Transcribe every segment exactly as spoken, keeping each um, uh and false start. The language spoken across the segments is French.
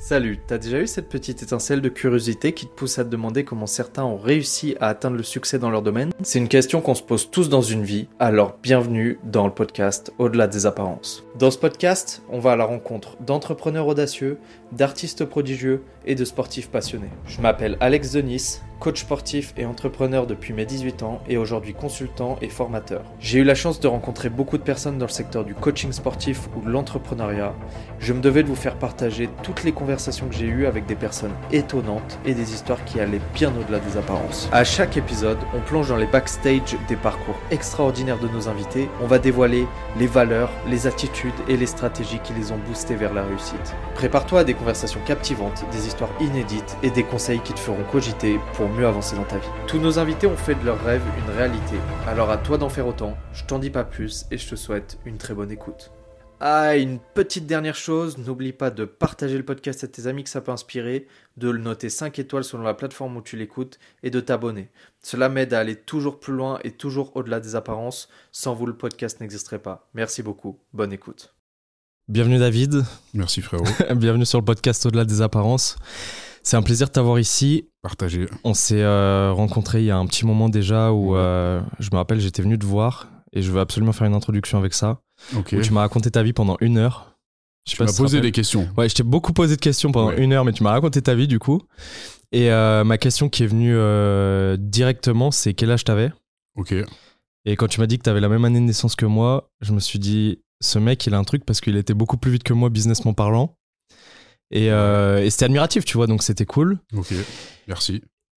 Salut, t'as déjà eu cette petite étincelle de curiosité qui te pousse à te demander comment certains ont réussi à atteindre le succès dans leur domaine? C'est une question qu'on se pose tous dans une vie, alors bienvenue dans le podcast Au-delà des apparences. Dans ce podcast, on va à la rencontre d'entrepreneurs audacieux, d'artistes prodigieux et de sportifs passionnés. Je m'appelle Alex Denis, coach sportif et entrepreneur depuis mes dix-huit ans et aujourd'hui consultant et formateur. J'ai eu la chance de rencontrer beaucoup de personnes dans le secteur du coaching sportif ou de l'entrepreneuriat. Je me devais de vous faire partager toutes les conversations que j'ai eues avec des personnes étonnantes et des histoires qui allaient bien au-delà des apparences. À chaque épisode, on plonge dans les backstage des parcours extraordinaires de nos invités. On va dévoiler les valeurs, les attitudes et les stratégies qui les ont boostés vers la réussite. Prépare-toi à des conversations captivantes, des histoires inédites et des conseils qui te feront cogiter pour mieux avancer dans ta vie. Tous nos invités ont fait de leur rêve une réalité. Alors à toi d'en faire autant, je t'en dis pas plus et je te souhaite une très bonne écoute. Ah, une petite dernière chose, n'oublie pas de partager le podcast à tes amis que ça peut inspirer, de le noter cinq étoiles selon la plateforme où tu l'écoutes et de t'abonner. Cela m'aide à aller toujours plus loin et toujours au-delà des apparences. Sans vous, le podcast n'existerait pas. Merci beaucoup. Bonne écoute. Bienvenue David. Merci frérot. Bienvenue sur le podcast Au-delà des apparences. C'est un plaisir de t'avoir ici. Partagé. On s'est euh, rencontrés il y a un petit moment déjà où euh, je me rappelle, j'étais venu te voir et je veux absolument faire une introduction avec ça. Okay. Où tu m'as raconté ta vie pendant une heure. Je tu m'as si posé des questions. Ouais, je t'ai beaucoup posé de questions pendant ouais. une heure, mais tu m'as raconté ta vie du coup. Et euh, ma question qui est venue euh, directement, c'est quel âge t'avais ? Ok. Et quand tu m'as dit que t'avais la même année de naissance que moi, je me suis dit, ce mec, il a un truc parce qu'il était beaucoup plus vite que moi, businessment parlant. Et, euh, et c'était admiratif, tu vois, donc c'était cool. Ok, merci.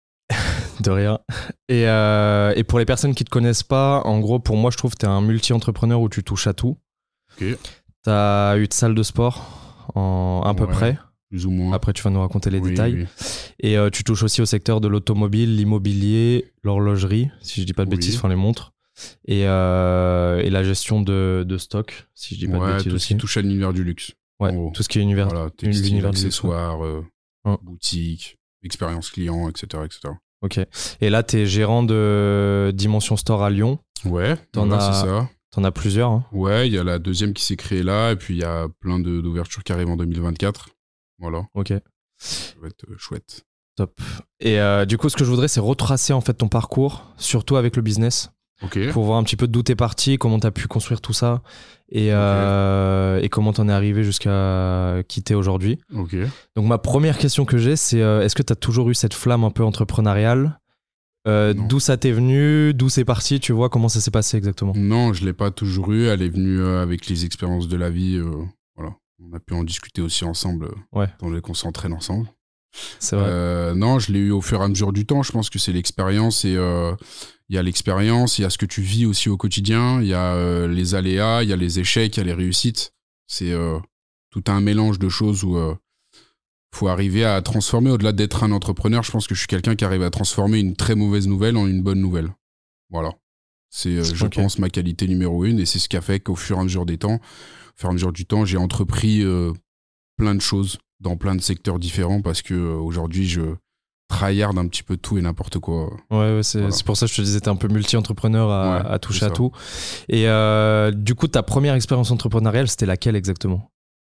De rien. Et, euh, et pour les personnes qui te connaissent pas, en gros, pour moi, je trouve que t'es un multi-entrepreneur où tu touches à tout. Ok. T'as eu de salle de sport, en, à peu ouais, près. Plus ou moins. Après, tu vas nous raconter les oui, détails. Oui. Et euh, tu touches aussi au secteur de l'automobile, l'immobilier, l'horlogerie, si je dis pas de oui. bêtises, enfin les montres. Et, euh, et la gestion de, de stock, si je dis pas ouais, de bêtises tout aussi. ce qui touche à l'univers du luxe. Ouais, tout ce qui est univers, voilà, textile, l'univers accessoires, du luxe. Euh, hum. boutique, expérience client, et cetera, et cetera. Ok. Et là, t'es gérant de Dimension Store à Lyon. Ouais, t'en voilà, as, c'est ça. T'en as plusieurs. Hein. Ouais, il y a la deuxième qui s'est créée là, et puis il y a plein de, d'ouvertures qui arrivent en deux mille vingt-quatre. Voilà. Ok. Ça va être chouette. Top. Et euh, du coup, ce que je voudrais, c'est retracer en fait ton parcours, surtout avec le business. Ok. Pour voir un petit peu d'où t'es parti, comment t'as pu construire tout ça et, okay. euh, et comment t'en es arrivé jusqu'à quitter aujourd'hui. Ok. Donc ma première question que j'ai, c'est euh, est-ce que t'as toujours eu cette flamme un peu entrepreneuriale ? euh, D'où ça t'est venu ? D'où c'est parti ? Tu vois, comment ça s'est passé exactement ? Non, je l'ai pas toujours eu. Elle est venue euh, avec les expériences de la vie. Euh, voilà. On a pu en discuter aussi ensemble ouais. dans les qu'on s'entraîne ensemble. C'est vrai. Euh, non, je l'ai eu au fur et à mesure du temps. Je pense que c'est l'expérience et euh, il y a l'expérience, il y a ce que tu vis aussi au quotidien, il y a euh, les aléas, il y a les échecs, il y a les réussites. C'est euh, tout un mélange de choses où euh, faut arriver à transformer. Au-delà d'être un entrepreneur, je pense que je suis quelqu'un qui arrive à transformer une très mauvaise nouvelle en une bonne nouvelle. Voilà. C'est, euh, je okay. pense, ma qualité numéro une et c'est ce qui a fait qu'au fur et à mesure des temps, au fur et à mesure du temps, j'ai entrepris euh, plein de choses dans plein de secteurs différents parce que euh, aujourd'hui, je tryhard un petit peu tout et n'importe quoi. Ouais, ouais c'est, voilà. c'est pour ça que je te disais, t'es un peu multi-entrepreneur à, ouais, à toucher à tout. Et euh, du coup, ta première expérience entrepreneuriale, c'était laquelle exactement ?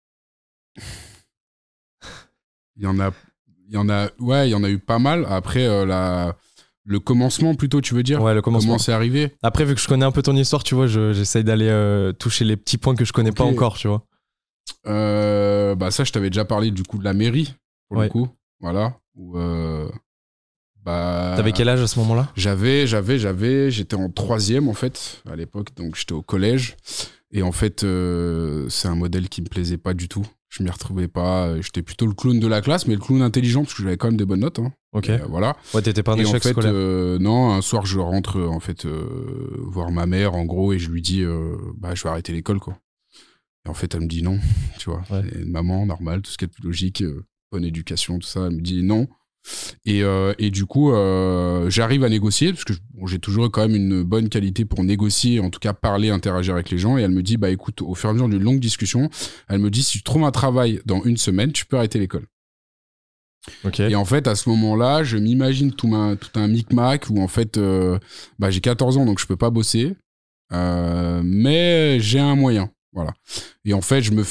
Il y en a, il y en a, ouais, il y en a eu pas mal. Après, euh, la, le commencement plutôt, tu veux dire ? Ouais, le commencement. Comment c'est arrivé ? Après, vu que je connais un peu ton histoire, tu vois, je, j'essaye d'aller euh, toucher les petits points que je connais okay. pas encore, tu vois. Euh, bah ça, je t'avais déjà parlé du coup de la mairie, pour ouais. le coup. Voilà. Où, euh, bah, T'avais quel âge à ce moment-là ? J'avais, j'avais, j'avais, j'étais en troisième en fait à l'époque, donc j'étais au collège. Et en fait, euh, c'est un modèle qui me plaisait pas du tout. Je m'y retrouvais pas. J'étais plutôt le clown de la classe, mais le clown intelligent parce que j'avais quand même des bonnes notes. Hein. Ok. Et, euh, voilà. Ouais, t'étais pas un échec en fait, scolaire. Euh, non, un soir je rentre en fait euh, voir ma mère en gros et je lui dis, euh, bah je vais arrêter l'école quoi. Et en fait, elle me dit non, tu vois. Ouais. Et une maman normale, tout ce qui est plus logique. Euh, bonne éducation, tout ça, elle me dit non. Et, euh, et du coup, euh, j'arrive à négocier, parce que bon, j'ai toujours eu quand même une bonne qualité pour négocier, en tout cas parler, interagir avec les gens. Et elle me dit, bah écoute, au fur et à mesure d'une longue discussion, elle me dit, si tu trouves un travail dans une semaine, tu peux arrêter l'école. Okay. Et en fait, à ce moment-là, je m'imagine tout, ma, tout un micmac où en fait, euh, bah, j'ai quatorze ans, donc je peux pas bosser, euh, mais j'ai un moyen. Voilà. Et en fait, je me fais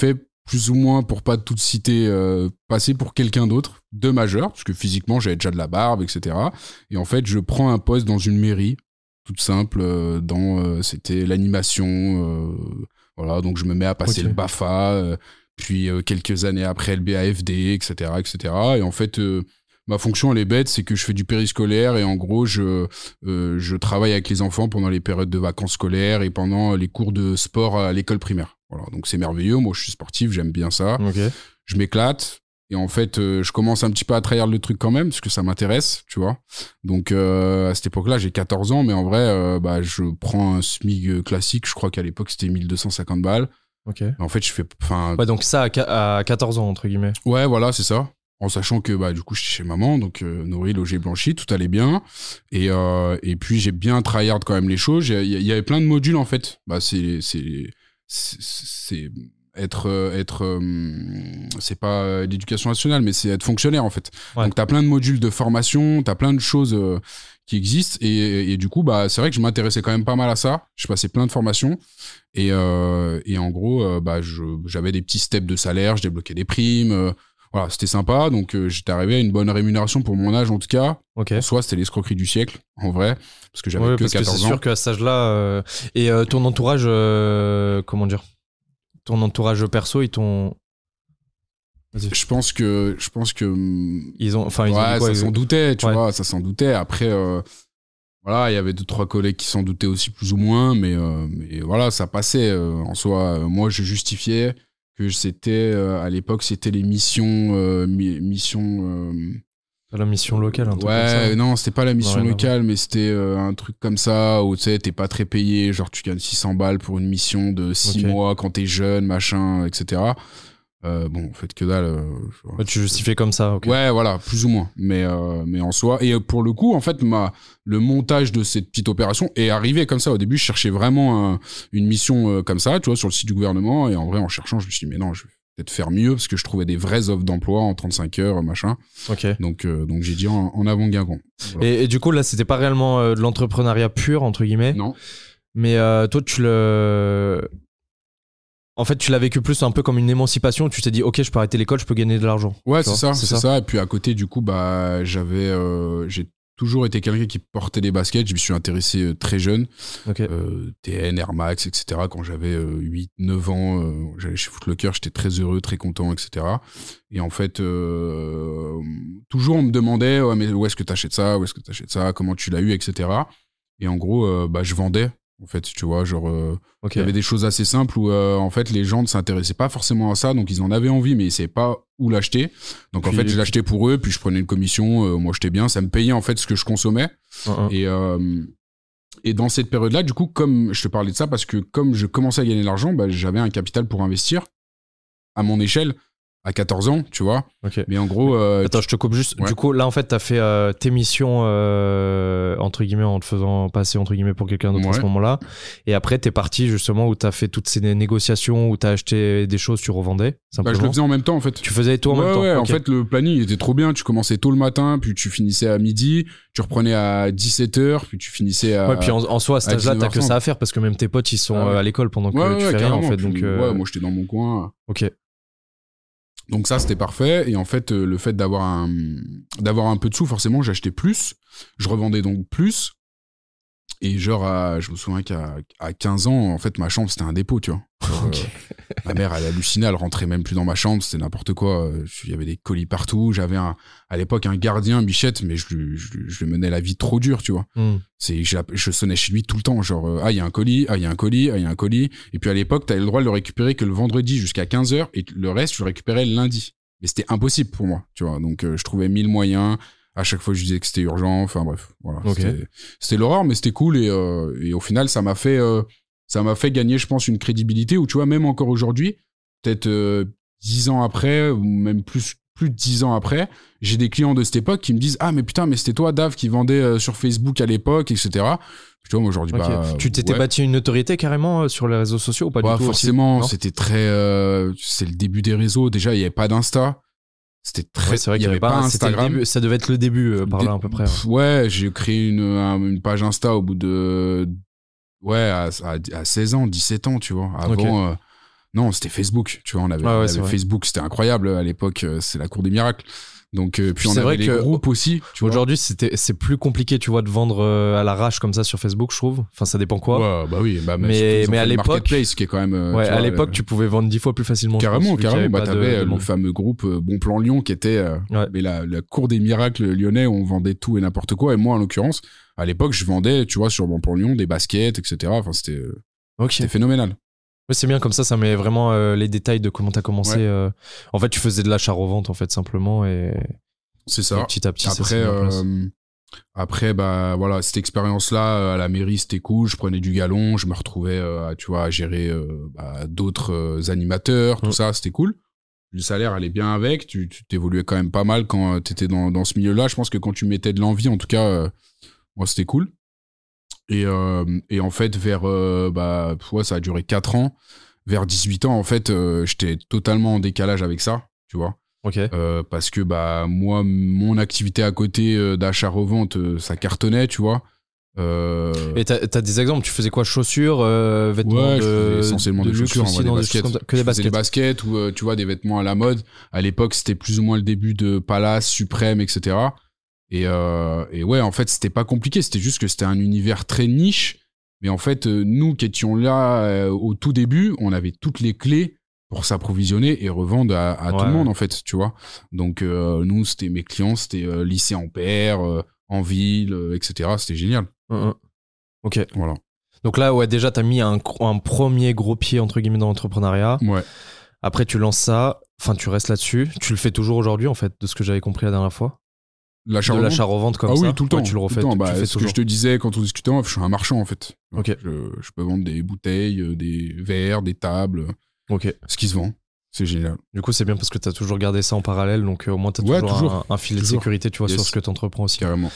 plus ou moins, pour pas tout citer, euh, passer pour quelqu'un d'autre, de majeur, parce que physiquement, j'avais déjà de la barbe, et cetera. Et en fait, je prends un poste dans une mairie, toute simple, euh, dans, euh, c'était l'animation, euh, voilà, donc je me mets à passer okay. le BAFA, euh, puis euh, quelques années après le B A F D, et cetera, et cetera. Et en fait, euh, ma fonction, elle est bête, c'est que je fais du périscolaire et en gros, je, euh, je travaille avec les enfants pendant les périodes de vacances scolaires et pendant les cours de sport à l'école primaire. Voilà, donc c'est merveilleux. Moi, je suis sportif, j'aime bien ça. Okay. Je m'éclate. Et en fait, euh, je commence un petit peu à trahir le truc quand même, parce que ça m'intéresse, tu vois. Donc, euh, à cette époque-là, j'ai quatorze ans, mais en vrai, euh, bah, je prends un SMIC classique. Je crois qu'à l'époque, c'était mille deux cent cinquante balles. Ok. En fait, je fais... Ouais, donc ça, à quatorze ans, entre guillemets. Ouais, voilà, c'est ça. En sachant que, bah, du coup, j'étais chez maman, donc euh, nourri, logé, blanchi, tout allait bien. Et, euh, et puis, j'ai bien tryhard quand même les choses. Il y, y avait plein de modules, en fait. Bah, c'est... c'est, c'est, c'est être être euh, c'est pas l'éducation nationale, mais c'est être fonctionnaire en fait. Ouais. Donc t'as plein de modules de formation, t'as plein de choses euh, qui existent et, et du coup bah c'est vrai que je m'intéressais quand même pas mal à ça. Je passais plein de formations et euh, et en gros euh, bah je j'avais des petits steps de salaire, je débloquais des primes. Euh, voilà, c'était sympa, donc euh, j'étais arrivé à une bonne rémunération pour mon âge en tout cas. Okay. En soi, c'était l'escroquerie du siècle, en vrai, parce que j'avais ouais, que parce quatorze que c'est ans. sûr qu'à cet âge-là, euh... et euh, ton entourage, euh... comment dire, ton entourage perso, ils t'ont... Vas-y. Je pense que, je pense que, ils ont, enfin, ils ouais, ont quoi, ça ils... s'en doutait, tu ouais. vois, ça s'en doutait. Après, euh, voilà, il y avait deux trois collègues qui s'en doutaient aussi plus ou moins, mais, euh, mais voilà, ça passait euh, en soi. Euh, moi, je justifiais que c'était euh, à l'époque, c'était les missions, euh, mi- missions. Euh, la mission locale, un truc ouais, comme ça. non, c'était pas la mission non, locale, non. mais c'était euh, un truc comme ça où tu sais, t'es pas très payé, genre tu gagnes six cents balles pour une mission de six okay. mois quand t'es jeune, machin, et cetera. Euh, bon, en fait, que dalle. Euh, ouais, tu justifiais comme ça, ok. Ouais, voilà, plus ou moins. Mais, euh, mais en soi. Et pour le coup, en fait, ma, le montage de cette petite opération est arrivé comme ça. Au début, je cherchais vraiment un, une mission euh, comme ça, tu vois, sur le site du gouvernement. Et en vrai, en cherchant, je me suis dit, mais non, je vais peut-être faire mieux parce que je trouvais des vraies offres d'emploi en trente-cinq heures, machin. Ok. Donc, euh, donc j'ai dit en, en avant Guingamp. Voilà. Et, et du coup, là, c'était pas réellement euh, de l'entrepreneuriat pur, entre guillemets. Non. Mais euh, toi, tu le. En fait, tu l'as vécu plus un peu comme une émancipation. Tu t'es dit, ok, je peux arrêter l'école, je peux gagner de l'argent. Ouais, c'est ça, c'est ça. ça. Et puis à côté, du coup, bah, j'avais, euh, j'ai toujours été quelqu'un qui portait des baskets. Je me suis intéressé euh, très jeune. Okay. Euh, T N, Air Max, et cetera. Quand j'avais euh, huit neuf ans, euh, j'allais chez Foot Locker, j'étais très heureux, très content, et cetera. Et en fait, euh, toujours on me demandait, ouais, mais où est-ce que t'achètes ça, où est-ce que t'achètes ça, comment tu l'as eu, et cetera. Et en gros, euh, bah, je vendais. En fait, tu vois, genre, euh, okay. il y avait des choses assez simples où, euh, en fait, les gens ne s'intéressaient pas forcément à ça, donc ils en avaient envie, mais ils savaient pas où l'acheter. Donc, puis, en fait, je l'achetais pour eux, puis je prenais une commission, euh, moi, j'étais bien, ça me payait, en fait, ce que je consommais. Uh-huh. Et, euh, et dans cette période-là, du coup, comme je te parlais de ça, parce que comme je commençais à gagner de l'argent, bah, j'avais un capital pour investir à mon échelle. À quatorze ans, tu vois. Okay. Mais en gros... Euh, Attends, je te coupe juste. Ouais. Du coup, là, en fait, t'as fait euh, tes missions, euh, entre guillemets, en te faisant passer, entre guillemets, pour quelqu'un d'autre ouais. à ce moment-là. Et après, t'es parti, justement, où t'as fait toutes ces négociations, où t'as acheté des choses, tu revendais, bah, je le faisais en même temps, en fait. Tu faisais tout en ouais, même temps Ouais, okay. en fait, le planning était trop bien. Tu commençais tôt le matin, puis tu finissais à midi, tu reprenais à dix-sept heures, puis tu finissais à... Ouais, puis en, en soi, à cet âge-là, t'as que ça à faire, parce que même tes potes, ils sont ah, ouais. à l'école pendant que ouais, tu ouais, fais rien, en fait. Puis, Donc, euh... ouais, moi, j'étais dans mon coin. Ok. Donc ça, c'était parfait. Et en fait, euh, le fait d'avoir un, d'avoir un peu de sous, forcément, j'achetais plus. Je revendais donc plus. Et genre, à, je me souviens qu'à à quinze ans, en fait, ma chambre, c'était un dépôt, tu vois. Okay. Euh, ma mère, elle hallucinait, elle rentrait même plus dans ma chambre, c'était n'importe quoi. Il y avait des colis partout. J'avais un, à l'époque un gardien, Bichette, mais je lui, je, je lui menais la vie trop dure, tu vois. Mm. C'est, je, je sonnais chez lui tout le temps, genre, euh, ah, il y a un colis, ah, il y a un colis, ah, il y a un colis. Et puis à l'époque, t'avais le droit de le récupérer que le vendredi jusqu'à quinze heures, et le reste, je le récupérais le lundi. Mais c'était impossible pour moi, tu vois. Donc, euh, je trouvais mille moyens. À chaque fois, je disais que c'était urgent. Enfin, bref, voilà. Okay. C'était, c'était l'horreur, mais c'était cool. Et, euh, et au final, ça m'a fait, euh, ça m'a fait gagner, je pense, une crédibilité où, tu vois, même encore aujourd'hui, peut-être euh, dix ans après, ou même plus, plus de dix ans après, j'ai des clients de cette époque qui me disent « Ah, mais putain, mais c'était toi, Dave, qui vendait euh, sur Facebook à l'époque, et cetera » Tu vois, moi, aujourd'hui, okay. bah... Tu t'étais ouais. bâti une notoriété carrément euh, sur les réseaux sociaux ou pas bah, du tout forcément, aussi, c'était très... Euh, c'est le début des réseaux. Déjà, il n'y avait pas d'Insta. C'était très... Ouais, c'est vrai qu'il n'y avait, avait pas, pas Instagram. Début, ça devait être le début, euh, par là, à peu près. Ouais, ouais j'ai créé une, une page Insta au bout de... Ouais, à, à, à seize ans, dix-sept ans, tu vois. Avant, okay. euh, Non, c'était Facebook. Tu vois, on avait, ah ouais, on avait Facebook, c'était incroyable à l'époque. C'est la cour des miracles. Donc, euh, puis, puis on c'est avait vrai les que groupes aussi. Tu aujourd'hui, c'était, c'est plus compliqué, tu vois, de vendre euh, à l'arrache comme ça sur Facebook, je trouve. Enfin, ça dépend quoi. Ouais, bah oui. Bah, mais mais à l'époque, Marketplace, qui est quand même. Euh, ouais, tu à vois, l'époque, euh, tu pouvais vendre dix fois plus facilement. Carrément, pense, carrément. Bah, t'avais de, le de fameux groupe euh, Bon Plan Lyon, qui était euh, ouais. mais la, la cour des miracles lyonnais, où on vendait tout et n'importe quoi. Et moi, en l'occurrence, à l'époque, je vendais, tu vois, sur Bon Plan Lyon, des baskets, et cetera. Enfin, c'était, euh, okay. c'était phénoménal. Ouais, c'est bien comme ça, ça met vraiment euh, les détails de comment t'as commencé. Ouais. Euh... En fait, tu faisais de l'achat-revente, en fait, simplement, et c'est ça. Et petit à petit, après, ça euh, après, bah voilà, cette expérience-là à la mairie, c'était cool. Je prenais du galon, je me retrouvais, euh, tu vois, à gérer euh, bah, d'autres euh, animateurs, tout mmh. ça, c'était cool. Le salaire allait bien avec. Tu, tu t'évoluais quand même pas mal quand t'étais dans dans ce milieu-là. Je pense que quand tu mettais de l'envie, en tout cas, euh, moi, c'était cool. Et, euh, et en fait, vers, euh, bah, ouais, ça a duré quatre ans. Vers dix-huit ans, en fait, euh, j'étais totalement en décalage avec ça, tu vois. Ok. Euh, parce que, bah, moi, mon activité à côté euh, d'achat-revente, euh, ça cartonnait, tu vois. Euh... Et t'as, t'as des exemples, tu faisais quoi? Chaussures, euh, vêtements ouais, de, je faisais essentiellement de des luxe chaussures, aussi, des non, baskets. Des que des baskets. des baskets ou, euh, tu vois, des vêtements à la mode. À l'époque, c'était plus ou moins le début de Palace, Suprême, et cetera. Et, euh, et ouais, en fait, c'était pas compliqué. C'était juste que c'était un univers très niche. Mais en fait, euh, nous qui étions là euh, au tout début, on avait toutes les clés pour s'approvisionner et revendre à, à ouais. tout le monde, en fait, tu vois. Donc, euh, nous, c'était mes clients, c'était euh, lycée en pair, euh, en ville, euh, et cetera. C'était génial. Mmh. Ok. Voilà. Donc là, ouais, déjà, t'as mis un, un premier gros pied, entre guillemets, dans l'entrepreneuriat. Ouais. Après, tu lances ça. Enfin, tu restes là-dessus. Tu le fais toujours aujourd'hui, en fait, de ce que j'avais compris la dernière fois. L'achat-revente. De l'achat-revente comme ah ça. Ah oui, tout le temps. Ouais, tu le refais. Tout le temps. Tu Bah, fais ce toujours. que je te disais quand on discutait, je suis un marchand, en fait. Ok. Je, je peux vendre des bouteilles, des verres, des tables. Ok. Ce qui se vend. C'est génial. Du coup, c'est bien parce que t'as toujours gardé ça en parallèle, donc euh, au moins t'as ouais, toujours, toujours un, un filet toujours. de sécurité, tu vois, yes. sur ce que t'entreprends aussi. Carrément.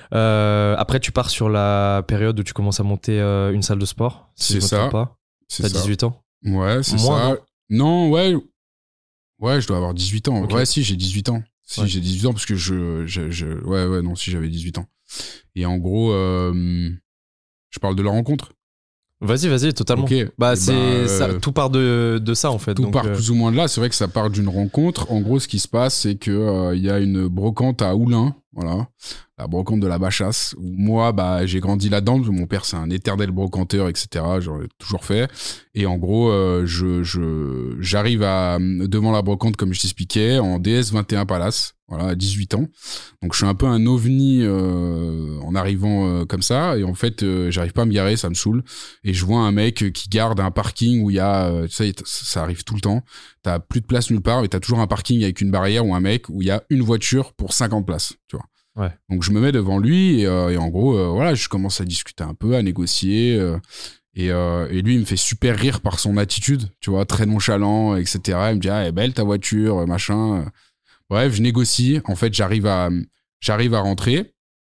Euh, après, tu pars sur la période où tu commences à monter euh, une salle de sport. Si c'est je me ça. trompe pas. C'est t'as ça. dix-huit ans. Ouais, c'est Moi, ça. Non, non, ouais. Ouais, je dois avoir dix-huit ans. Okay. Ouais, si, j'ai dix-huit ans. Si, ouais. j'ai dix-huit ans parce que je, je, je. Ouais, ouais, non, si, j'avais dix-huit ans. Et en gros, euh, je parle de la rencontre. Vas-y, vas-y, totalement. Okay. Bah, c'est, bah, euh, ça, tout part de, de ça, en fait. Tout donc, part euh... plus ou moins de là. C'est vrai que ça part d'une rencontre. En gros, ce qui se passe, c'est que euh, y a une brocante à Oulin, voilà, la brocante de la Bachasse, où moi, bah, j'ai grandi là-dedans. Mon père, c'est un éternel brocanteur, et cetera. J'en ai toujours fait. Et en gros, euh, je, je, j'arrive à, devant la brocante, comme je t'expliquais, en D S vingt et un Palace. Voilà, à dix-huit ans. Donc, je suis un peu un ovni euh, en arrivant euh, comme ça. Et en fait, euh, j'arrive pas à me garer, ça me saoule. Et je vois un mec qui garde un parking où il y a... Euh, tu sais, ça arrive tout le temps. T'as plus de place nulle part, mais t'as toujours un parking avec une barrière ou un mec où il y a une voiture pour cinquante places, tu vois. Ouais. Donc, je me mets devant lui et, euh, et en gros, euh, voilà, je commence à discuter un peu, à négocier. Euh, et, euh, et lui, il me fait super rire par son attitude, tu vois, très nonchalant, et cetera. Il me dit « Ah, elle est belle ta voiture, machin. » Bref, je négocie. En fait, j'arrive à, j'arrive à rentrer.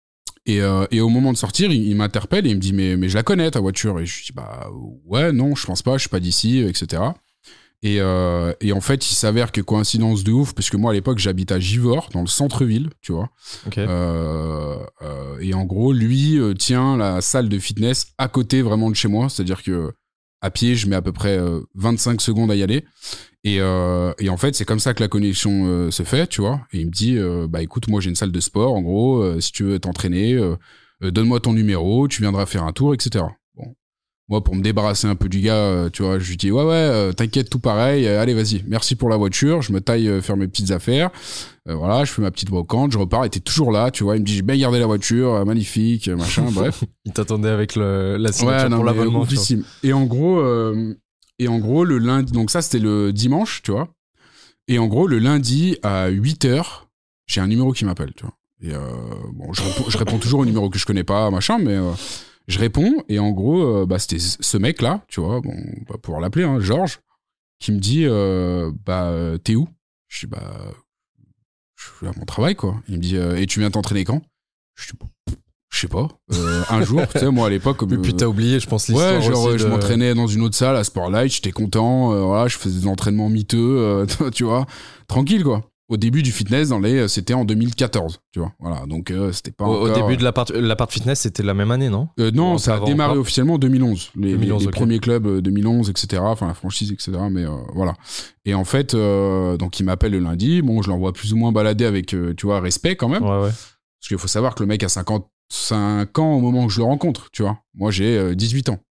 Et, euh, et au moment de sortir, il, il m'interpelle et il me dit mais, mais je la connais, ta voiture. Et je dis bah ouais, non, je pense pas, je suis pas d'ici, et cetera. Et, euh, et en fait, il s'avère que coïncidence de ouf, parce que moi, à l'époque, j'habite à Givors, dans le centre-ville, tu vois. Okay. Euh, euh, et en gros, lui euh, tient la salle de fitness à côté vraiment de chez moi. C'est-à-dire que à pied, je mets à peu près euh, vingt-cinq secondes à y aller. Et, euh, et en fait, c'est comme ça que la connexion euh, se fait, tu vois. Et il me dit, euh, bah écoute, moi j'ai une salle de sport, en gros, euh, si tu veux t'entraîner, euh, euh, donne-moi ton numéro, tu viendras faire un tour, et cetera. Bon, moi pour me débarrasser un peu du gars, euh, tu vois, je lui dis, ouais ouais, euh, t'inquiète, tout pareil, euh, allez vas-y, merci pour la voiture, je me taille euh, faire mes petites affaires, euh, voilà, je fais ma petite brocante, je repars, et t'es toujours là, tu vois. Il me dit, j'ai bien gardé la voiture, euh, magnifique, machin, bref. Il t'attendait avec le, la signature ouais, non, pour l'abonnement. Et en gros, euh, et en gros, le lundi, donc ça c'était le dimanche, tu vois. Et en gros, le lundi à huit heures, j'ai un numéro qui m'appelle, tu vois. Et euh, bon, je réponds, je réponds toujours au numéro que je connais pas, machin, mais euh, je réponds. Et en gros, euh, bah, c'était ce mec-là, tu vois, bon, on va pouvoir l'appeler, hein, Georges, qui me dit, euh, bah, t'es où? Je dis, bah, je suis à mon travail, quoi. Il me dit, euh, et tu viens t'entraîner quand? Je dis, bon, je sais pas, euh, un jour, tu sais, moi à l'époque. Et puis t'as oublié, je pense, l'histoire. Ouais, genre, aussi je de... m'entraînais dans une autre salle à Sportlight, j'étais content, euh, voilà, je faisais des entraînements miteux, euh, tu vois, tranquille, quoi. au début du fitness, dans les, c'était en deux mille quatorze, tu vois. Voilà, donc euh, c'était pas au, encore... Au début de l'appart, l'appart fitness, c'était la même année, non euh, Non, Ou ça a démarré pas officiellement en deux mille onze. Les, deux mille onze, les, les okay. premiers clubs euh, deux mille onze, et cetera. Enfin, la franchise, et cetera. Mais euh, voilà. Et en fait, euh, donc il m'appelle le lundi. Bon, je l'envoie plus ou moins balader avec, euh, tu vois, respect quand même. Ouais, ouais. Parce qu'il faut savoir que le mec a cinquante-cinq ans au moment où je le rencontre, tu vois. Moi, j'ai euh, dix-huit ans.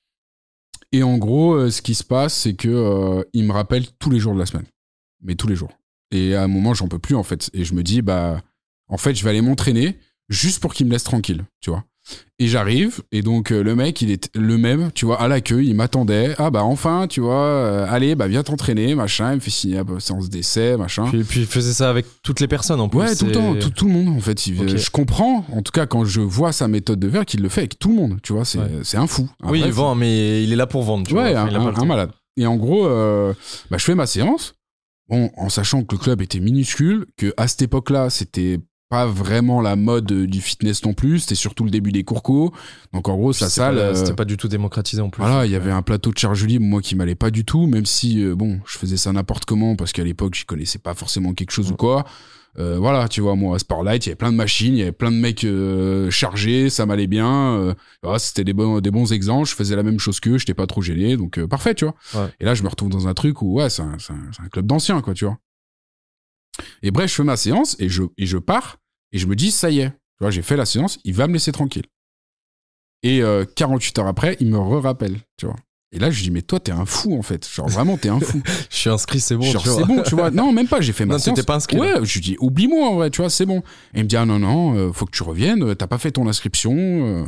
Et en gros, euh, ce qui se passe, c'est que euh, il me rappelle tous les jours de la semaine. Mais tous les jours. Et à un moment, j'en peux plus, en fait. Et je me dis, bah, en fait, je vais aller m'entraîner juste pour qu'il me laisse tranquille, tu vois. Et j'arrive, et donc euh, le mec, il est le même, tu vois, à l'accueil, il m'attendait. Ah bah enfin, tu vois, euh, allez, bah viens t'entraîner, machin. Il me fait signer la séance d'essai, machin. Puis, puis il faisait ça avec toutes les personnes, en plus. Ouais, tout le temps, tout, tout le monde, en fait. Il, okay. Je comprends, en tout cas, quand je vois sa méthode de verre, qu'il le fait avec tout le monde, tu vois. C'est, ouais. c'est un fou. Un oui, vrai il vend, fou. Mais il est là pour vendre, tu ouais, vois. Ouais, un, un, un malade. Et en gros, euh, bah, je fais ma séance. Bon, en sachant que le club était minuscule, que à cette époque-là, c'était pas vraiment la mode du fitness non plus, c'était surtout le début des cours co. Donc en gros, sa salle... Pas, c'était pas du tout démocratisé en plus. Voilà, il y avait un plateau de charge libre, moi, qui m'allait pas du tout, même si, euh, bon, je faisais ça n'importe comment, parce qu'à l'époque, j'y connaissais pas forcément quelque chose mmh. ou quoi. Euh, voilà, tu vois, moi, à Sportlight, il y avait plein de machines, il y avait plein de mecs euh, chargés, ça m'allait bien. Euh, voilà, c'était des bons, des bons exemples, je faisais la même chose qu'eux, j'étais pas trop gêné, donc euh, parfait, tu vois. Ouais. Et là, je me retrouve dans un truc où, ouais, c'est un, c'est un, c'est un club d'anciens, quoi, tu vois. Et bref, je fais ma séance, et je, et je pars, et je me dis, ça y est, tu vois, j'ai fait la séance, il va me laisser tranquille. Et euh, quarante-huit heures après, il me re-rappelle, tu vois. Et là, je lui dis, mais toi, t'es un fou, en fait. Genre, vraiment, t'es un fou. Je suis inscrit, c'est bon. Genre, tu vois. c'est bon, tu vois. Non, même pas, j'ai fait ma non, séance. Non, t'étais pas inscrit. Ouais, là. je lui dis, oublie-moi, en vrai, tu vois, c'est bon. Et il me dit, ah non, non, euh, faut que tu reviennes, t'as pas fait ton inscription. Euh...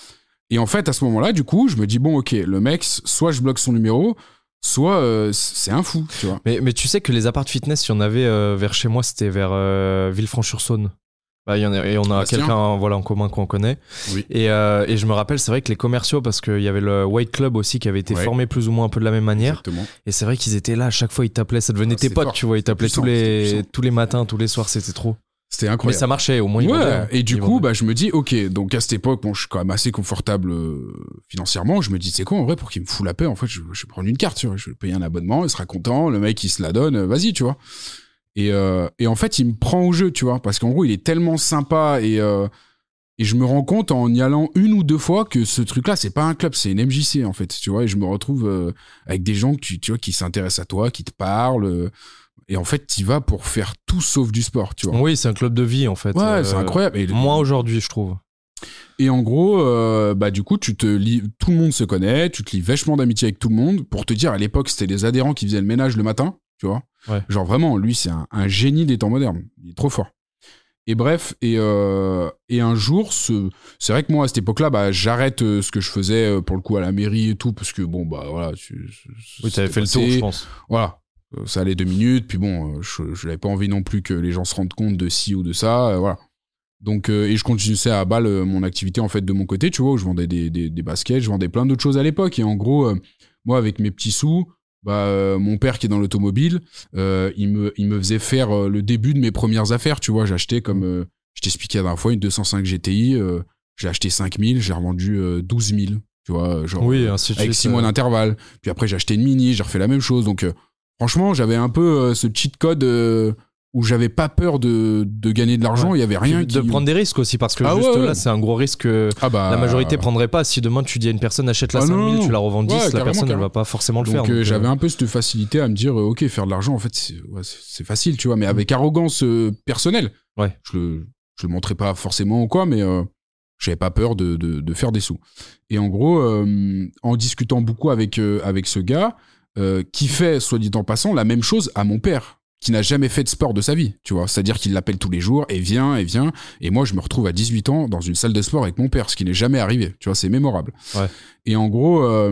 Et en fait, à ce moment-là, du coup, je me dis, bon, ok, le mec, soit je bloque son numéro, soit euh, c'est un fou, tu vois. Mais, mais tu sais que les apparts fitness, si on avait euh, vers chez moi, c'était vers euh, Villefranche-sur-Saône. Bah, y en a, et on a Bastien. quelqu'un voilà, en commun qu'on connaît. Oui. Et, euh, et je me rappelle, c'est vrai que les commerciaux, parce qu'il y avait le White Club aussi qui avait été ouais. formé plus ou moins un peu de la même manière. Exactement. Et c'est vrai qu'ils étaient là, à chaque fois ils t'appelaient, ça devenait ah, tes potes, fort. Tu vois, ils t'appelaient tous les, tous les matins, tous les soirs, c'était trop. C'était incroyable. Mais ça marchait, au moins ils ouais, vendaient. Et du ils coup, vendaient. bah, je me dis, ok, donc à cette époque, bon, je suis quand même assez confortable euh, financièrement. Je me dis, c'est quoi en vrai, pour qu'il me fout la paix, en fait, je, je vais prendre une carte, tu vois, je vais payer un abonnement, il sera content, le mec il se la donne, euh, vas-y, tu vois. Et, euh, et en fait, il me prend au jeu, tu vois, parce qu'en gros, il est tellement sympa et, euh, et je me rends compte en y allant une ou deux fois que ce truc-là, c'est pas un club, c'est une M J C, en fait, tu vois, et je me retrouve euh, avec des gens qui, tu vois, qui s'intéressent à toi, qui te parlent, euh, et en fait, t'y vas pour faire tout sauf du sport, tu vois. Oui, c'est un club de vie, en fait. Ouais, euh, c'est incroyable. Et moins aujourd'hui, je trouve. Et en gros, euh, bah du coup, tu te lis, tout le monde se connaît, tu te lis vachement d'amitié avec tout le monde. Pour te dire, à l'époque, c'était les adhérents qui faisaient le ménage le matin, tu vois. Ouais. Genre vraiment, lui, c'est un, un génie des temps modernes. Il est trop fort. Et bref, et, euh, et un jour, ce, c'est vrai que moi, à cette époque-là, bah, j'arrête euh, ce que je faisais euh, pour le coup à la mairie et tout, parce que bon, bah voilà. Tu, oui, t'avais fait passé. Le tour, je pense. Voilà. Euh, ça allait deux minutes, puis bon, euh, je, je n'avais pas envie non plus que les gens se rendent compte de ci ou de ça, euh, voilà. Donc, euh, et je continuais à balle euh, mon activité en fait de mon côté, tu vois, où je vendais des, des, des baskets, je vendais plein d'autres choses à l'époque. Et en gros, euh, moi, avec mes petits sous, bah, euh, mon père qui est dans l'automobile, euh, il, me, il me faisait faire euh, le début de mes premières affaires, tu vois. J'achetais comme, euh, je t'expliquais la dernière fois, une deux cent cinq G T I, euh, j'ai acheté cinq mille, j'ai revendu euh, douze mille, tu vois, genre, oui, ainsi de avec suite, six mois euh... d'intervalle. Puis après, j'ai acheté une mini, j'ai refait la même chose. Donc, euh, franchement, j'avais un peu euh, ce cheat code euh, où j'avais pas peur de, de gagner de l'argent, il ouais. y avait rien de qui... De prendre des risques aussi, parce que ah juste ouais, ouais. là, c'est un gros risque que ah bah... la majorité prendrait pas. Si demain tu dis à une personne achète la ah cinq mille, tu la revends dix, ouais, la personne elle va pas forcément le donc, faire. Donc euh, j'avais un peu cette facilité à me dire, euh, ok, faire de l'argent, en fait, c'est, ouais, c'est, c'est facile, tu vois, mais avec arrogance euh, personnelle. Ouais. Je le, je le montrais pas forcément ou quoi, mais euh, j'avais pas peur de, de, de faire des sous. Et en gros, euh, en discutant beaucoup avec, euh, avec ce gars, euh, qui fait, soit dit en passant, la même chose à mon père, qui n'a jamais fait de sport de sa vie, tu vois. C'est-à-dire qu'il l'appelle tous les jours, et vient, et vient. Et moi, je me retrouve à dix-huit ans dans une salle de sport avec mon père, ce qui n'est jamais arrivé. Tu vois, c'est mémorable. Ouais. Et en gros, euh,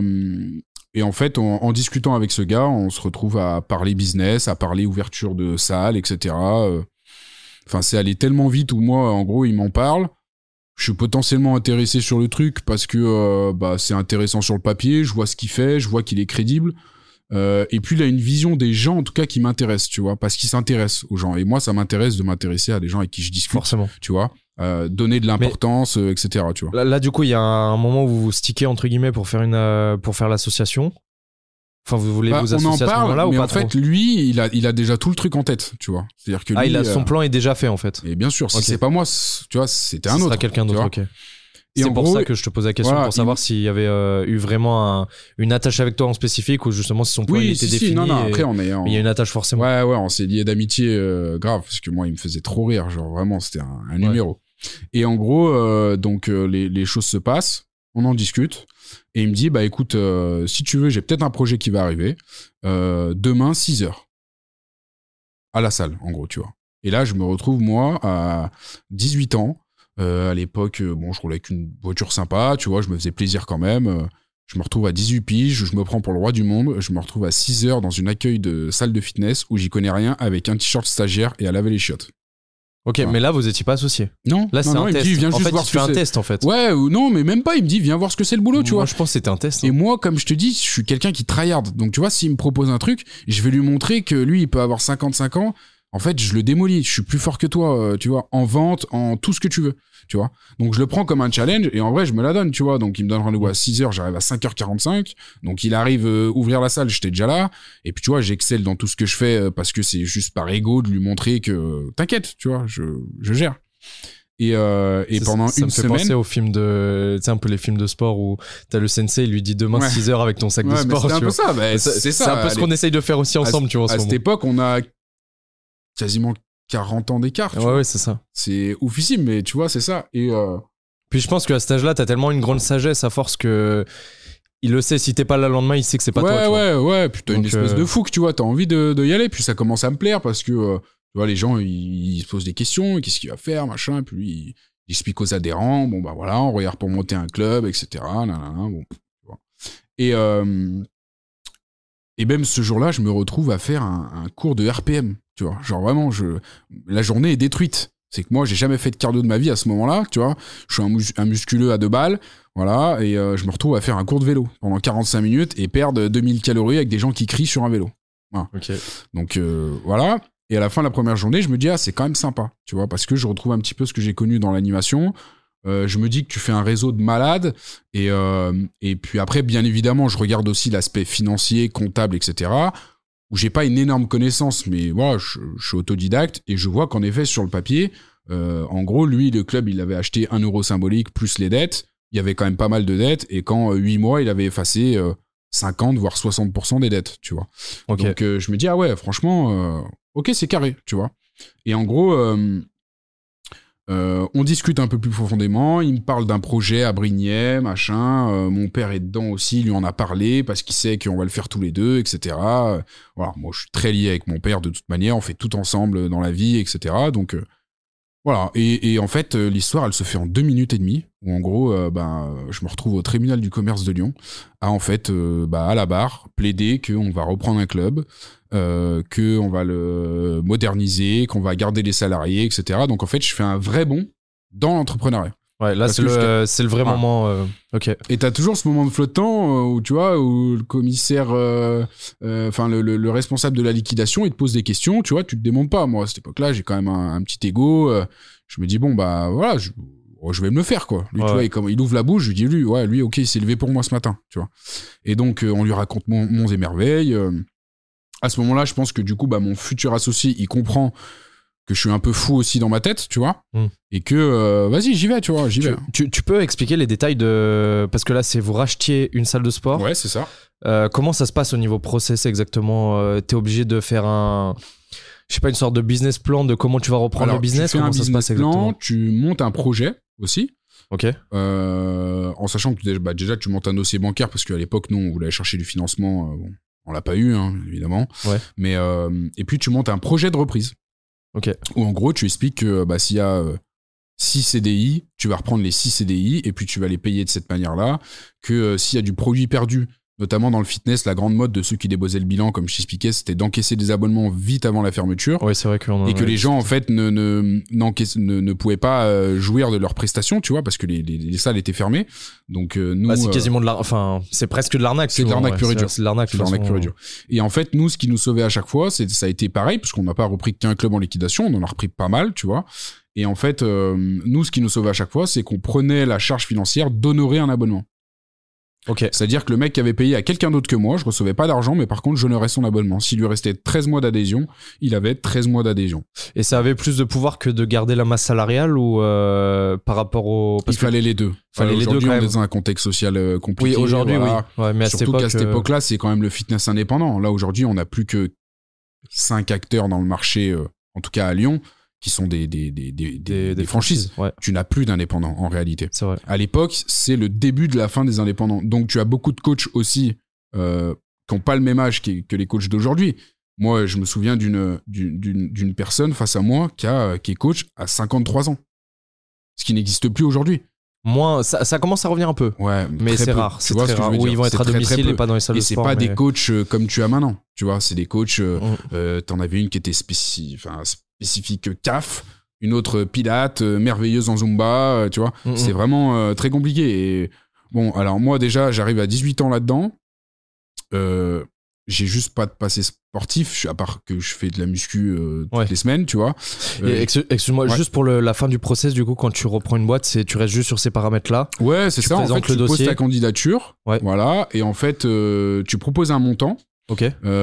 et en fait, on, en discutant avec ce gars, on se retrouve à parler business, à parler ouverture de salle, et cetera. Enfin, c'est allé tellement vite où moi, en gros, il m'en parle. Je suis potentiellement intéressé sur le truc parce que euh, bah, c'est intéressant sur le papier. Je vois ce qu'il fait, je vois qu'il est crédible. Euh, et puis il a une vision des gens en tout cas qui m'intéresse, tu vois, parce qu'il s'intéresse aux gens, et moi ça m'intéresse de m'intéresser à des gens avec qui je discute. Forcément, tu vois, euh, donner de l'importance, euh, etc., tu vois. Là, là du coup il y a un moment où vous vous stickez entre guillemets pour faire une euh, pour faire l'association. Enfin, vous voulez bah, vous on en associer à ce parle, moment-là ou mais pas en fait, trop lui, il a, il a déjà tout le truc en tête, tu vois. C'est-à-dire que lui, Ah, il a son euh, plan est déjà fait en fait. Et bien sûr, si Ok. c'est pas moi, c'est- tu vois, c'était Ce un sera autre. quelqu'un tu d'autre, vois. ok. Et C'est en pour gros, ça que je te pose la question, voilà, pour savoir il- s'il y avait euh, eu vraiment un- une attache avec toi en spécifique ou justement si son plan il Oui, était si, si, défini. non, non, et- après, on est en... Mais il y a une attache forcément. Ouais, ouais, on s'est liés d'amitié euh, grave, parce que moi, il me faisait trop rire, genre vraiment, c'était un, un numéro. Et en gros, euh, donc, euh, les, les choses se passent, on en discute, et il me dit, bah écoute, euh, si tu veux, j'ai peut-être un projet qui va arriver, euh, demain, six heures, à la salle, en gros, tu vois. Et là, je me retrouve, moi, à dix-huit ans, euh, à l'époque, euh, bon, je roulais avec une voiture sympa, tu vois, je me faisais plaisir quand même, euh, je me retrouve à dix-huit piges, je me prends pour le roi du monde, je me retrouve à six heures dans une accueil de salle de fitness où j'y connais rien avec un t-shirt stagiaire et à laver les chiottes. Ok, Ouais. mais là vous étiez pas associés. Non, Là non, c'est non, un il me test. dit, viens En juste fait, voir tu ce fais que un c'est. test en fait. Ouais, ou non, mais même pas, il me dit, viens voir ce que c'est le boulot, tu Moi vois. je pense que c'était un test. Et hein. moi, comme je te dis, je suis quelqu'un qui tryhard. Donc, tu vois, s'il me propose un truc, je vais lui montrer que lui, il peut avoir cinquante-cinq ans. En fait, je le démolis. Je suis plus fort que toi, euh, tu vois, en vente, en tout ce que tu veux, tu vois. Donc, je le prends comme un challenge et en vrai, je me la donne, tu vois. Donc, il me donne rendez-vous à six heures, j'arrive à cinq heures quarante-cinq. Donc, il arrive euh, ouvrir la salle, j'étais déjà là. Et puis, tu vois, j'excelle dans tout ce que je fais euh, parce que c'est juste par ego de lui montrer que t'inquiète, tu vois, je, je gère. Et, euh, et Ça- pendant ça une me fait semaine. penser aux films de, tu sais un peu les films de sport où t'as le sensei, il lui dit demain Ouais. six heures avec ton sac Ouais, de mais sport. c'était un tu peu vois. ça, bah, Ça- c'est ça. C'est un peu ce allez. qu'on essaye de faire aussi ensemble, tu vois. En À ce cette moment. époque, on a quasiment quarante ans d'écart. tu Ouais, vois. ouais, c'est ça. C'est oufissime, mais tu vois, c'est ça. Et euh, Puis je pense qu'à cet âge-là, t'as tellement une grande sagesse à force que il le sait. Si t'es pas là le lendemain, il sait que c'est pas ouais, toi. tu vois. ouais, ouais. Puis t'as une Donc, espèce euh, de fougue, tu vois. T'as envie de, de y aller. Puis ça commence à me plaire parce que euh, tu vois, les gens, ils, ils se posent des questions. Qu'est-ce qu'il va faire, machin. Et puis lui, il, il explique aux adhérents. Bon, bah voilà, on regarde pour monter un club, et cetera. Nanana, bon, tu vois. Et, euh, et même ce jour-là, je me retrouve à faire un, un cours de R P M. Tu vois, genre vraiment, je, la journée est détruite. C'est que moi, j'ai jamais fait de cardio de ma vie à ce moment-là, tu vois. Je suis un, mus- un musculeux à deux balles, voilà, et euh, je me retrouve à faire un cours de vélo pendant quarante-cinq minutes et perdre deux mille calories avec des gens qui crient sur un vélo. Ok. Donc euh, voilà. Et à la fin de la première journée, je me dis, ah, c'est quand même sympa, tu vois, parce que je retrouve un petit peu ce que j'ai connu dans l'animation. Euh, je me dis que tu fais un réseau de malades. Et, euh, et puis après, bien évidemment, je regarde aussi l'aspect financier, comptable, et cetera, où j'ai pas une énorme connaissance, mais voilà, je, je suis autodidacte et je vois qu'en effet, sur le papier, euh, en gros, lui, le club, il avait acheté un euro symbolique plus les dettes. Il y avait quand même pas mal de dettes. Et qu'en huit mois, il avait effacé euh, cinquante, voire soixante pour cent des dettes, tu vois. Ok. Donc euh, je me dis, ah ouais, franchement, euh, ok, c'est carré, tu vois. Et en gros, euh, euh, on discute un peu plus profondément. Il me parle d'un projet à Brignais, machin. Euh, mon père est dedans aussi, il lui en a parlé parce qu'il sait qu'on va le faire tous les deux, et cetera. Euh, voilà, moi je suis très lié avec mon père de toute manière. On fait tout ensemble dans la vie, et cetera. Donc euh, voilà. Et, et en fait, euh, l'histoire, elle se fait en deux minutes et demie. Où en gros, euh, ben, je me retrouve au tribunal du commerce de Lyon à en fait, euh, bah, à la barre, plaider qu'on va reprendre un club. Euh, qu'on va le moderniser, qu'on va garder les salariés, et cetera. Donc en fait, je fais un vrai bond dans l'entrepreneuriat. Ouais, là Parce c'est que le, jusqu'à- c'est le vrai Ah. moment. euh, Ok. Et t'as toujours ce moment de flottant euh, où tu vois où le commissaire, euh, euh, enfin le, le, le responsable de la liquidation, il te pose des questions. Tu vois, tu te démontes pas. Moi à cette époque-là, j'ai quand même un, un petit ego. euh, je me dis bon bah voilà, je, oh, je vais me le faire quoi. Lui, Ouais. tu vois, il, comme, il ouvre la bouche, je lui dis lui, ouais, lui, ok, il s'est levé pour moi ce matin. Tu vois. Et donc euh, on lui raconte mon, monts et merveilles. euh, À ce moment-là, je pense que du coup, bah, mon futur associé, il comprend que je suis un peu fou aussi dans ma tête, tu vois, Mm. et que euh, vas-y, j'y vais, tu vois, j'y Tu, vais. tu- tu peux expliquer les détails de. Parce que là, c'est vous rachetiez une salle de sport. Ouais, c'est ça. Euh, comment ça se passe au niveau process exactement euh, T'es obligé de faire un. Je sais pas, une sorte de business plan de comment tu vas reprendre Alors, le business. tu fais Comment un ça se business passe plan, exactement tu montes un projet aussi, Ok. euh, en sachant que déjà, bah, déjà, tu montes un dossier bancaire parce qu'à l'époque, nous, on voulait chercher du financement. euh, bon, on l'a pas eu, hein, évidemment. Ouais. Mais euh, et puis tu montes un projet de reprise. Ok. Où en gros, tu expliques que bah, s'il y a euh, six C D I, tu vas reprendre les six C D I et puis tu vas les payer de cette manière-là. Que euh, s'il y a du produit perdu, notamment dans le fitness, la grande mode de ceux qui déposaient le bilan, comme je t'expliquais, c'était d'encaisser des abonnements vite avant la fermeture. Ouais, c'est vrai que. Et que les gens, en fait, ne, ne, n'encaissent- ne, ne pouvaient pas euh, jouir de leurs prestations, tu vois, parce que les, les, les salles étaient fermées. Donc, euh, nous. Bah, c'est euh, quasiment de l'arnaque. Enfin, c'est presque de l'arnaque. C'est tu de vois, l'arnaque ouais. pure et C'est- dure. C'est de l'arnaque. C'est de l'arnaque de toute pure et façon. dure. Et en fait, nous, ce qui nous sauvait à chaque fois, c'est, ça a été pareil, parce qu'on n'a pas repris qu'un club en liquidation, on en a repris pas mal, tu vois. Et en fait, euh, nous, ce qui nous sauvait à chaque fois, c'est qu'on prenait la charge financière d'honorer un abonnement. Ok. C'est-à-dire que le mec qui avait payé à quelqu'un d'autre que moi, je recevais pas d'argent, mais par contre, j'honorais son abonnement. S'il lui restait treize mois d'adhésion, il avait treize mois d'adhésion. Et ça avait plus de pouvoir que de garder la masse salariale ou euh, par rapport au... Parce il fallait les deux. Fallait euh, les aujourd'hui, deux quand on même. est dans un contexte social euh, compliqué. Oui, aujourd'hui, voilà. oui. Ouais, mais à Surtout cette qu'à cette époque, époque-là, c'est quand même le fitness indépendant. Là, aujourd'hui, on n'a plus que cinq acteurs dans le marché, euh, en tout cas à Lyon, qui sont des, des, des, des, des, des, des franchises. franchises ouais. Tu n'as plus d'indépendants, en réalité. C'est vrai. À l'époque, c'est le début de la fin des indépendants. Donc, tu as beaucoup de coachs aussi euh, qui n'ont pas le même âge que les coachs d'aujourd'hui. Moi, je me souviens d'une, d'une, d'une personne face à moi qui, a, qui est coach à cinquante-trois ans. Ce qui n'existe plus aujourd'hui. Moins, ça, ça commence à revenir un peu. Ouais, mais c'est peu. rare. C'est très rare. Où ils vont être à très, domicile très et pas dans les salles et de sport. Et c'est pas mais... des coachs euh, comme tu as maintenant. Tu vois, c'est des coachs. Euh, mm. euh, t'en avais une qui était spécifique, enfin, spécifique C A F, une autre Pilate, euh, merveilleuse en Zumba. Euh, tu vois, mm. c'est vraiment euh, très compliqué. Et bon, alors moi déjà, j'arrive à dix-huit ans là-dedans. Euh, j'ai juste pas de passé sportif, à part que je fais de la muscu euh, toutes ouais. les semaines, tu vois. Euh, Excuse-moi, ouais. juste pour le, la fin du process, du coup, quand tu reprends une boîte, c'est, tu restes juste sur ces paramètres-là. Ouais, c'est ça. En fait, tu dossier. poses ta candidature, ouais. voilà, et en fait, euh, tu proposes un montant. Ok.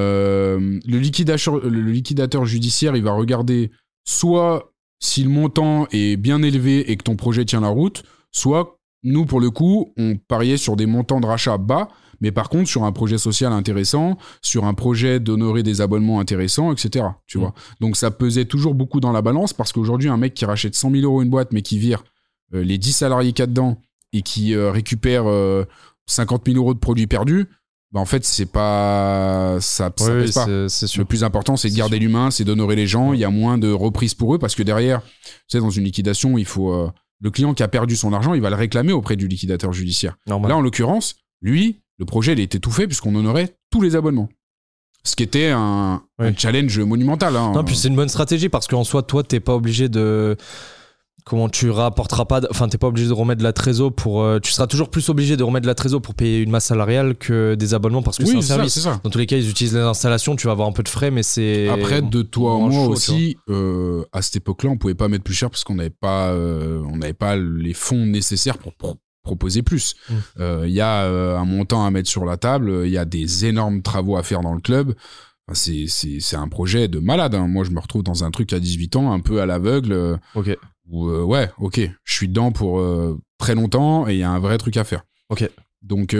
Euh, le liquidateur, le liquidateur judiciaire, il va regarder soit si le montant est bien élevé et que ton projet tient la route, soit nous, pour le coup, on pariait sur des montants de rachat bas. Mais par contre, sur un projet social intéressant, sur un projet d'honorer des abonnements intéressants, et cetera. Tu mmh. vois. Donc, ça pesait toujours beaucoup dans la balance parce qu'aujourd'hui, un mec qui rachète cent mille euros une boîte, mais qui vire euh, les dix salariés qu'il y a dedans et qui euh, récupère euh, cinquante mille euros de produits perdus, bah, en fait, c'est pas. Ça, ça oui, pèse oui, pas. C'est, c'est sûr. Le plus important, c'est de garder sûr. l'humain, c'est d'honorer les gens. Il y a moins de reprises pour eux parce que derrière, tu sais, dans une liquidation, il faut. Euh, le client qui a perdu son argent, il va le réclamer auprès du liquidateur judiciaire. Normal. Là, en l'occurrence, lui, le projet, il était tout fait puisqu'on honorait tous les abonnements. Ce qui était un, oui. un challenge monumental. Hein. Non, puis c'est une bonne stratégie parce qu'en soi, toi, t'es pas obligé de... Comment tu rapporteras pas... Enfin, t'es pas obligé de remettre de la trésor pour... Euh, tu seras toujours plus obligé de remettre de la trésor pour payer une masse salariale que des abonnements parce que oui, c'est un c'est service. Ça, c'est ça. Dans tous les cas, ils utilisent les installations, tu vas avoir un peu de frais, mais c'est... Après, de toi à moi chaud, aussi, euh, à cette époque-là, on pouvait pas mettre plus cher parce qu'on n'avait pas, euh, on n'avait pas les fonds nécessaires pour... pour proposer plus. Il mmh. euh, y a euh, un montant à mettre sur la table, il y a des énormes travaux à faire dans le club. Enfin, c'est, c'est, c'est un projet de malade. Hein. Moi, je me retrouve dans un truc à dix-huit ans, un peu à l'aveugle. Euh, ok. Où, euh, ouais, ok, je suis dedans pour euh, très longtemps et il y a un vrai truc à faire. Ok. Donc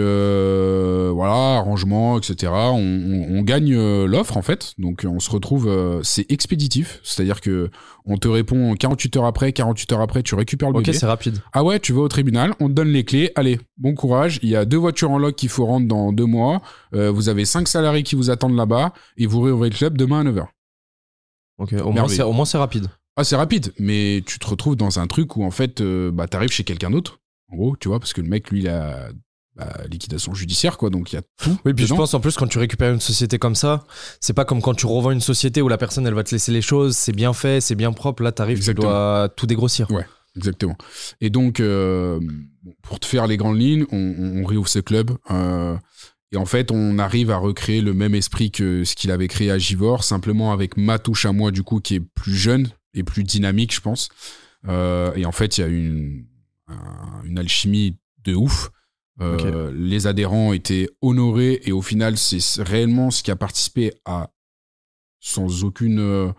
euh, voilà, arrangement, et cetera. On, on, on gagne euh, l'offre en fait. Donc on se retrouve, euh, c'est expéditif, c'est-à-dire que on te répond quarante-huit heures après, quarante-huit heures après, tu récupères le bébé. Ok, c'est rapide. Ah ouais, tu vas au tribunal, on te donne les clés. Allez, bon courage. Il y a deux voitures en loc qu'il faut rendre dans deux mois. Euh, vous avez cinq salariés qui vous attendent là-bas et vous réouvrez le club demain à neuf heures. Ok, au moins, c'est, au moins c'est rapide. Ah, c'est rapide, mais tu te retrouves dans un truc où en fait, euh, bah t'arrives chez quelqu'un d'autre. En gros, tu vois, parce que le mec, lui, il a Bah, liquidation judiciaire quoi, donc il y a tout. Oui, puis dedans. Je pense en plus quand tu récupères une société comme ça, c'est pas comme quand tu revends une société où la personne elle va te laisser les choses, c'est bien fait, c'est bien propre, là t'arrives, exactement. Tu dois tout dégrossir. Ouais, exactement. Et donc euh, pour te faire les grandes lignes, on, on réouvre ce club euh, et en fait on arrive à recréer le même esprit que ce qu'il avait créé à Givors, simplement avec ma touche à moi du coup qui est plus jeune et plus dynamique je pense. Euh, et en fait il y a une, un, une alchimie de ouf. Euh, okay. Les adhérents étaient honorés et au final c'est réellement ce qui a participé à sans aucune euh,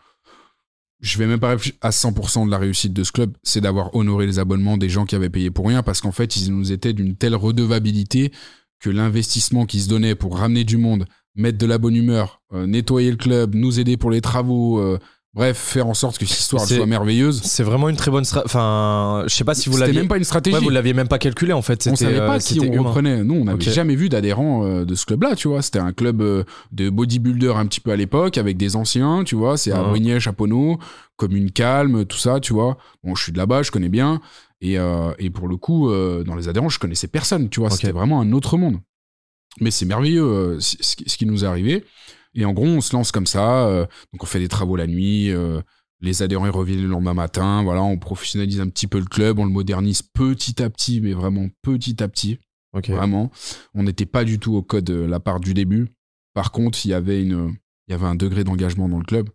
je vais même pas réfléchir à cent pour cent de la réussite de ce club, c'est d'avoir honoré les abonnements des gens qui avaient payé pour rien parce qu'en fait ils nous étaient d'une telle redevabilité que l'investissement qui se donnait pour ramener du monde, mettre de la bonne humeur, euh, nettoyer le club, nous aider pour les travaux, euh, bref, faire en sorte que l'histoire soit merveilleuse. C'est vraiment une très bonne stratégie. Enfin, je sais pas si vous C'était l'aviez. C'était même pas une stratégie. Ouais, vous l'aviez même pas calculé en fait. C'était, on savait pas euh, qui on humain. reprenait. Nous, on n'avait okay. jamais vu d'adhérents euh, de ce club-là, tu vois. C'était un club euh, de bodybuilders un petit peu à l'époque, avec des anciens, tu vois. C'est à Brigné, Chaponneau, commune calme, tout ça, tu vois. Bon, je suis de là-bas, je connais bien. Et, euh, et pour le coup, euh, dans les adhérents, je connaissais personne, tu vois. Okay. C'était vraiment un autre monde. Mais c'est merveilleux euh, ce, ce qui nous est arrivé. Et en gros, on se lance comme ça. Euh, donc, on fait des travaux la nuit. Euh, Les adhérents ils reviennent le lendemain matin, voilà, on professionnalise un petit peu le club, on le modernise petit à petit, mais vraiment petit à petit. Okay. Vraiment. On n'était pas du tout au code la part du début. Par contre, il y avait une, il y avait un degré d'engagement dans le club.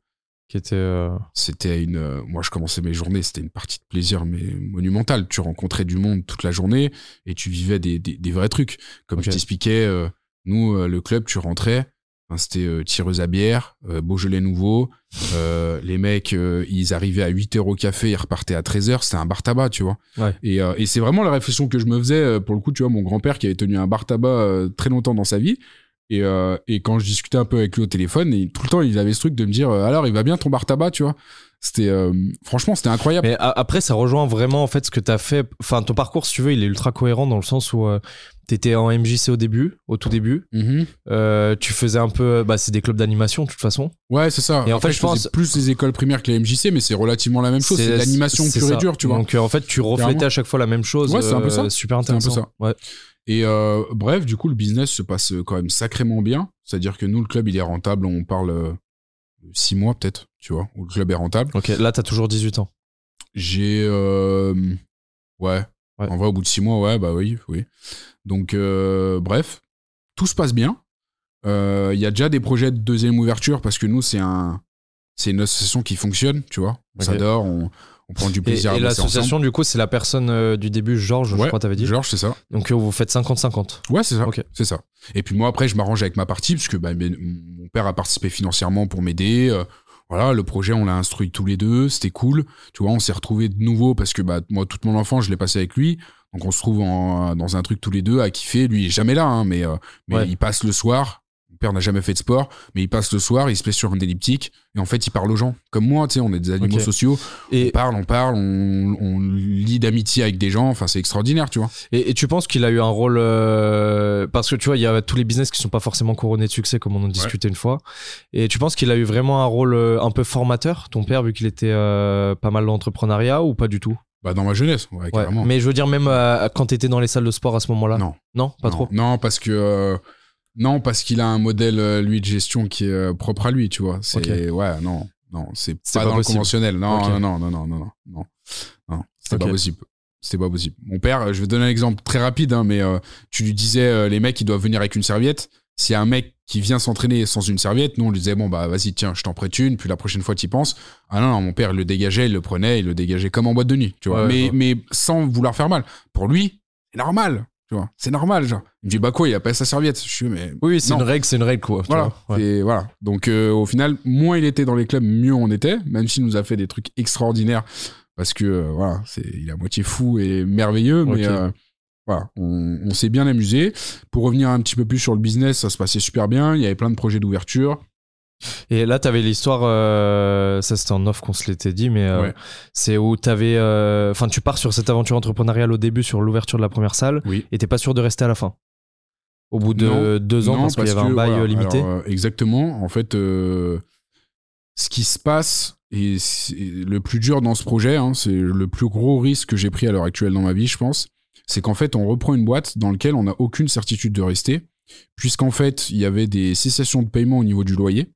Qui était. Euh... C'était une. Euh, moi, je commençais mes journées, c'était une partie de plaisir, mais monumentale. Tu rencontrais du monde toute la journée et tu vivais des, des, des vrais trucs. Comme okay. je t'expliquais, euh, nous, euh, le club, tu rentrais, hein, c'était euh, tireuse à bière, euh, Beaujolais nouveau. Euh, les mecs, euh, ils arrivaient à huit heures au café, ils repartaient à treize heures. C'était un bar tabac, tu vois. Ouais. Et, euh, et c'est vraiment la réflexion que je me faisais. Euh, pour le coup, tu vois, mon grand-père qui avait tenu un bar tabac euh, très longtemps dans sa vie. Et, euh, et quand je discutais un peu avec lui au téléphone, et tout le temps, il avait ce truc de me dire euh, alors, il va bien ton bar tabac, tu vois. C'était, euh, franchement, c'était incroyable. Mais a- après, ça rejoint vraiment en fait ce que t'as fait. Enfin, ton parcours, si tu veux, il est ultra cohérent dans le sens où euh, t'étais en M J C au début, au tout début. Mm-hmm. Euh, tu faisais un peu, bah, c'est des clubs d'animation de toute façon. Ouais, c'est ça. Et en Après, fait, je, je pense faisais plus les écoles primaires que les M J C, mais c'est relativement la même chose. C'est, c'est de l'animation c'est pure ça. et dure, tu vois. Donc, euh, en fait, tu reflétais Clairement. à chaque fois la même chose. Ouais, c'est un peu ça. Euh, super intéressant. C'est un peu ça. Ouais. Et euh, bref, du coup, le business se passe quand même sacrément bien. C'est-à-dire que nous, le club, il est rentable. On parle euh, six mois peut-être, tu vois, où le club est rentable. Ok, là, t'as toujours dix-huit ans. J'ai... Euh, ouais. ouais. En vrai, au bout de six mois, ouais, bah oui, oui. Donc, euh, bref, tout se passe bien. Il euh, y a déjà des projets de deuxième ouverture parce que nous, c'est un, c'est une association qui fonctionne, tu vois. On okay. s'adore, on... On prend du plaisir et, à et l'association, ensemble. Du coup, c'est la personne euh, du début, Georges, ouais, je crois, t'avais dit. Georges, c'est ça. Donc, euh, vous faites cinquante cinquante. Ouais, c'est ça. Okay. C'est ça. Et puis moi, après, je m'arrange avec ma partie, parce que bah, mon père a participé financièrement pour m'aider. Euh, voilà, le projet, on l'a instruit tous les deux. C'était cool. Tu vois, on s'est retrouvés de nouveau, parce que bah, moi, toute mon enfance, je l'ai passé avec lui. Donc, on se trouve en, dans un truc tous les deux à kiffer. Lui, il est jamais là, hein, mais, euh, mais ouais. il passe le soir. Mon père n'a jamais fait de sport, mais il passe le soir, il se met sur un elliptique et en fait, il parle aux gens. Comme moi, tu sais, on est des animaux okay. sociaux. Et on parle, on parle, on, on lie d'amitié avec des gens. Enfin, c'est extraordinaire, tu vois. Et, et tu penses qu'il a eu un rôle euh, parce que tu vois, il y a tous les business qui sont pas forcément couronnés de succès, comme on en discutait ouais. une fois. Et tu penses qu'il a eu vraiment un rôle un peu formateur, ton père, vu qu'il était euh, pas mal dans l'entrepreneuriat ou pas du tout? Bah dans ma jeunesse, ouais, ouais. carrément. Mais je veux dire, même euh, quand t'étais dans les salles de sport à ce moment-là. Non. Non, pas non. trop. Non, parce que. Euh... Non, parce qu'il a un modèle, lui, de gestion qui est euh, propre à lui, tu vois. C'est, okay. ouais, non, non, c'est, c'est pas, pas dans possible. Le conventionnel. Non, okay. non, non, non, non, non, non, non, c'était okay. pas possible. C'était pas possible. Mon père, je vais te donner un exemple très rapide, hein, mais euh, tu lui disais, euh, les mecs, ils doivent venir avec une serviette. S'il y a un mec qui vient s'entraîner sans une serviette, nous, on lui disait, bon, bah, vas-y, tiens, je t'en prête une, puis la prochaine fois, t'y penses. Ah non, non, mon père, il le dégageait, il le prenait, il le dégageait comme en boîte de nuit, tu vois. Ouais, mais, ouais. mais sans vouloir faire mal. Pour lui, c'est normal. Tu vois, c'est normal, genre. Il me dit, bah quoi, il a pas sa serviette. Je suis, mais. Oui, c'est non. une règle, c'est une règle, quoi. Voilà. Ouais. Et voilà. Donc, euh, au final, moins il était dans les clubs, mieux on était, même s'il nous a fait des trucs extraordinaires. Parce que, euh, voilà, c'est, il est à moitié fou et merveilleux, mais, okay. euh, voilà, on, on s'est bien amusé. Pour revenir un petit peu plus sur le business, ça se passait super bien. Il y avait plein de projets d'ouverture. Et là, t'avais l'histoire, euh, ça c'était en off qu'on se l'était dit, mais euh, ouais. c'est où t'avais, enfin, euh, tu pars sur cette aventure entrepreneuriale au début sur l'ouverture de la première salle, oui. et t'es pas sûr de rester à la fin. Au bout de non, deux ans, non, parce, parce qu'il y avait que, un bail voilà, limité. Alors, euh, exactement. En fait, euh, ce qui se passe et le plus dur dans ce projet, hein, c'est le plus gros risque que j'ai pris à l'heure actuelle dans ma vie, je pense, c'est qu'en fait, on reprend une boîte dans laquelle on n'a aucune certitude de rester, puisqu'en fait, il y avait des cessations de paiement au niveau du loyer.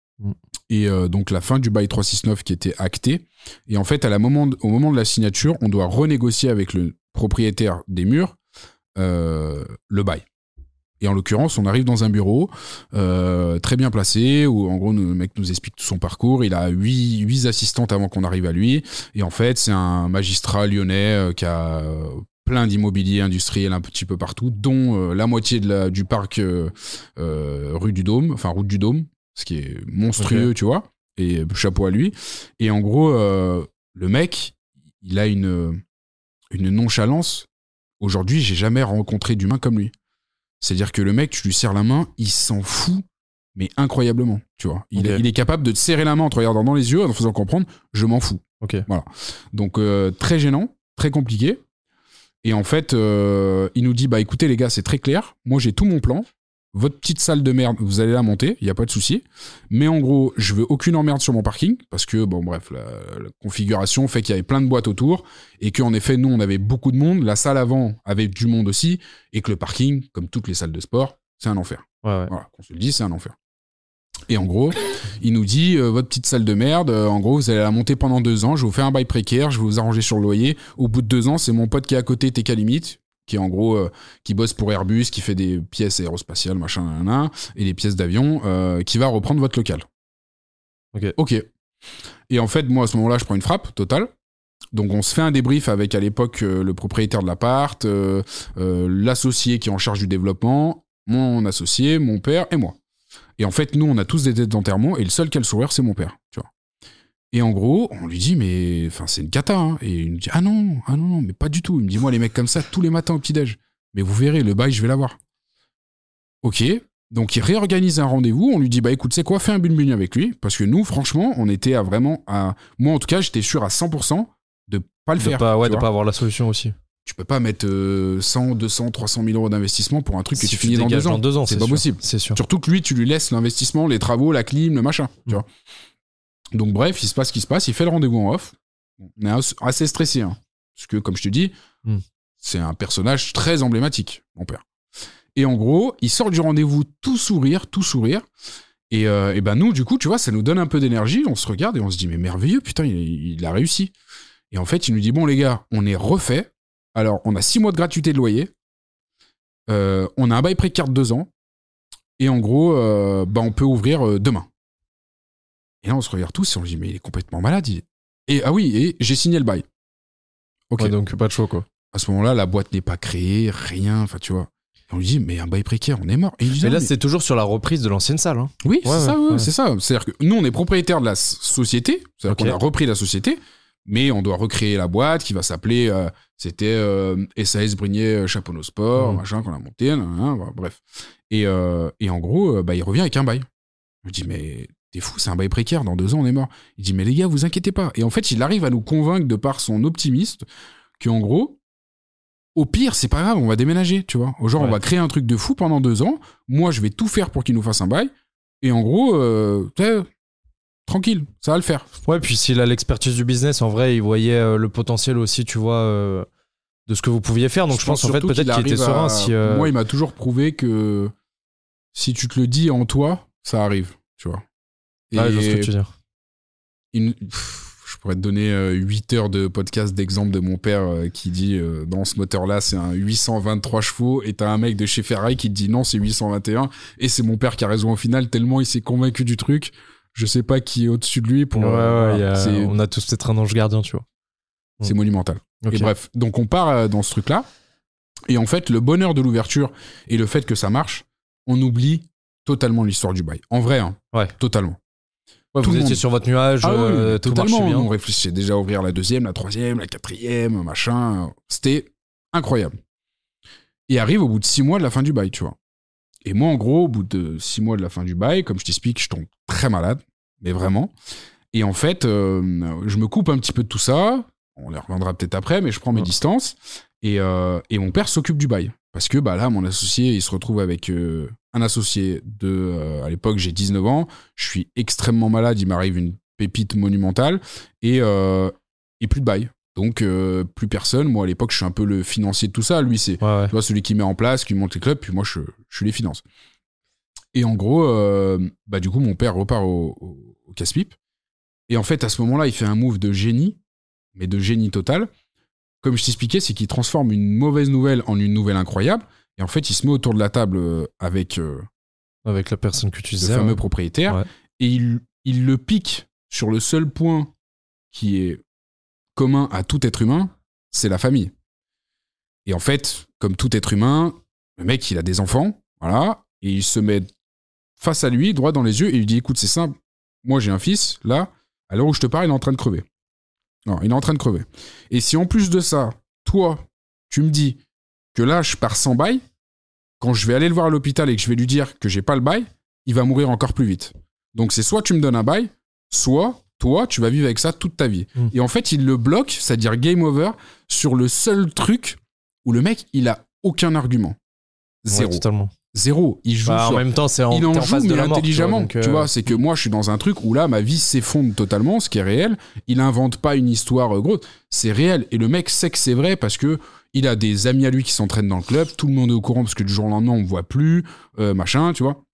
Et euh, donc la fin du bail trois cent soixante-neuf qui était actée. Et en fait, à la moment de, au moment de la signature, on doit renégocier avec le propriétaire des murs euh, le bail. Et en l'occurrence, on arrive dans un bureau euh, très bien placé, où en gros, le mec nous explique tout son parcours. Il a huit, huit assistantes avant qu'on arrive à lui. Et en fait, c'est un magistrat lyonnais euh, qui a... Euh, plein d'immobilier industriel un petit peu partout, dont euh, la moitié de la, du parc euh, euh, rue du Dôme, enfin route du Dôme, ce qui est monstrueux, okay. tu vois, et chapeau à lui. Et en gros, euh, le mec, il a une, une nonchalance. Aujourd'hui, j'ai jamais rencontré d'humain comme lui. C'est-à-dire que le mec, tu lui serres la main, il s'en fout, mais incroyablement, tu vois. Il, okay. il est capable de te serrer la main en te regardant dans les yeux, en te faisant comprendre, je m'en fous. Okay. Voilà. Donc, euh, très gênant, très compliqué. Et en fait, euh, il nous dit, bah écoutez les gars, c'est très clair, moi j'ai tout mon plan, votre petite salle de merde, vous allez la monter, il n'y a pas de souci. Mais en gros, je veux aucune emmerde sur mon parking, parce que, bon bref, la, la configuration fait qu'il y avait plein de boîtes autour, et qu'en effet, nous, on avait beaucoup de monde, la salle avant avait du monde aussi, et que le parking, comme toutes les salles de sport, c'est un enfer. Ouais, ouais. Voilà, qu'on se le dise, c'est un enfer. Et en gros, il nous dit, euh, votre petite salle de merde, euh, en gros, vous allez la monter pendant deux ans, je vais vous faire un bail précaire, je vais vous arranger sur le loyer. Au bout de deux ans, c'est mon pote qui est à côté, T K Limite, qui est en gros, euh, qui bosse pour Airbus, qui fait des pièces aérospatiales, machin, nan, nan, et des pièces d'avion, euh, qui va reprendre votre local. Ok. Ok. Et en fait, moi, à ce moment-là, je prends une frappe totale. Donc, on se fait un débrief avec, à l'époque, euh, le propriétaire de l'appart, euh, euh, l'associé qui est en charge du développement, mon associé, mon père et moi. Et en fait, nous, on a tous des dettes d'enterrement et le seul qui a le sourire, c'est mon père, tu vois. Et en gros, on lui dit, mais enfin, c'est une cata. Hein. Et il nous dit, ah non, ah non, non, mais pas du tout. Il me dit, moi, les mecs comme ça, tous les matins au petit-déj. Mais vous verrez, le bail, je vais l'avoir. Ok. Donc, il réorganise un rendez-vous. On lui dit, bah écoute, c'est quoi, fais un bulbuni avec lui. Parce que nous, franchement, on était à vraiment à. Moi, en tout cas, j'étais sûr à cent pour cent de pas le de faire. Pas, ouais, de vois. pas avoir la solution aussi. Tu peux pas mettre euh, cent, deux cents, trois cent mille euros d'investissement pour un truc que Si tu finis dans deux ans. dans deux ans. C'est, C'est pas sûr. possible. C'est sûr. Surtout que lui, tu lui laisses l'investissement, les travaux, la clim, le machin. Tu vois. Donc bref, il se passe ce qui se passe, il fait le rendez-vous en off. On est assez stressé, hein, parce que comme je te dis, mm. c'est un personnage très emblématique, mon père. Et en gros, il sort du rendez-vous tout sourire, tout sourire. Et, euh, et ben nous, du coup, tu vois, ça nous donne un peu d'énergie. On se regarde et on se dit, mais merveilleux, putain, il, il a réussi. Et en fait, il nous dit, bon les gars, on est refait. Alors, on a six mois de gratuité de loyer. Euh, on a un bail précaire de deux ans. Et en gros, euh, bah, on peut ouvrir euh, demain. Et là, on se regarde tous et on se dit, mais il est complètement malade. Il... Et ah oui, et j'ai signé le bail. Ok. Ouais, donc pas de choix, quoi. À ce moment-là, la boîte n'est pas créée, rien, enfin, tu vois. Et on lui dit, mais un bail précaire, on est mort. Et il dit, mais là, mais... c'est toujours sur la reprise de l'ancienne salle. Hein. Oui, ouais, c'est, ouais, ça, ouais, ouais. c'est ça. C'est-à-dire que nous, on est propriétaire de la société. C'est-à-dire okay. qu'on a repris la société, mais on doit recréer la boîte qui va s'appeler. Euh, c'était euh, S A S Brigné Chaponneau Sport, mmh. machin, qu'on a monté, hein, hein, bref. Et, euh, et en gros, bah, il revient avec un bail. Je lui dis, mais. C'est fou, c'est un bail précaire, dans deux ans on est mort. Il dit, mais les gars, vous inquiétez pas. Et en fait, il arrive à nous convaincre de par son optimiste qu'en gros, au pire, c'est pas grave, on va déménager, tu vois. Au genre, ouais. on va créer un truc de fou pendant deux ans. Moi, je vais tout faire pour qu'il nous fasse un bail. Et en gros, euh, tranquille, ça va le faire. Ouais, puis s'il a l'expertise du business, en vrai, il voyait euh, le potentiel aussi, tu vois, euh, de ce que vous pouviez faire. Donc je, je pense, pense en fait, peut-être qu'il, qu'il était serein. À... Si, euh... Moi, il m'a toujours prouvé que si tu te le dis en toi, ça arrive, tu vois. Et ah, je vois ce que tu veux dire. Une, pff, je pourrais te donner euh, huit heures de podcast d'exemple de mon père euh, qui dit euh, dans ce moteur-là, c'est un huit cent vingt-trois chevaux, et t'as un mec de chez Ferrari qui te dit non, c'est huit cent vingt et un, et c'est mon père qui a raison au final, tellement il s'est convaincu du truc. Je sais pas qui est au-dessus de lui. Pour, ouais, euh, ouais, voilà, a, on a tous peut-être un ange gardien, tu vois. C'est mmh. monumental. Okay. Et bref, donc on part euh, dans ce truc-là, et en fait, le bonheur de l'ouverture et le fait que ça marche, on oublie totalement l'histoire du bail. En vrai, hein, ouais. totalement. Ouais, vous étiez monde... sur votre nuage, ah, euh, oui, tout totalement. marchait bien. On réfléchissait déjà à ouvrir la deuxième, la troisième, la quatrième, machin. C'était incroyable. Et arrive au bout de six mois de la fin du bail, tu vois. Et moi, en gros, au bout de six mois de la fin du bail, comme je t'explique, je tombe très malade, mais vraiment. Et en fait, euh, je me coupe un petit peu de tout ça. On les reviendra peut-être après, mais je prends mes ouais. distances. Et, euh, et mon père s'occupe du bail. Parce que bah là, mon associé, il se retrouve avec euh, un associé de... Euh, à l'époque, j'ai dix-neuf ans. Je suis extrêmement malade. Il m'arrive une pépite monumentale. Et, euh, et plus de bail. Donc, euh, plus personne. Moi, à l'époque, je suis un peu le financier de tout ça. Lui, c'est ouais, ouais. Tu vois, celui qui met en place, qui monte les clubs. Puis moi, je, je suis les finances. Et en gros, euh, bah, du coup, mon père repart au, au, au casse-pipe. Et en fait, à ce moment-là, il fait un move de génie. Mais de génie total. Comme je t'expliquais, c'est qu'il transforme une mauvaise nouvelle en une nouvelle incroyable. Et en fait, il se met autour de la table avec, euh, avec la personne que tu disais, le fameux ouais. propriétaire. Ouais. Et il, il le pique sur le seul point qui est commun à tout être humain, c'est la famille. Et en fait, comme tout être humain, le mec, il a des enfants, voilà, et il se met face à lui, droit dans les yeux, et il lui dit, écoute, c'est simple, moi j'ai un fils, là, à l'heure où je te parle, il est en train de crever. Non, il est en train de crever. Et si en plus de ça, toi, tu me dis que là, je pars sans bail, quand je vais aller le voir à l'hôpital et que je vais lui dire que j'ai pas le bail, il va mourir encore plus vite. Donc c'est soit tu me donnes un bail, soit toi, tu vas vivre avec ça toute ta vie. Mmh. Et en fait, il le bloque, c'est-à-dire game over, sur le seul truc où le mec, il a aucun argument. Zéro. Ouais, totalement. Zéro. Il joue bah, sur... En même temps, c'est en, il en en joue, face mais de la mort, intelligemment. Tu vois, donc, euh... tu vois, c'est que moi, je suis dans un truc où là, ma vie s'effondre totalement, ce qui est réel. Il invente pas une histoire euh, grosse. C'est réel. Et le mec sait que c'est vrai parce que il a des amis à lui qui s'entraînent dans le club. Tout le monde est au courant parce que du jour au lendemain, on ne voit plus, euh, machin, tu vois.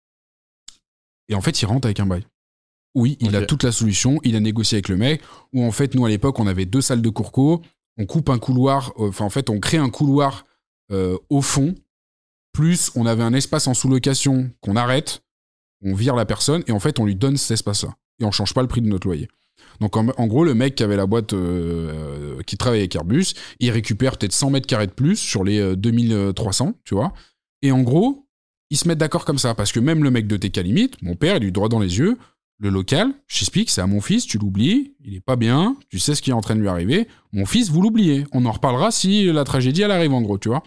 Et en fait, il rentre avec un bail. Oui, il okay. a toute la solution. Il a négocié avec le mec. Où en fait, nous, à l'époque, on avait deux salles de courco. On coupe un couloir. Enfin, euh, en fait, on crée un couloir euh, au fond. Plus, on avait un espace en sous-location qu'on arrête, on vire la personne, et en fait, on lui donne cet espace-là. Et on change pas le prix de notre loyer. Donc en, en gros, le mec qui avait la boîte, euh, qui travaillait avec Airbus, il récupère peut-être cent mètres carrés de plus sur les euh, deux mille trois cents, tu vois. Et en gros, ils se mettent d'accord comme ça, parce que même le mec de T K Limite, mon père, il lui droit dans les yeux, le local, je t'explique, c'est à mon fils, tu l'oublies, il est pas bien, tu sais ce qui est en train de lui arriver, mon fils, vous l'oubliez. On en reparlera si la tragédie, elle arrive en gros, tu vois.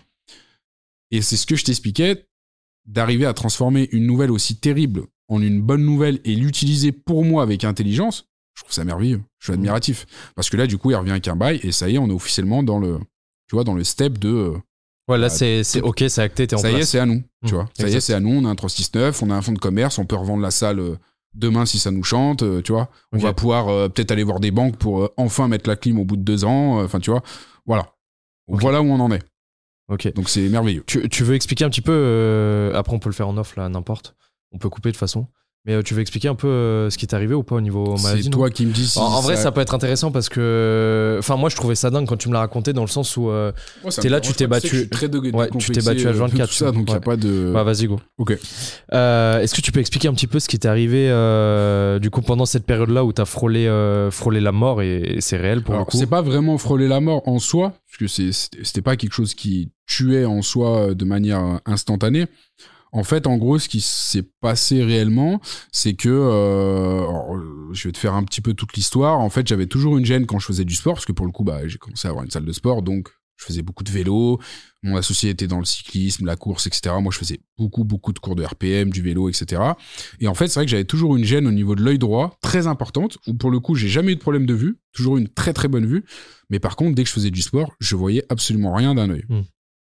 Et c'est ce que je t'expliquais, d'arriver à transformer une nouvelle aussi terrible en une bonne nouvelle et l'utiliser pour moi avec intelligence, je trouve ça merveilleux, je suis admiratif. Parce que là, du coup, il revient avec un bail et ça y est, on est officiellement dans le, tu vois, dans le step de... Euh, ouais, là, c'est, c'est ok, c'est acté, t'es en place. Ça y est, c'est à nous, tu mmh, vois. Ça exact. y est, c'est à nous, on a un trois cent soixante-dix-neuf, on a un fonds de commerce, on peut revendre la salle euh, demain si ça nous chante, euh, tu vois. On okay. va pouvoir euh, peut-être aller voir des banques pour euh, enfin mettre la clim au bout de deux ans, enfin, euh, tu vois. Voilà. Okay. Voilà où on en est. Ok. Donc c'est merveilleux. Tu, tu veux expliquer un petit peu, euh, après on peut le faire en off, là, n'importe. On peut couper de toute façon. Mais euh, tu veux expliquer un peu euh, ce qui t'est arrivé ou pas au niveau maladie? C'est toi qui me dis si En, en vrai, ça... ça peut être intéressant parce que. Enfin, moi, je trouvais ça dingue quand tu me l'as raconté, dans le sens où. Euh, ouais, t'es là, tu t'es battu. Tu très de, de ouais, tu t'es battu à vingt-quatre. Tout ça, donc il ouais. n'y a pas de. Bah, vas-y, go. Ok. Euh, est-ce que tu peux expliquer un petit peu ce qui t'est arrivé euh, du coup pendant cette période-là où t'as frôlé, euh, frôlé la mort et, et c'est réel pour Alors, le coup? C'est pas vraiment frôler la mort en soi, parce que c'est, c'était pas quelque chose qui tuait en soi de manière instantanée. En fait, en gros, ce qui s'est passé réellement, c'est que, euh, alors, je vais te faire un petit peu toute l'histoire. En fait, j'avais toujours une gêne quand je faisais du sport, parce que pour le coup, bah, j'ai commencé à avoir une salle de sport, donc je faisais beaucoup de vélo. Mon associé était dans le cyclisme, la course, et cetera. Moi, je faisais beaucoup, beaucoup de cours de R P M, du vélo, et cetera. Et en fait, c'est vrai que j'avais toujours une gêne au niveau de l'œil droit, très importante, où pour le coup, j'ai jamais eu de problème de vue, toujours une très, très bonne vue. Mais par contre, dès que je faisais du sport, je voyais absolument rien d'un œil. Mmh.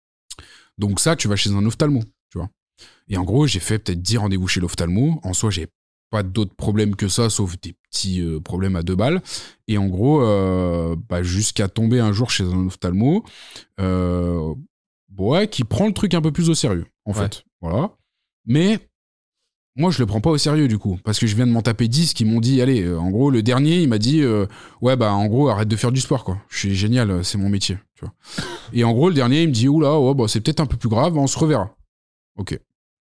Donc ça, tu vas chez un ophtalmo, tu vois. Et en gros, j'ai fait peut-être dix rendez-vous chez l'ophtalmo. En soi, j'ai pas d'autres problèmes que ça, sauf des petits euh, problèmes à deux balles. Et en gros, euh, bah, jusqu'à tomber un jour chez un ophtalmo, euh, ouais, qui prend le truc un peu plus au sérieux, en ouais. fait. Voilà. Mais moi, je le prends pas au sérieux, du coup. Parce que je viens de m'en taper dix qui m'ont dit, allez, euh, en gros, le dernier, il m'a dit, euh, ouais, bah, en gros, arrête de faire du sport, quoi. Je suis génial, c'est mon métier, tu vois. Et en gros, le dernier, il me dit, oula, ouais, bah, c'est peut-être un peu plus grave, on se reverra. Ok.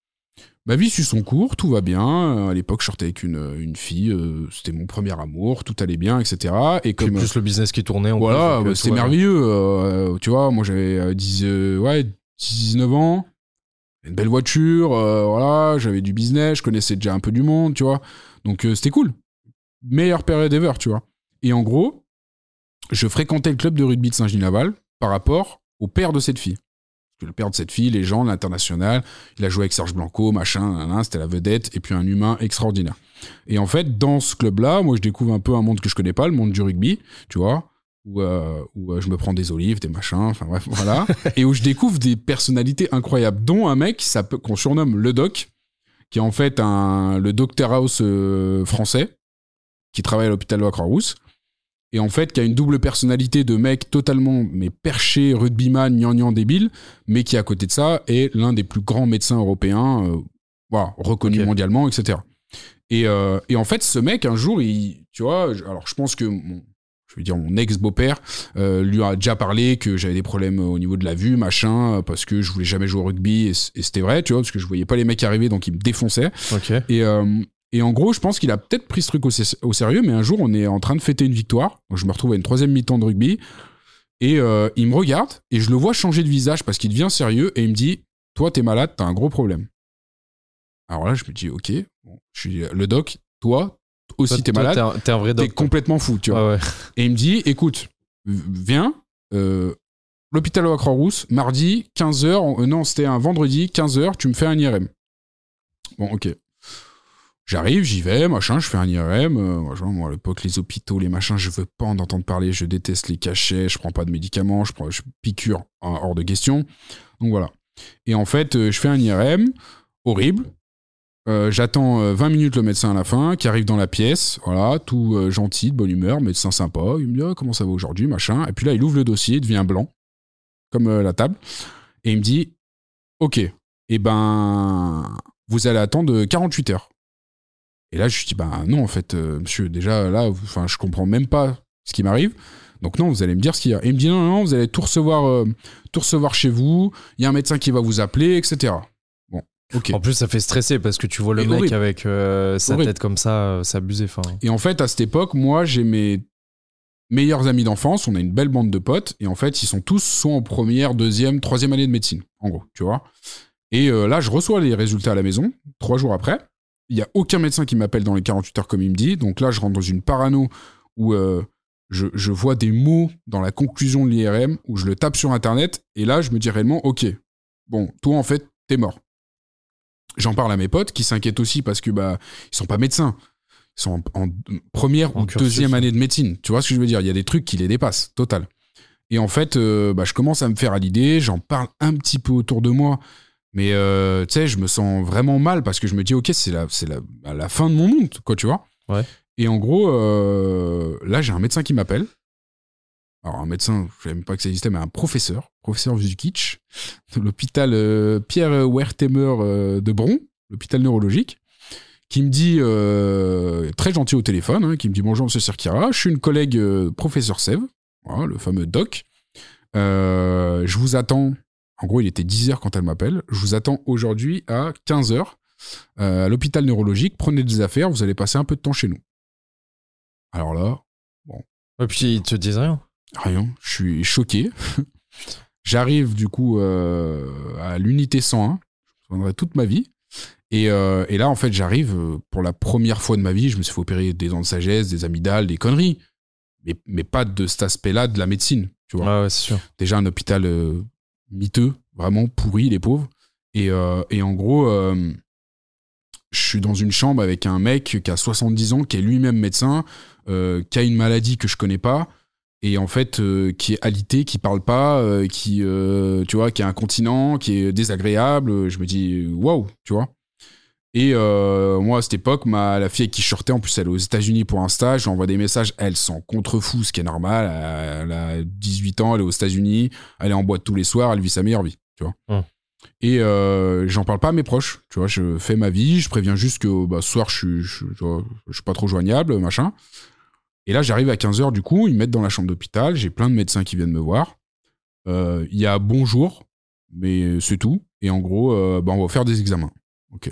Ma vie suit son cours, tout va bien. À l'époque, je sortais avec une, une fille, euh, c'était mon premier amour, tout allait bien, et cetera. Et comme plus le business qui tournait. En voilà, plus, bah, c'était merveilleux. Euh, tu vois, moi j'avais dix, euh, ouais, dix-neuf ans, une belle voiture, euh, voilà, j'avais du business, je connaissais déjà un peu du monde, tu vois. Donc euh, c'était cool. Meilleure période ever, tu vois. Et en gros, je fréquentais le club de rugby de Saint-Genis-Laval par rapport au père de cette fille. Le père de cette fille, les gens, l'international, il a joué avec Serge Blanco, machin, nan, nan, c'était la vedette, et puis un humain extraordinaire. Et en fait, dans ce club-là, moi, je découvre un peu un monde que je connais pas, le monde du rugby, tu vois, où, euh, où euh, je me prends des olives, des machins, enfin bref, voilà, et où je découvre des personnalités incroyables, dont un mec qu'on surnomme le Doc, qui est en fait un, le Doctor House euh, français, qui travaille à l'hôpital de la Croix-Rousse, et en fait, qui a une double personnalité de mec totalement mais perché, rugbyman, gnangnan débile, mais qui, à côté de ça, est l'un des plus grands médecins européens, euh, voilà, reconnu okay. mondialement, et cetera. Et, euh, et en fait, ce mec, un jour, il, tu vois, alors je pense que, mon, je veux dire, mon ex-beau-père euh, lui a déjà parlé que j'avais des problèmes au niveau de la vue, machin, parce que je voulais jamais jouer au rugby, et, et c'était vrai, tu vois, parce que je voyais pas les mecs arriver, donc ils me défonçaient. Okay. Et... Euh, Et en gros, je pense qu'il a peut-être pris ce truc au, au sérieux, mais un jour, on est en train de fêter une victoire. Donc, je me retrouve à une troisième mi-temps de rugby. Et euh, il me regarde, et je le vois changer de visage parce qu'il devient sérieux, et il me dit, toi, t'es malade, t'as un gros problème. Alors là, je me dis, ok, bon, je suis le doc, toi aussi, toi, t'es toi, malade, t'es un, t'es un vrai doc, t'es complètement fou, tu vois. Ouais, ouais. Et il me dit, écoute, viens, euh, l'hôpital de la Croix-Rousse, mardi, quinze heures, euh, non, c'était un vendredi, quinze heures, tu me fais un I R M. Bon, ok. J'arrive, j'y vais, machin, je fais un I R M. Euh, moi, à l'époque, les hôpitaux, les machins, je veux pas en entendre parler, je déteste les cachets, je prends pas de médicaments, je prends je piqûre hein, hors de question. Donc voilà. Et en fait, euh, je fais un I R M, horrible. Euh, j'attends euh, vingt minutes le médecin à la fin, qui arrive dans la pièce, voilà, tout euh, gentil, de bonne humeur, médecin sympa. Il me dit, oh, comment ça va aujourd'hui, machin. Et puis là, il ouvre le dossier, il devient blanc, comme euh, la table. Et il me dit, ok, eh ben, vous allez attendre quarante-huit heures. Et là, je lui dis, bah non, en fait, euh, monsieur, déjà, là, enfin, je comprends même pas ce qui m'arrive. Donc non, vous allez me dire ce qu'il y a. Et il me dit, non, non, non, vous allez tout recevoir, euh, tout recevoir chez vous. Il y a un médecin qui va vous appeler, et cetera. Bon. ok. En plus, ça fait stresser parce que tu vois le Et mec horrible. avec euh, sa Horrible. tête comme ça, euh, c'est abusé. Enfin, Et en fait, à cette époque, moi, j'ai mes meilleurs amis d'enfance, on a une belle bande de potes, et en fait, ils sont tous soit en première, deuxième, troisième année de médecine, en gros, tu vois. Et euh, là, je reçois les résultats à la maison, trois jours après. Il n'y a aucun médecin qui m'appelle dans les quarante-huit heures comme il me dit. Donc là, je rentre dans une parano où euh, je, je vois des mots dans la conclusion de l'I R M, où je le tape sur Internet, et là, je me dis réellement, ok, bon, toi, en fait, t'es mort. J'en parle à mes potes qui s'inquiètent aussi parce que bah ils sont pas médecins. Ils sont en, en première En ou cursus. deuxième année de médecine. Tu vois ce que je veux dire? Il y a des trucs qui les dépassent, total. Et en fait, euh, bah, je commence à me faire à l'idée, j'en parle un petit peu autour de moi, mais euh, tu sais, je me sens vraiment mal parce que je me dis, ok, c'est la, c'est la, bah, la fin de mon monde, quoi, tu vois? Ouais. Et en gros, euh, là, j'ai un médecin qui m'appelle. Alors, un médecin, je savais même pas que ça existait, mais un professeur, professeur Vukic, de l'hôpital euh, Pierre Wertheimer euh, de Bron, l'hôpital neurologique, qui me dit, euh, très gentil au téléphone, hein, qui me dit « Bonjour, monsieur Serkira, je suis une collègue euh, professeur Sève, voilà, le fameux doc. Euh, je vous attends, en gros, il était dix heures quand elle m'appelle, je vous attends aujourd'hui à quinze heures euh, à l'hôpital neurologique, prenez des affaires, vous allez passer un peu de temps chez nous. » Alors là, Et puis ils te disent rien. rien, je suis choqué. J'arrive du coup euh, à l'unité cent un, je me souviendrai toute ma vie. Et, euh, et là, en fait, j'arrive euh, pour la première fois de ma vie, je me suis fait opérer des dents de sagesse, des amygdales, des conneries. Mais, mais pas de cet aspect-là de la médecine, tu vois. Ah ouais, c'est sûr. Déjà un hôpital euh, miteux, vraiment pourri, les pauvres. Et, euh, et en gros, euh, je suis dans une chambre avec un mec qui a soixante-dix ans, qui est lui-même médecin, euh, qui a une maladie que je connais pas, et en fait, euh, qui est alité, qui parle pas, euh, qui, euh, tu vois, qui est incontinent, qui est désagréable. Je me dis, waouh, tu vois. Et euh, moi, à cette époque, ma, la fille avec qui je sortais, en plus, elle est aux États-Unis pour un stage, j'envoie des messages, elle s'en contrefout, ce qui est normal. Elle a dix-huit ans, elle est aux États-Unis, elle est en boîte tous les soirs, elle vit sa meilleure vie, tu vois. Hum. Et euh, j'en parle pas à mes proches, tu vois, je fais ma vie, je préviens juste que bah, ce soir, je suis, je, tu vois, je suis pas trop joignable, machin. Et là, j'arrive à quinze heures, du coup, ils me mettent dans la chambre d'hôpital, j'ai plein de médecins qui viennent me voir. Euh, Il y a bonjour, mais c'est tout. Et en gros, euh, bah, on va faire des examens. Ok.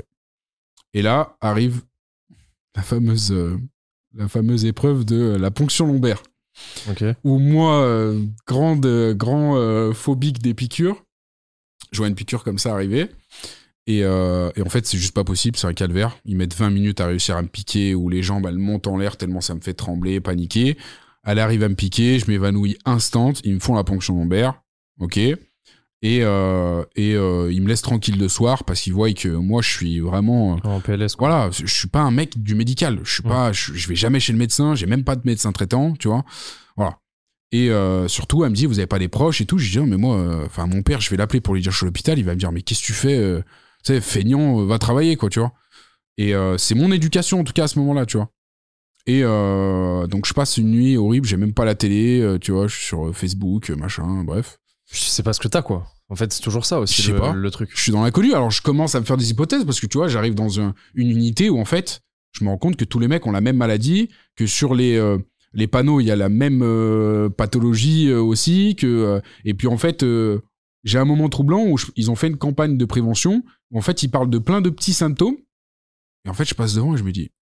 Et là arrive la fameuse, euh, la fameuse épreuve de la ponction lombaire. Ok. Où moi, euh, grande, euh, grand euh, phobique des piqûres, je vois une piqûre comme ça arriver. Et, euh, et en fait, c'est juste pas possible, c'est un calvaire. Ils mettent vingt minutes à réussir à me piquer, où les jambes, elles montent en l'air tellement ça me fait trembler, paniquer. Elle arrive à me piquer, je m'évanouis instant, ils me font la ponction lombaire. Ok. Et, euh, et euh, ils me laissent tranquille le soir parce qu'ils voient que moi, je suis vraiment... Euh, En P L S, quoi. voilà, je suis pas un mec du médical. Je suis pas, je, je vais jamais chez le médecin. J'ai même pas de médecin traitant, tu vois. Voilà. Et euh, surtout, elle me dit, vous avez pas des proches et tout. Je dis, mais moi, enfin, euh, mon père, je vais l'appeler pour lui dire je suis à l'hôpital. Il va me dire, mais qu'est-ce que tu fais euh, tu sais, feignant, euh, va travailler, quoi, tu vois. Et euh, c'est mon éducation, en tout cas, à ce moment-là, tu vois. Et euh, donc, je passe une nuit horrible. J'ai même pas la télé, euh, tu vois. Je suis sur Facebook, machin, bref. Je sais pas ce que t'as, quoi. En fait, c'est toujours ça aussi, Je sais le, pas. le truc. Je suis dans l'inconnu. Alors, je commence à me faire des hypothèses parce que, tu vois, j'arrive dans un, une unité où, en fait, je me rends compte que tous les mecs ont la même maladie, que sur les, euh, les panneaux, il y a la même euh, pathologie euh, aussi. Que, euh, et puis, en fait, euh, j'ai un moment troublant où je, ils ont fait une campagne de prévention où, en fait, ils parlent de plein de petits symptômes. Et en fait, je passe devant et je me dis,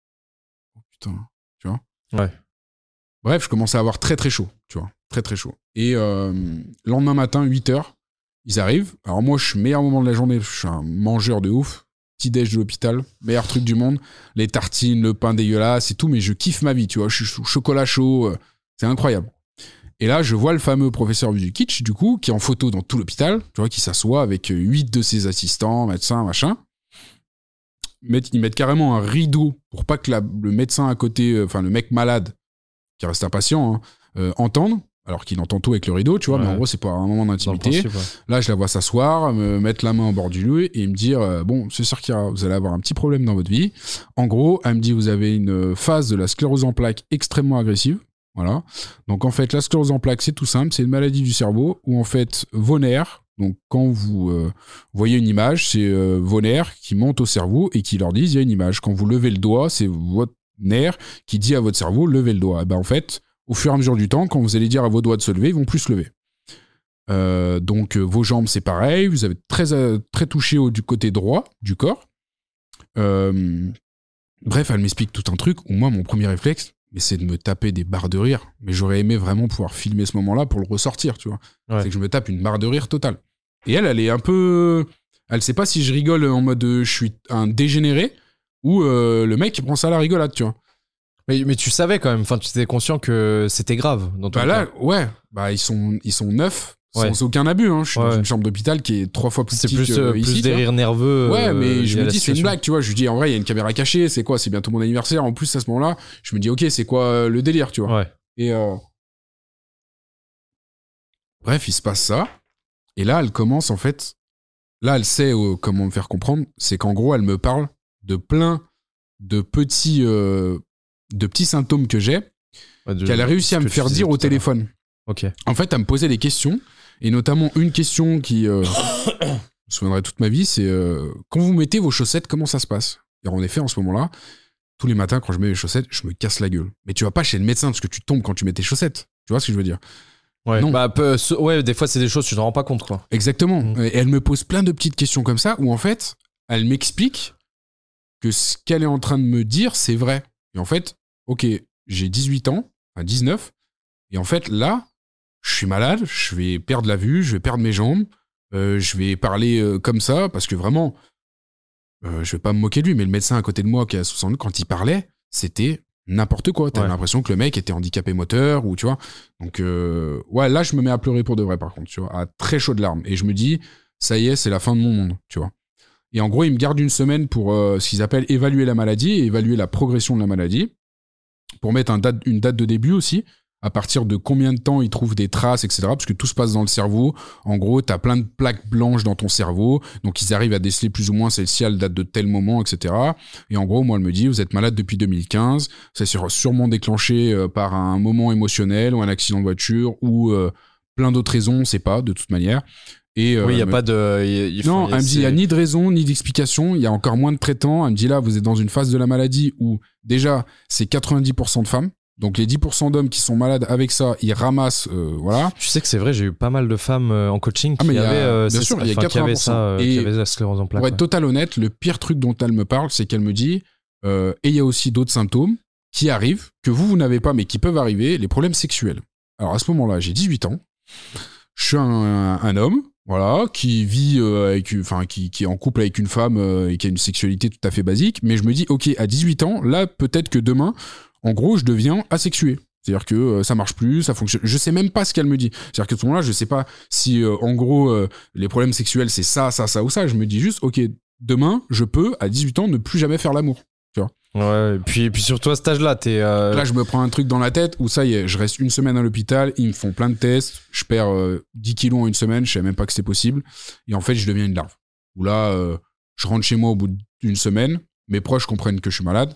oh putain, tu vois. Ouais. Bref, je commence à avoir très, très chaud, tu vois. Très, très chaud. Et euh, lendemain matin, huit heures, ils arrivent. Alors moi, je suis meilleur moment de la journée. Je suis un mangeur de ouf. Petit-déj de l'hôpital. Meilleur truc du monde. Les tartines, le pain dégueulasse et tout. Mais je kiffe ma vie, tu vois. Je suis sous chocolat chaud. C'est incroyable. Et là, je vois le fameux professeur Vukic, du coup, qui est en photo dans tout l'hôpital. Tu vois, qui s'assoit avec huit de ses assistants, médecins, machin. Ils mettent carrément un rideau pour pas que la, le médecin à côté, enfin le mec malade, qui reste un patient, hein, euh, entende. Alors qu'il entend tout avec le rideau, tu vois, ouais. Mais en gros, c'est pas un moment d'intimité. Principe, ouais. Là, je la vois s'asseoir, me mettre la main au bord du lit et me dire euh, bon, c'est sûr qu'il y a, vous allez avoir un petit problème dans votre vie. En gros, elle me dit vous avez une phase de la sclérose en plaques extrêmement agressive. Voilà. Donc, en fait, la sclérose en plaques, c'est tout simple, c'est une maladie du cerveau où, en fait, vos nerfs, donc quand vous euh, voyez une image, c'est euh, vos nerfs qui montent au cerveau et qui leur disent il y a une image. Quand vous levez le doigt, c'est votre nerf qui dit à votre cerveau levez le doigt. Et ben, en fait, au fur et à mesure du temps, quand vous allez dire à vos doigts de se lever, ils vont plus se lever. Euh, donc, euh, vos jambes, c'est pareil. Vous avez très, euh, très touché au, du côté droit du corps. Euh, bref, elle m'explique tout un truc où moi, mon premier réflexe, mais c'est de me taper des barres de rire. Mais j'aurais aimé vraiment pouvoir filmer ce moment-là pour le ressortir, tu vois. Ouais. C'est que je me tape une barre de rire totale. Et elle, elle est un peu... Elle sait pas si je rigole en mode euh, je suis un dégénéré ou euh, le mec qui prend ça à la rigolade, tu vois. Mais, mais tu savais quand même, enfin, tu étais conscient que c'était grave dans ton bah là, cas. ouais, bah ils sont, ils sont neufs, ouais. sans aucun abus. Hein. Je suis ouais. dans une chambre d'hôpital qui est trois fois plus petite c'est plus, que plus ici. C'est plus des rires nerveux. Ouais, mais euh, je me dis c'est une blague, tu vois. Je lui dis en vrai, il y a une caméra cachée, c'est quoi? C'est bientôt mon anniversaire. En plus, à ce moment-là, je me dis ok, c'est quoi euh, le délire, tu vois. Ouais. Et euh... bref, il se passe ça. Et là, elle commence en fait. Là, elle sait euh, comment me faire comprendre. C'est qu'en gros, elle me parle de plein de petits, euh, de petits symptômes que j'ai, ouais, de, qu'elle a réussi à me faire dire au téléphone. Ok. En fait, elle me posait des questions, et notamment une question qui euh, je me souviendrai toute ma vie, c'est euh, quand vous mettez vos chaussettes, comment ça se passe? Et en effet, en ce moment-là, tous les matins, quand je mets mes chaussettes, je me casse la gueule. Mais tu vas pas chez le médecin parce que tu tombes quand tu mets tes chaussettes. Tu vois ce que je veux dire? Ouais. Non. Bah, peu, ouais, des fois, c'est des choses que tu te rends pas compte, quoi. Exactement. Mmh. Et elle me pose plein de petites questions comme ça, où en fait, elle m'explique que ce qu'elle est en train de me dire, c'est vrai. Et en fait, ok, j'ai dix-huit ans, enfin dix-neuf, et en fait, là, je suis malade, je vais perdre la vue, je vais perdre mes jambes, euh, je vais parler euh, comme ça, parce que vraiment, euh, je vais pas me moquer de lui, mais le médecin à côté de moi, qui a soixante ans, quand il parlait, c'était n'importe quoi. T'as ouais. l'impression que le mec était handicapé moteur, ou tu vois. Donc, euh, ouais, là, je me mets à pleurer pour de vrai, par contre, tu vois, à très chaudes larmes. Et je me dis, ça y est, c'est la fin de mon monde, tu vois. Et en gros, il me garde une semaine pour euh, ce qu'ils appellent évaluer la maladie et évaluer la progression de la maladie, pour mettre un date, une date de début aussi, à partir de combien de temps ils trouvent des traces, et cetera. Parce que tout se passe dans le cerveau. En gros, t'as plein de plaques blanches dans ton cerveau, donc ils arrivent à déceler plus ou moins celle-ci, elle date de tel moment, et cetera. Et en gros, moi, elle me dit, vous êtes malade depuis deux mille quinze, c'est sûrement déclenché euh, par un moment émotionnel ou un accident de voiture ou euh, plein d'autres raisons, on sait pas, de toute manière. Et, euh, oui, il n'y a me... pas de... Y, y, non, y, elle me dit, il n'y a ni de raison, ni d'explication, il y a encore moins de traitants. Elle me dit, là, vous êtes dans une phase de la maladie où, déjà, c'est quatre-vingt-dix pour cent de femmes. Donc, les dix pour cent d'hommes qui sont malades avec ça, ils ramassent, euh, voilà. Tu sais que c'est vrai, j'ai eu pas mal de femmes euh, en coaching qui ah, avaient, euh, bien sûr, il y a quatre-vingts pour cent. Qui avaient ça, euh, et qui avaient la sclérose en plaques. Pour être ouais. total honnête, le pire truc dont elle me parle, c'est qu'elle me dit, euh, et il y a aussi d'autres symptômes qui arrivent, que vous, vous n'avez pas, mais qui peuvent arriver, les problèmes sexuels. Alors, à ce moment-là, j'ai dix-huit ans, je suis un, un, un homme, voilà, qui vit euh, avec, enfin, qui, qui est en couple avec une femme euh, et qui a une sexualité tout à fait basique, mais je me dis, ok, à dix-huit ans, là, peut-être que demain, en gros, je deviens asexué. C'est-à-dire que euh, ça marche plus, ça fonctionne. Je sais même pas ce qu'elle me dit. C'est-à-dire qu'à ce moment-là, je sais pas si, euh, en gros, euh, les problèmes sexuels, c'est ça, ça, ça ou ça. Je me dis juste, ok, demain, je peux, à dix-huit ans, ne plus jamais faire l'amour. Tu vois. Ouais, et puis, et puis surtout à cet âge-là, t'es... Euh... Là, je me prends un truc dans la tête où ça y est, je reste une semaine à l'hôpital, ils me font plein de tests, je perds euh, dix kilos en une semaine, je savais même pas que c'était possible. Et en fait, je deviens une larve. Où là, euh, je rentre chez moi au bout d'une semaine, mes proches comprennent que je suis malade.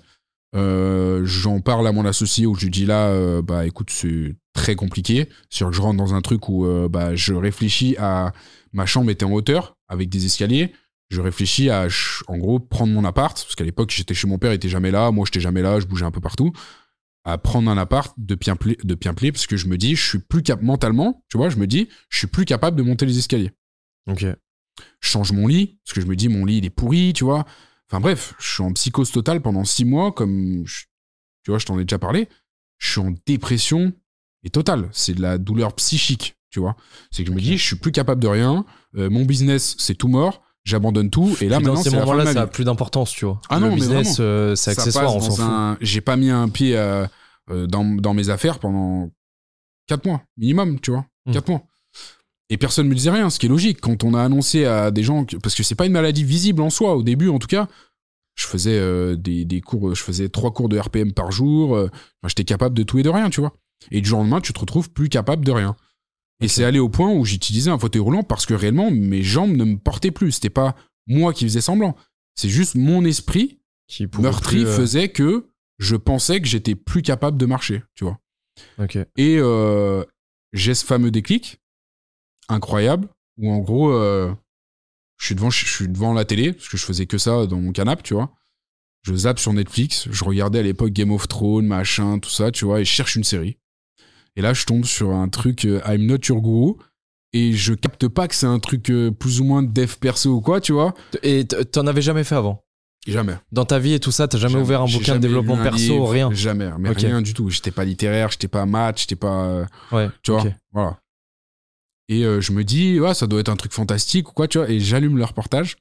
Euh, j'en parle à mon associé où je lui dis là euh, bah écoute c'est très compliqué, c'est-à-dire que je rentre dans un truc où euh, bah je réfléchis à ma chambre était en hauteur avec des escaliers, je réfléchis à en gros prendre mon appart parce qu'à l'époque j'étais chez mon père, il était jamais là, moi j'étais jamais là, je bougeais un peu partout, à prendre un appart de bien play, de bien play parce que je me dis je suis plus cap mentalement, tu vois, je me dis je suis plus capable de monter les escaliers. Ok. Je change mon lit parce que je me dis mon lit il est pourri, tu vois. Enfin bref, je suis en psychose totale pendant six mois, comme je, tu vois, je t'en ai déjà parlé. Je suis en dépression et totale. C'est de la douleur psychique, tu vois. C'est que je me dis, je suis plus capable de rien. Euh, mon business, c'est tout mort. J'abandonne tout. Et là, puis maintenant, c'est la fin de ma vie. Ça a plus d'importance, tu vois. Ah le non, business, mais euh, c'est accessoire, on s'en un... fout. J'ai pas mis un pied euh, dans, dans mes affaires pendant quatre mois minimum, tu vois. Mmh. quatre mois. Et personne me disait rien, ce qui est logique. Quand on a annoncé à des gens, que... parce que c'est pas une maladie visible en soi, au début en tout cas. Je faisais euh, des, des cours, je faisais trois cours de R P M par jour. Euh, enfin, j'étais capable de tout et de rien, tu vois. Et du jour au lendemain, tu te retrouves plus capable de rien. Et okay. C'est allé au point où j'utilisais un fauteuil roulant parce que réellement, mes jambes ne me portaient plus. C'était pas moi qui faisais semblant. C'est juste mon esprit qui meurtri plus, euh... faisait que je pensais que j'étais plus capable de marcher, tu vois. Okay. Et euh, j'ai ce fameux déclic incroyable où en gros... Euh, Je suis, devant, je suis devant la télé, parce que je faisais que ça dans mon canapé, tu vois. Je zappe sur Netflix, je regardais à l'époque Game of Thrones, machin, tout ça, tu vois, et je cherche une série. Et là, je tombe sur un truc, euh, I'm Not Your Guru, et je capte pas que c'est un truc euh, plus ou moins de dev perso ou quoi, tu vois. Et t'en avais jamais fait avant? Jamais. Dans ta vie et tout ça, t'as jamais, jamais ouvert un bouquin de développement perso, livre, rien? Jamais, mais okay. rien du tout. J'étais pas littéraire, j'étais pas maths, j'étais pas... Euh, ouais, tu vois, okay. voilà. Et euh, je me dis, ouais, ça doit être un truc fantastique ou quoi, tu vois, et j'allume le reportage.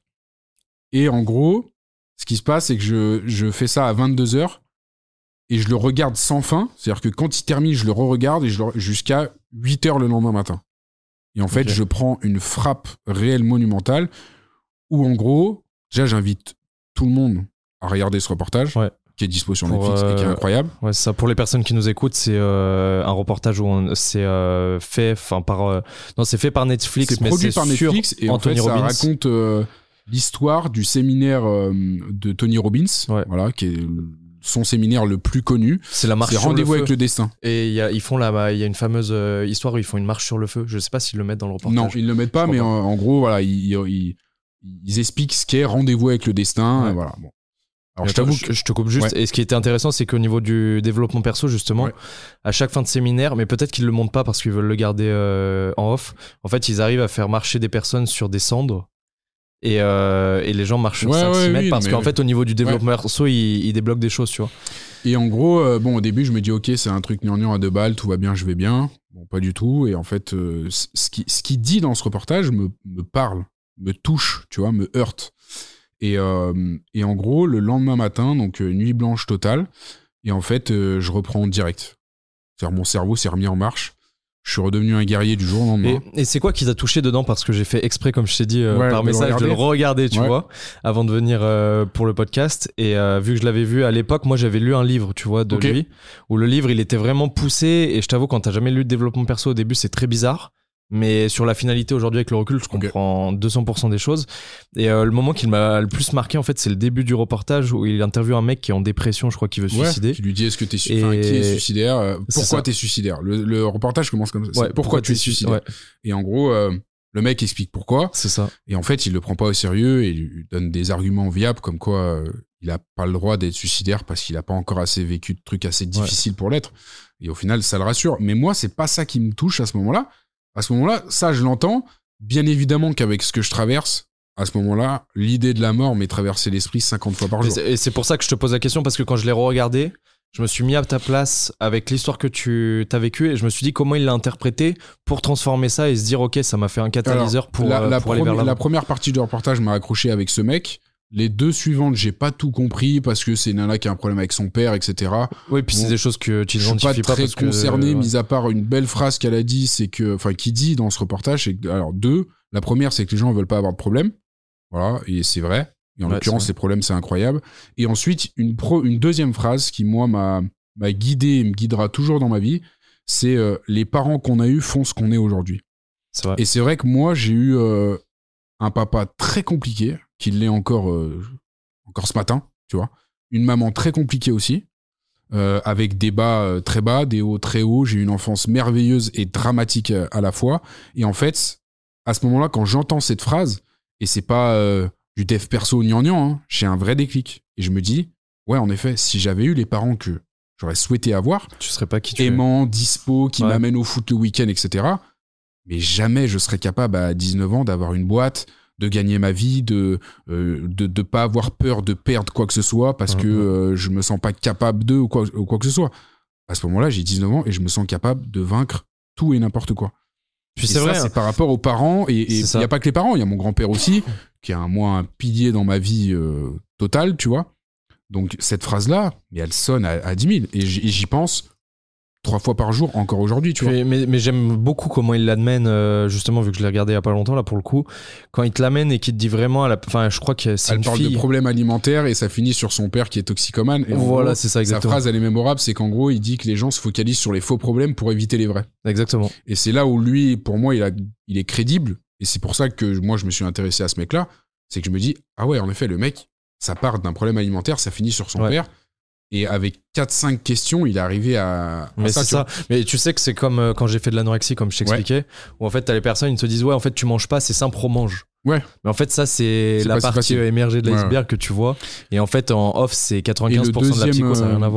Et en gros, ce qui se passe, c'est que je, je fais ça à vingt-deux heures et je le regarde sans fin. C'est-à-dire que quand il termine, je le re-regarde et je le, jusqu'à huit heures le lendemain matin. Et en fait, okay. je prends une frappe réelle monumentale où, en gros, déjà, j'invite tout le monde à regarder ce reportage. Ouais. Qui est dispo sur Netflix euh, et qui est incroyable. Ouais, ça. Pour les personnes qui nous écoutent, c'est euh, un reportage où on, c'est euh, fait, enfin par, euh, non, c'est fait par Netflix, c'est mais produit c'est par Netflix et Anthony en fait, Robbins. Ça raconte euh, l'histoire du séminaire euh, de Tony Robbins, ouais. voilà, qui est son séminaire le plus connu. C'est la marche c'est sur Rendez-vous le feu. avec le destin. Et y a, ils font là, il y a une fameuse euh, histoire où ils font une marche sur le feu. Je sais pas s'ils le mettent dans le reportage. Non, ils le mettent pas, mais pas. En, en gros, voilà, ils, ils, ils expliquent ce qu'est Rendez-vous avec le destin. Ouais. Et voilà. Bon. Alors, je t'avoue que je te coupe juste. Ouais. Et ce qui était intéressant, c'est qu'au niveau du développement perso, justement, ouais. à chaque fin de séminaire, mais peut-être qu'ils le montrent pas parce qu'ils veulent le garder euh, en off. En fait, ils arrivent à faire marcher des personnes sur des cendres et, euh, et les gens marchent sur ouais, cinq six ouais, mètres oui, parce qu'en oui. fait, au niveau du développement ouais. perso, ils, ils débloquent des choses, tu vois. Et en gros, euh, bon, au début, je me dis, ok, c'est un truc gnangnan à deux balles, tout va bien, je vais bien. Bon, pas du tout. Et en fait, euh, ce qui, ce qu'il dit dans ce reportage me, me parle, me touche, tu vois, me heurte. Et, euh, et en gros, le lendemain matin, donc euh, nuit blanche totale, et en fait, euh, je reprends en direct. C'est-à-dire, mon cerveau s'est remis en marche. Je suis redevenu un guerrier du jour au lendemain. Et, et c'est quoi qui t'a touché dedans? Parce que j'ai fait exprès, comme je t'ai dit euh, ouais, par message, de le re-regarder, tu ouais. vois, avant de venir euh, pour le podcast. Et euh, vu que je l'avais vu à l'époque, moi j'avais lu un livre, tu vois, de okay. lui, où le livre il était vraiment poussé. Et je t'avoue, quand t'as jamais lu de développement perso au début, c'est très bizarre. Mais sur la finalité aujourd'hui avec le recul, je comprends okay. deux cents pour cent des choses. Et euh, le moment qui m'a le plus marqué, en fait, c'est le début du reportage où il interviewe un mec qui est en dépression, je crois, qui veut se ouais, suicider. Qui lui dit est-ce que t'es su- et... enfin, qui est suicidaire euh, Pourquoi t'es suicidaire le, le reportage commence comme ça. Ouais, pourquoi, pourquoi tu es suicidaire ouais. Et en gros, euh, le mec explique pourquoi. C'est ça. Et en fait, il le prend pas au sérieux et il lui donne des arguments viables comme quoi euh, il a pas le droit d'être suicidaire parce qu'il a pas encore assez vécu de trucs assez difficiles ouais. pour l'être. Et au final, ça le rassure. Mais moi, c'est pas ça qui me touche à ce moment-là. À ce moment-là, ça, je l'entends. Bien évidemment qu'avec ce que je traverse, à ce moment-là, l'idée de la mort m'est traversée l'esprit cinquante fois par jour. Et c'est pour ça que je te pose la question, parce que quand je l'ai re-regardé, je me suis mis à ta place avec l'histoire que tu as vécue et je me suis dit comment il l'a interprété pour transformer ça et se dire, ok, ça m'a fait un catalyseur Alors, pour, la, la pour aller vers l'avant. La première partie du reportage m'a accroché avec ce mec. Les deux suivantes, j'ai pas tout compris parce que c'est une nana qui a un problème avec son père, et cetera. Oui, puis bon, c'est des choses que tu n'identifies pas. Je suis pas très parce concerné, que... mis à part une belle phrase qu'elle a dit, c'est que, enfin, qui dit dans ce reportage, c'est que, alors deux, la première, c'est que les gens veulent pas avoir de problème, voilà, et c'est vrai. Et en ouais, l'occurrence, ces problèmes, c'est incroyable. Et ensuite, une pro, une deuxième phrase qui moi m'a m'a guidé et me guidera toujours dans ma vie, c'est euh, les parents qu'on a eus font ce qu'on est aujourd'hui. C'est vrai. Et c'est vrai que moi, j'ai eu euh, un papa très compliqué, qui l'est encore, euh, encore ce matin, tu vois. Une maman très compliquée aussi, euh, avec des bas euh, très bas, des hauts très hauts. J'ai eu une enfance merveilleuse et dramatique euh, à la fois. Et en fait, à ce moment-là, quand j'entends cette phrase, et c'est pas euh, du dev perso gnangnan, hein, j'ai un vrai déclic. Et je me dis, ouais, en effet, si j'avais eu les parents que j'aurais souhaité avoir, tu serais pas qui tu aimant, dispo, qui ouais. m'amène au foot le week-end, et cetera. Mais jamais je serais capable à dix-neuf ans d'avoir une boîte, de gagner ma vie, de euh, de de pas avoir peur de perdre quoi que ce soit parce mmh. que euh, je me sens pas capable de ou quoi, ou quoi que ce soit. À ce moment-là, j'ai dix-neuf ans et je me sens capable de vaincre tout et n'importe quoi. Puis c'est ça, vrai, c'est hein. par rapport aux parents et il y a pas que les parents, il y a mon grand-père aussi qui est un moi un pilier dans ma vie euh, totale, tu vois. Donc cette phrase-là, mais elle sonne à, à dix mille et j'y pense trois fois par jour encore aujourd'hui, tu vois. Mais, mais, mais j'aime beaucoup comment il l'amène, euh, justement, vu que je l'ai regardé il y a pas longtemps, là, pour le coup. Quand il te l'amène et qu'il te dit vraiment, à la... enfin, je crois que c'est elle une parle fille. de problèmes alimentaires et ça finit sur son père qui est toxicomane. Et voilà, gros, c'est ça, exactement. Sa phrase, elle est mémorable, c'est qu'en gros, il dit que les gens se focalisent sur les faux problèmes pour éviter les vrais. Exactement. Et c'est là où lui, pour moi, il, a, il est crédible. Et c'est pour ça que moi, je me suis intéressé à ce mec-là. C'est que je me dis, ah ouais, en effet, le mec, ça part d'un problème alimentaire, ça finit sur son ouais. père. Et avec quatre cinq questions, il est arrivé à, à mais ça. C'est ça. Mais tu sais que c'est comme euh, quand j'ai fait de l'anorexie, comme je t'expliquais, ouais. où en fait, t'as les personnes, ils te disent, ouais, en fait, tu manges pas, c'est simple, on mange. Ouais. Mais en fait, ça, c'est, c'est la partie émergée de l'iceberg ouais. que tu vois. Et en fait, en off, c'est quatre-vingt-quinze pour cent de la psycho, ça n'a rien à voir. Ouais.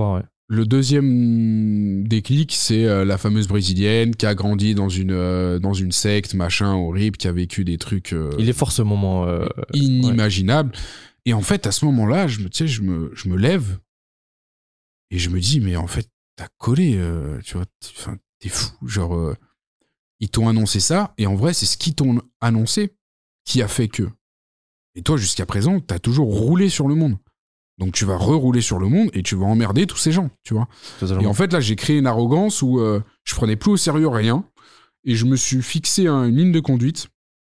Le deuxième déclic, c'est euh, la fameuse brésilienne qui a grandi dans une, euh, dans une secte, machin, horrible, qui a vécu des trucs... Euh, Il est fort ce moment. Euh, inimaginables. Ouais. Et en fait, à ce moment-là, je me, tu sais, je me, je me lève et je me dis, mais en fait, t'as collé, euh, tu vois, t'es, t'es fou. Genre, euh, ils t'ont annoncé ça, et en vrai, c'est ce qu'ils t'ont annoncé qui a fait que. Et toi, jusqu'à présent, t'as toujours roulé sur le monde. Donc tu vas rerouler sur le monde et tu vas emmerder tous ces gens, tu vois. Totalement. Et en fait, là, j'ai créé une arrogance où euh, je prenais plus au sérieux rien, et je me suis fixé un, une ligne de conduite,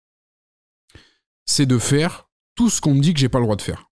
c'est de faire tout ce qu'on me dit que j'ai pas le droit de faire.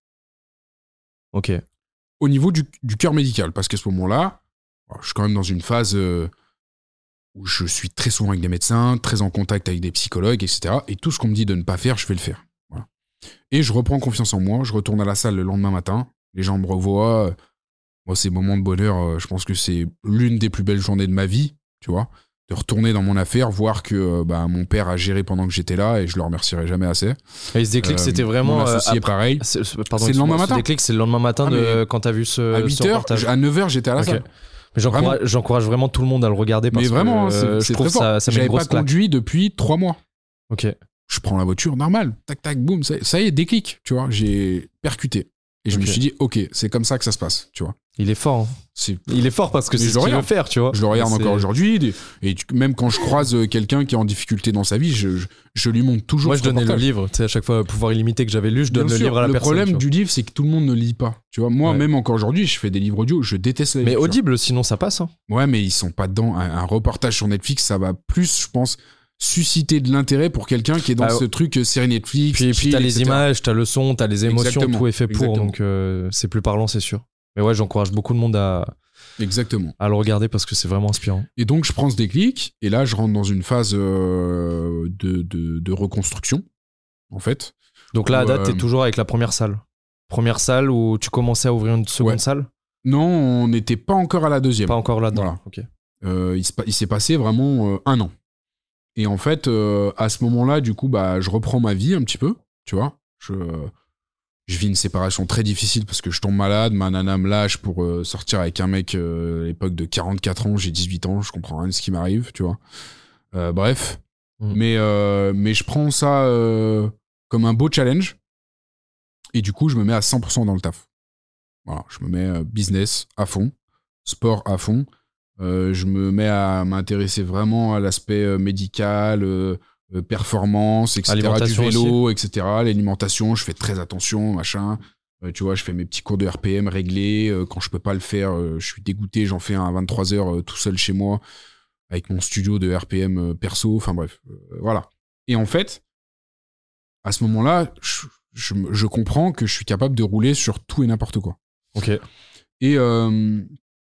Ok. Au niveau du, du cœur médical, parce qu'à ce moment-là, je suis quand même dans une phase euh, où je suis très souvent avec des médecins, très en contact avec des psychologues, et cetera. Et tout ce qu'on me dit de ne pas faire, je vais le faire. Voilà. Et je reprends confiance en moi, je retourne à la salle le lendemain matin, les gens me revoient. Moi, ces moments de bonheur, je pense que c'est l'une des plus belles journées de ma vie, tu vois. De retourner dans mon affaire, voir que bah, mon père a géré pendant que j'étais là, et je le remercierai jamais assez. Et ce déclic, euh, c'était vraiment... Mon associé, après, pareil. C'est, pardon, c'est le lendemain matin. Ce déclic, c'est le lendemain matin ah, de, quand t'as vu ce, à huit ce heures, reportage. À neuf heures, j'étais à la okay. salle. Mais j'encourage, j'encourage vraiment tout le monde à le regarder parce mais vraiment, que c'est, euh, c'est je trouve très fort. ça, ça met une grosse J'avais pas claque. conduit depuis trois mois. Ok. Je prends la voiture, normal, tac, tac, boum, ça, ça y est, déclic, tu vois, j'ai percuté. Et je okay. me suis dit, ok, c'est comme ça que ça se passe, tu vois. Il est fort. Hein. C'est... Il est fort parce que mais c'est ce qu'il veut faire, tu vois. Je le regarde c'est... encore aujourd'hui. Et tu, même quand je croise quelqu'un qui est en difficulté dans sa vie, je, je, je lui montre toujours. Moi, je donnais reportage. Le livre. Tu sais, à chaque fois, Pouvoir illimité que j'avais lu, je donne Bien le sûr, livre à la le personne. Le problème du livre, c'est que tout le monde ne lit pas. Tu vois, moi, ouais. même encore aujourd'hui, je fais des livres audio, je déteste les Mais livres. Audible, sinon ça passe. Hein. Ouais, mais ils sont pas dedans. Un, un reportage sur Netflix, ça va plus, je pense, susciter de l'intérêt pour quelqu'un qui est dans bah, ce truc série Netflix. Puis, puis t'as les et cetera. Images, t'as le son, t'as les émotions, Exactement. Tout est fait pour, Exactement. donc euh, c'est plus parlant, c'est sûr. Mais ouais, j'encourage beaucoup de monde à, Exactement. à le regarder parce que c'est vraiment inspirant. Et donc, je prends ce déclic, et là, je rentre dans une phase euh, de, de, de reconstruction, en fait. Donc là, à date, euh, t'es toujours avec la première salle. Première salle où tu commençais à ouvrir une seconde ouais. salle ? Non, on n'était pas encore à la deuxième. Pas encore là-dedans. Voilà. Ok. Euh, il, il s'est passé vraiment euh, un an. Et en fait, euh, à ce moment-là, du coup, bah, je reprends ma vie un petit peu, tu vois. Je, je vis une séparation très difficile parce que je tombe malade, ma nana me lâche pour euh, sortir avec un mec euh, à l'époque de quarante-quatre ans, j'ai dix-huit ans, je comprends rien de ce qui m'arrive, tu vois. Euh, bref. Mmh. Mais, euh, mais je prends ça euh, comme un beau challenge. Et du coup, je me mets à cent pour cent dans le taf. Voilà, je me mets euh, business à fond, sport à fond. Euh, je me mets à m'intéresser vraiment à l'aspect euh, médical, euh, euh, performance, et cetera, du vélo, aussi. et cetera. L'alimentation, je fais très attention, machin. Euh, tu vois, je fais mes petits cours de R P M réglés. Euh, quand je peux pas le faire, euh, je suis dégoûté. J'en fais un à vingt-trois heures euh, tout seul chez moi, avec mon studio de R P M euh, perso. Enfin bref, euh, voilà. Et en fait, à ce moment-là, je, je, je comprends que je suis capable de rouler sur tout et n'importe quoi. Ok. Et... Euh,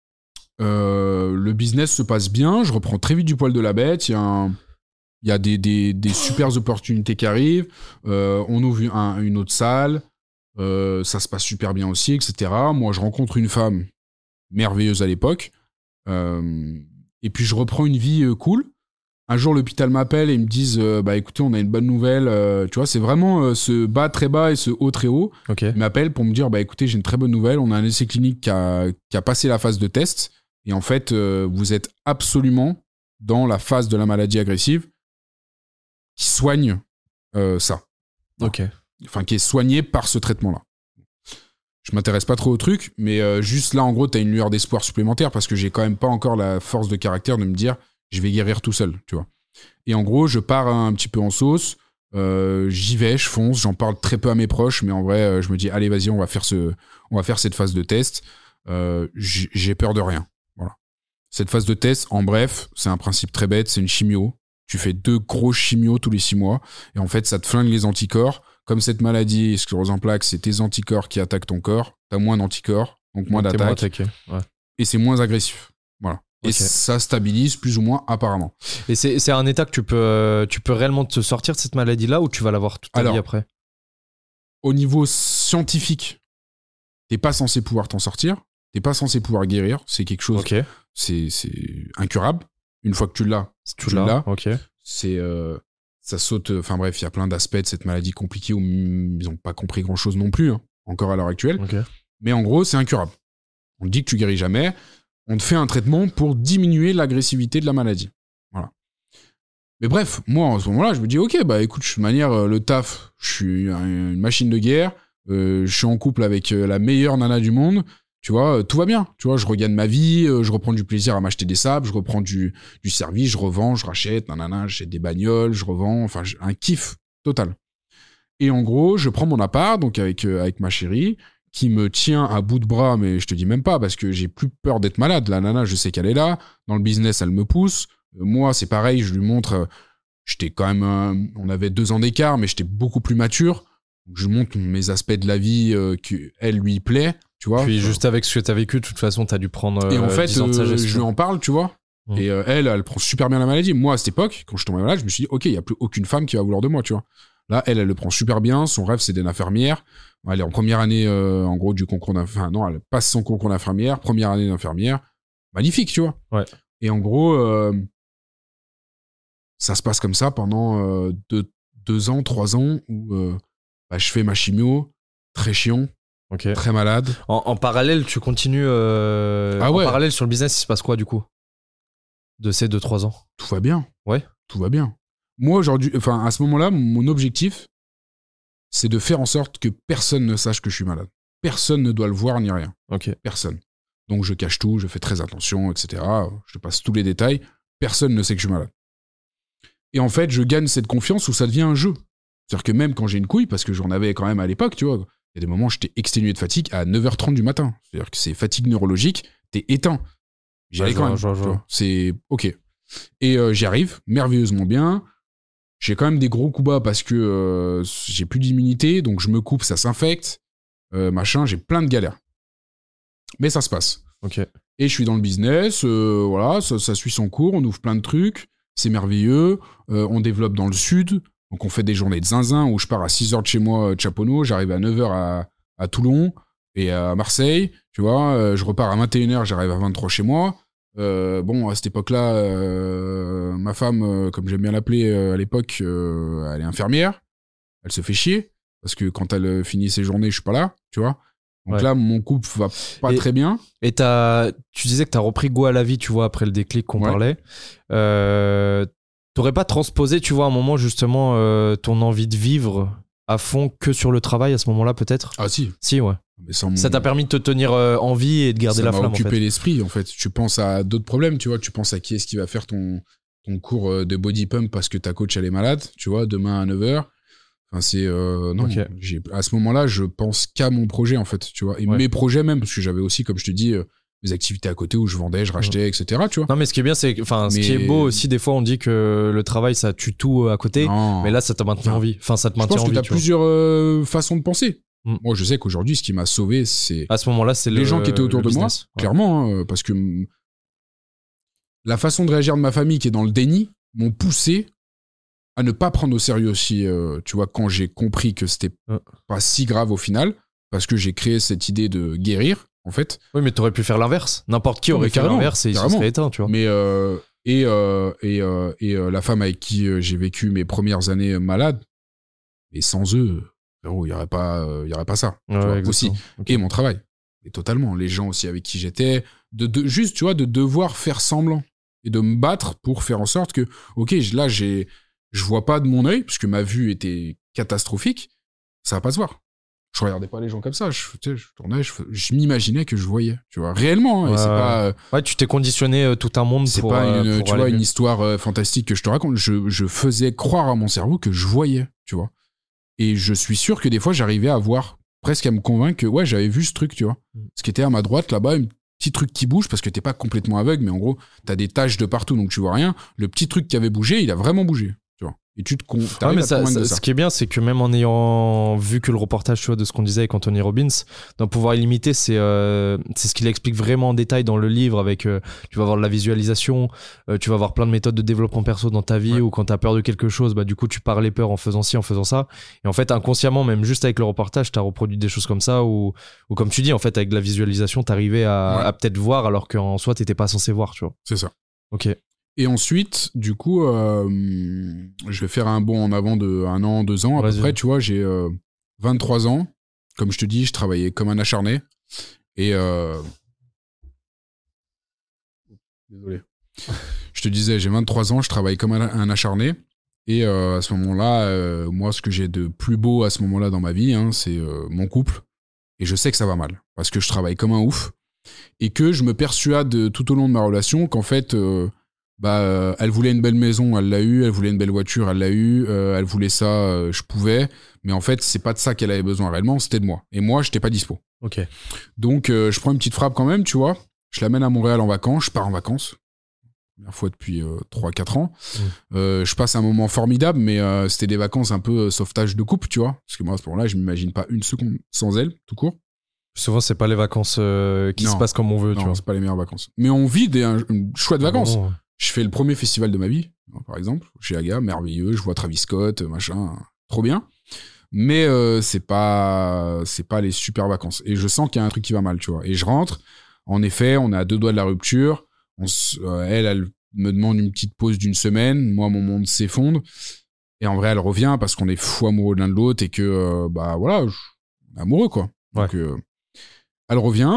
Euh, le business se passe bien, je reprends très vite du poil de la bête, il y a, un, il y a des, des, des super opportunités qui arrivent, euh, on ouvre un, une autre salle, euh, ça se passe super bien aussi, et cetera. Moi, je rencontre une femme merveilleuse à l'époque, euh, et puis je reprends une vie euh, cool. Un jour, l'hôpital m'appelle et ils me disent euh, bah écoutez, on a une bonne nouvelle. Euh, tu vois, c'est vraiment euh, ce bas très bas et ce haut très haut. Okay. Ils m'appellent pour me dire bah écoutez, j'ai une très bonne nouvelle. On a un essai clinique qui a, qui a passé la phase de test. Et en fait, euh, vous êtes absolument dans la phase de la maladie agressive qui soigne euh, ça. Ok. Enfin, qui est soignée par ce traitement-là. Je m'intéresse pas trop au truc, mais euh, juste là, en gros, t'as une lueur d'espoir supplémentaire parce que j'ai quand même pas encore la force de caractère de me dire je vais guérir tout seul, tu vois. Et en gros, je pars un petit peu en sauce, euh, j'y vais, je fonce, j'en parle très peu à mes proches, mais en vrai, euh, je me dis allez, vas-y, on va faire ce, on va faire cette phase de test. Euh, j'ai peur de rien. Voilà. Cette phase de test, en bref, c'est un principe très bête, c'est une chimio. Tu fais deux grosses chimios tous les six mois, et en fait, ça te flingue les anticorps. Comme cette maladie, sclérose en plaques, c'est tes anticorps qui attaquent ton corps. T'as moins d'anticorps, donc moins d'attaques. Ouais. Et c'est moins agressif. Voilà. Et okay. Ça stabilise plus ou moins apparemment. Et c'est, c'est un état que tu peux, tu peux réellement te sortir de cette maladie-là ou tu vas l'avoir toute ta Alors, vie après ? Au niveau scientifique, t'es pas censé pouvoir t'en sortir. T'es pas censé pouvoir guérir. C'est quelque chose... Okay. C'est, c'est incurable. Une fois que tu l'as, tu, tu l'as. l'as. Okay. C'est... Euh, ça saute... Enfin bref, il y a plein d'aspects de cette maladie compliquée où ils ont pas compris grand-chose non plus, hein, encore à l'heure actuelle. Okay. Mais en gros, c'est incurable. On te dit que tu guéris jamais. on te fait un traitement pour diminuer l'agressivité de la maladie. Voilà. Mais bref, moi, en ce moment-là, je me dis, ok, bah écoute, de toute manière, euh, le taf, je suis une machine de guerre, euh, je suis en couple avec euh, la meilleure nana du monde, tu vois, euh, tout va bien. Tu vois, je regagne ma vie, euh, je reprends du plaisir à m'acheter des sables, je reprends du, du service, je revends, je rachète, nanana, j'achète des bagnoles, je revends, enfin, un kiff total. Et en gros, je prends mon appart, donc avec, euh, avec ma chérie, qui me tient à bout de bras, mais je te dis même pas, parce que j'ai plus peur d'être malade. La nana, je sais qu'elle est là. Dans le business, elle me pousse. Euh, moi, c'est pareil, je lui montre... Euh, j'étais quand même... Euh, on avait deux ans d'écart, mais j'étais beaucoup plus mature. Donc, je lui montre mes aspects de la vie euh, qu'elle lui plaît, tu vois. Puis euh, juste avec ce que t'as vécu, de toute façon, t'as dû prendre euh, Et en fait, dix ans de euh, sagesse. je lui en parle, tu vois. Mmh. Et euh, elle, elle prend super bien la maladie. Moi, à cette époque, quand je tombais malade, je me suis dit, ok, il n'y a plus aucune femme qui va vouloir de moi, tu vois. Là, elle, elle le prend super bien. Son rêve, c'est d'être infirmière. Elle est en première année, euh, en gros, du concours d'infirmière. Enfin, non, elle passe son concours d'infirmière. Première année d'infirmière. Magnifique, tu vois. Ouais. Et en gros, euh, ça se passe comme ça pendant euh, deux, deux ans, trois ans, où euh, bah, je fais ma chimio, très chiant, okay. très malade. En, en parallèle, tu continues... Euh, ah ouais. En parallèle, sur le business, il se passe quoi, du coup? De ces deux trois ans? Tout va bien. Ouais. Tout va bien. Moi, aujourd'hui, enfin, à ce moment-là, mon objectif, c'est de faire en sorte que personne ne sache que je suis malade. Personne ne doit le voir ni rien. Okay. Personne. Donc, je cache tout, je fais très attention, et cetera. Je te passe tous les détails. Personne ne sait que je suis malade. Et en fait, je gagne cette confiance où ça devient un jeu. C'est-à-dire que même quand j'ai une couille, parce que j'en avais quand même à l'époque, tu vois, il y a des moments où j'étais exténué de fatigue à neuf heures trente du matin. C'est-à-dire que c'est fatigue neurologique, t'es éteint. J'y allais quand même. Joie, joie. C'est OK. Et euh, j'y arrive merveilleusement bien. J'ai quand même des gros coups bas parce que euh, j'ai plus d'immunité, donc je me coupe, ça s'infecte, euh, machin, j'ai plein de galères. Mais ça se passe. Okay. Et je suis dans le business, euh, voilà, ça, ça suit son cours, on ouvre plein de trucs, c'est merveilleux, euh, on développe dans le sud, donc on fait des journées de zinzin où je pars à six heures de chez moi de Chaponneau, j'arrive à neuf heures à, à Toulon et à Marseille, tu vois, euh, je repars à vingt et une heures, j'arrive à vingt-trois chez moi. Euh, bon, à cette époque-là, euh, ma femme, euh, comme j'aime bien l'appeler euh, à l'époque, euh, elle est infirmière. Elle se fait chier parce que quand elle finit ses journées, je suis pas là, tu vois. Donc ouais. Là, mon couple va pas et, très bien. Et t'as, tu disais que t'as repris goût à la vie, tu vois, après le déclic qu'on ouais. parlait. Euh, t'aurais pas transposé, tu vois, à un moment justement euh, ton envie de vivre à fond que sur le travail à ce moment-là, peut-être? Ah si. Si, ouais. Mais sans ça mon... t'a permis de te tenir euh, en vie et de garder ça la flamme, en fait. Ça m'a occupé l'esprit, en fait. Tu penses à d'autres problèmes, tu vois. Tu penses à qui est-ce qui va faire ton, ton cours de body pump parce que ta coach, elle est malade, tu vois, demain à neuf heures. Enfin, c'est... Euh, non, okay. j'ai, à ce moment-là, je pense qu'à mon projet, en fait, tu vois. Et ouais. mes projets même, parce que j'avais aussi, comme je te dis... Euh, mes activités à côté où je vendais, je rachetais, ouais. et cetera. Tu vois. Non, mais ce qui est bien, c'est, enfin, mais... ce qui est beau aussi, des fois, on dit que le travail, ça tue tout à côté, non. mais là, ça t'a maintenu en vie. Enfin, ça te maintient en vie. Je pense que t'as plusieurs euh, façons de penser. Mm. Moi, je sais qu'aujourd'hui, ce qui m'a sauvé, c'est à ce moment-là, c'est les le, gens qui étaient autour de business. moi, ouais. clairement, hein, parce que la façon de réagir de ma famille, qui est dans le déni, m'ont poussé à ne pas prendre au sérieux aussi. Euh, tu vois, quand j'ai compris que c'était mm. pas si grave au final, parce que j'ai créé cette idée de guérir. En fait. Oui, mais t'aurais pu faire l'inverse. N'importe qui aurait fait l'inverse et il se serait éteint, tu vois. Mais euh, et euh, et euh, et euh, la femme avec qui euh, j'ai vécu mes premières années malades, et sans eux, frérot, il y aurait pas, il euh, y aurait pas ça. Ouais, tu vois, aussi. Okay. Et mon travail, et totalement. Les gens aussi avec qui j'étais, de, de juste, tu vois, de devoir faire semblant et de me battre pour faire en sorte que, ok, là, j'ai, je vois pas de mon œil puisque ma vue était catastrophique, ça va pas se voir. Je regardais pas les gens comme ça, je, tu sais, je tournais, je, je m'imaginais que je voyais, tu vois, réellement. Hein, ouais, et c'est pas, euh, ouais, tu t'es conditionné euh, tout un monde c'est pour. C'est pas une, euh, pour tu vois, une histoire euh, fantastique que je te raconte. Je, je faisais croire à mon cerveau que je voyais, tu vois. Et je suis sûr que des fois, j'arrivais à voir, presque à me convaincre que ouais, j'avais vu ce truc, tu vois. Mm. Ce qui était à ma droite là-bas, un petit truc qui bouge parce que t'es pas complètement aveugle, mais en gros, t'as des taches de partout, donc tu vois rien. Le petit truc qui avait bougé, il a vraiment bougé. Et tu te con... ouais, mais ça, ça, ça. Ce qui est bien, c'est que même en ayant vu que le reportage, tu vois, de ce qu'on disait avec Anthony Robbins, dans Pouvoir illimité, c'est euh, c'est ce qu'il explique vraiment en détail dans le livre. Avec, euh, tu vas avoir de la visualisation, euh, tu vas avoir plein de méthodes de développement perso dans ta vie, ouais. Ou quand t'as peur de quelque chose, bah du coup tu pars les peurs en faisant ci, en faisant ça. Et en fait, inconsciemment, même juste avec le reportage, t'as reproduit des choses comme ça, ou ou comme tu dis, en fait, avec de la visualisation, t'arrivais à, ouais. à peut-être voir alors qu'en soi t'étais pas censé voir, tu vois. C'est ça. Ok. Et ensuite, du coup, euh, je vais faire un bond en avant de un an, deux ans à Vas-y. peu près. Tu vois, j'ai euh, vingt-trois ans. Comme je te dis, je travaillais comme un acharné. Et, euh, Désolé. Je te disais, j'ai vingt-trois ans, je travaille comme un, un acharné. Et euh, à ce moment-là, euh, moi, ce que j'ai de plus beau à ce moment-là dans ma vie, hein, c'est euh, mon couple. Et je sais que ça va mal, parce que je travaille comme un ouf. Et que je me persuade tout au long de ma relation qu'en fait, euh, bah, euh, elle voulait une belle maison, elle l'a eu. Elle voulait une belle voiture, elle l'a eu. Euh, elle voulait ça, euh, je pouvais. Mais en fait, c'est pas de ça qu'elle avait besoin réellement, c'était de moi. Et moi, j'étais pas dispo. Ok. Donc, euh, je prends une petite frappe quand même, tu vois. Je l'amène à Montréal en vacances, je pars en vacances. Première fois depuis euh, trois quatre ans. Mmh. Euh, je passe un moment formidable, mais euh, c'était des vacances un peu euh, sauvetage de couple, tu vois. Parce que moi, à ce moment-là, je m'imagine pas une seconde sans elle, tout court. Souvent, c'est pas les vacances euh, qui non. se passent comme on veut, non, tu vois. C'est pas les meilleures vacances. Mais on vit des un, une chouette ah vacances. Bon, ouais. Je fais le premier festival de ma vie, par exemple, chez Aga, merveilleux. Je vois Travis Scott, machin, trop bien. Mais euh, c'est pas, c'est pas les super vacances. Et je sens qu'il y a un truc qui va mal, tu vois. Et je rentre. En effet, on est à deux doigts de la rupture. On s- euh, elle, elle me demande une petite pause d'une semaine. Moi, mon monde s'effondre. Et en vrai, elle revient parce qu'on est fou amoureux l'un de l'autre et que, euh, bah voilà, je... on est amoureux, quoi. Ouais. Donc, euh, elle revient.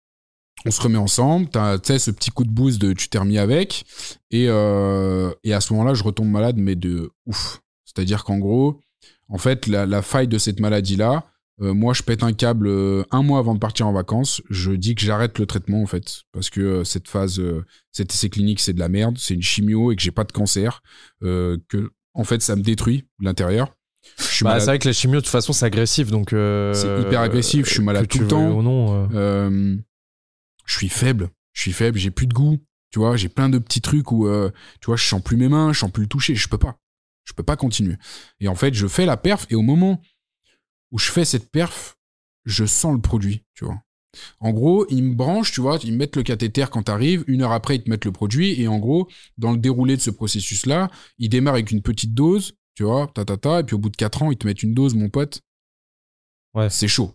On se remet ensemble. T'as, tu sais, ce petit coup de boost de tu t'es remis avec. Et, euh, et à ce moment-là, je retombe malade, mais de ouf. C'est-à-dire qu'en gros, en fait, la, la faille de cette maladie-là, euh, moi, je pète un câble euh, un mois avant de partir en vacances. Je dis que j'arrête le traitement, en fait. Parce que euh, cette phase, euh, cet essai clinique, c'est de la merde. C'est une chimio et que j'ai pas de cancer. Euh, que, en fait, ça me détruit de l'intérieur. Bah, c'est vrai que la chimio, de toute façon, c'est agressif. Donc, euh, c'est hyper agressif. Je suis malade tout le temps. Ou non, euh... Euh, je suis faible. Je suis faible. J'ai plus de goût. Tu vois, j'ai plein de petits trucs où, euh, tu vois, je sens plus mes mains, je sens plus le toucher. Je peux pas. Je peux pas continuer. Et en fait, je fais la perf et au moment où je fais cette perf, je sens le produit, tu vois. En gros, ils me branchent, tu vois, ils me mettent le cathéter quand t'arrives, une heure après, ils te mettent le produit, et en gros, dans le déroulé de ce processus-là, ils démarrent avec une petite dose, tu vois, ta, ta, ta, et puis au bout de quatre ans, ils te mettent une dose, mon pote. Ouais. C'est chaud.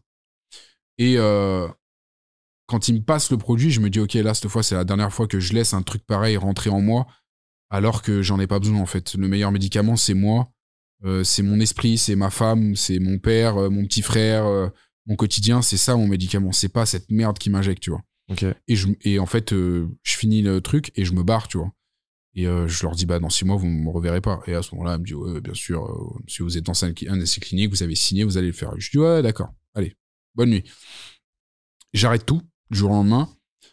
Et euh, quand ils me passent le produit, je me dis, ok, là, cette fois, c'est la dernière fois que je laisse un truc pareil rentrer en moi, alors que j'en ai pas besoin, en fait. Le meilleur médicament, c'est moi. Euh, c'est mon esprit, c'est ma femme, c'est mon père, euh, mon petit frère, euh, mon quotidien, c'est ça mon médicament, c'est pas cette merde qui m'injecte, tu vois. Okay. Et, je, et en fait, euh, je finis le truc et je me barre, tu vois. Et euh, je leur dis, bah dans six mois, vous me reverrez pas. Et à ce moment-là, elle me dit, ouais, bien sûr, euh, si vous êtes dans un essai clinique, vous avez signé, vous allez le faire. Et je dis, ouais, d'accord, allez, bonne nuit. J'arrête tout, du jour au lendemain.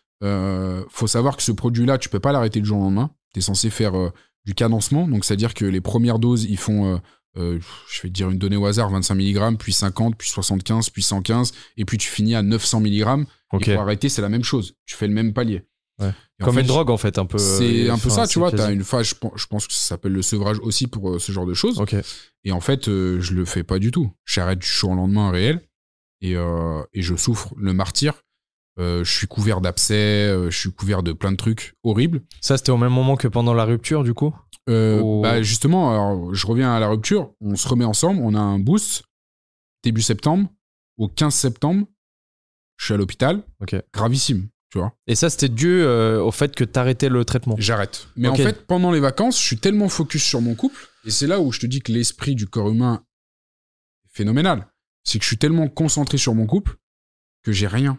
Euh, faut savoir que ce produit-là, tu peux pas l'arrêter du jour au lendemain. T'es censé faire euh, du cadencement, donc c'est-à-dire que les premières doses, ils font... Euh, Euh, je vais te dire une donnée au hasard, vingt-cinq milligrammes, puis cinquante, puis soixante-quinze, puis cent quinze, et puis tu finis à neuf cents milligrammes. Okay. Et pour arrêter, c'est la même chose. Tu fais le même palier. Ouais. Comme en fait, une drogue, en fait, un peu. C'est un peu ça, tu vois. T'as une phase, je pense, je pense que ça s'appelle le sevrage aussi pour euh, ce genre de choses. Okay. Et en fait, euh, je le fais pas du tout. J'arrête du jour au lendemain réel, et, euh, et je souffre le martyre. Euh, je suis couvert d'abcès, euh, je suis couvert de plein de trucs horribles. Ça, c'était au même moment que pendant la rupture, du coup Euh, oh. Bah justement, alors, je reviens à la rupture, on se remet ensemble, on a un boost début septembre, au quinze septembre, je suis à l'hôpital, okay. Gravissime, tu vois. Et ça, c'était dû euh, au fait que t'arrêtais le traitement. J'arrête. Mais okay. En fait, pendant les vacances, je suis tellement focus sur mon couple, et c'est là où je te dis que l'esprit du corps humain est phénoménal. C'est que je suis tellement concentré sur mon couple que j'ai rien.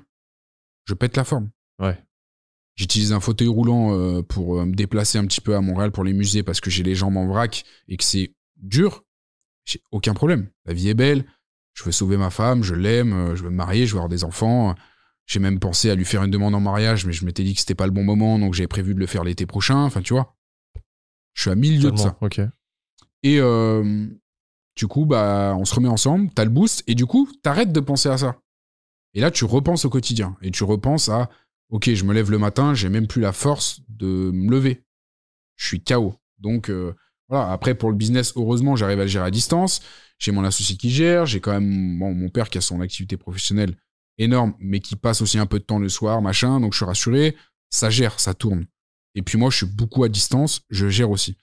Je pète la forme. Ouais. J'utilise un fauteuil roulant euh, pour euh, me déplacer un petit peu à Montréal pour les musées parce que j'ai les jambes en vrac et que c'est dur. J'ai aucun problème. La vie est belle. Je veux sauver ma femme, je l'aime, euh, je veux me marier, je veux avoir des enfants. J'ai même pensé à lui faire une demande en mariage, mais je m'étais dit que c'était pas le bon moment, donc j'avais prévu de le faire l'été prochain. Enfin, tu vois. Je suis à mille lieues de ça. Okay. Et euh, du coup, bah, on se remet ensemble, t'as le boost, et du coup, t'arrêtes de penser à ça. Et là, tu repenses au quotidien. Et tu repenses à ok, je me lève le matin, j'ai même plus la force de me lever. Je suis K O. Donc, euh, voilà. Après, pour le business, heureusement, j'arrive à le gérer à distance. J'ai mon associé qui gère. J'ai quand même bon, mon père qui a son activité professionnelle énorme, mais qui passe aussi un peu de temps le soir, machin. Donc, je suis rassuré. Ça gère, ça tourne. Et puis, moi, je suis beaucoup à distance. Je gère aussi.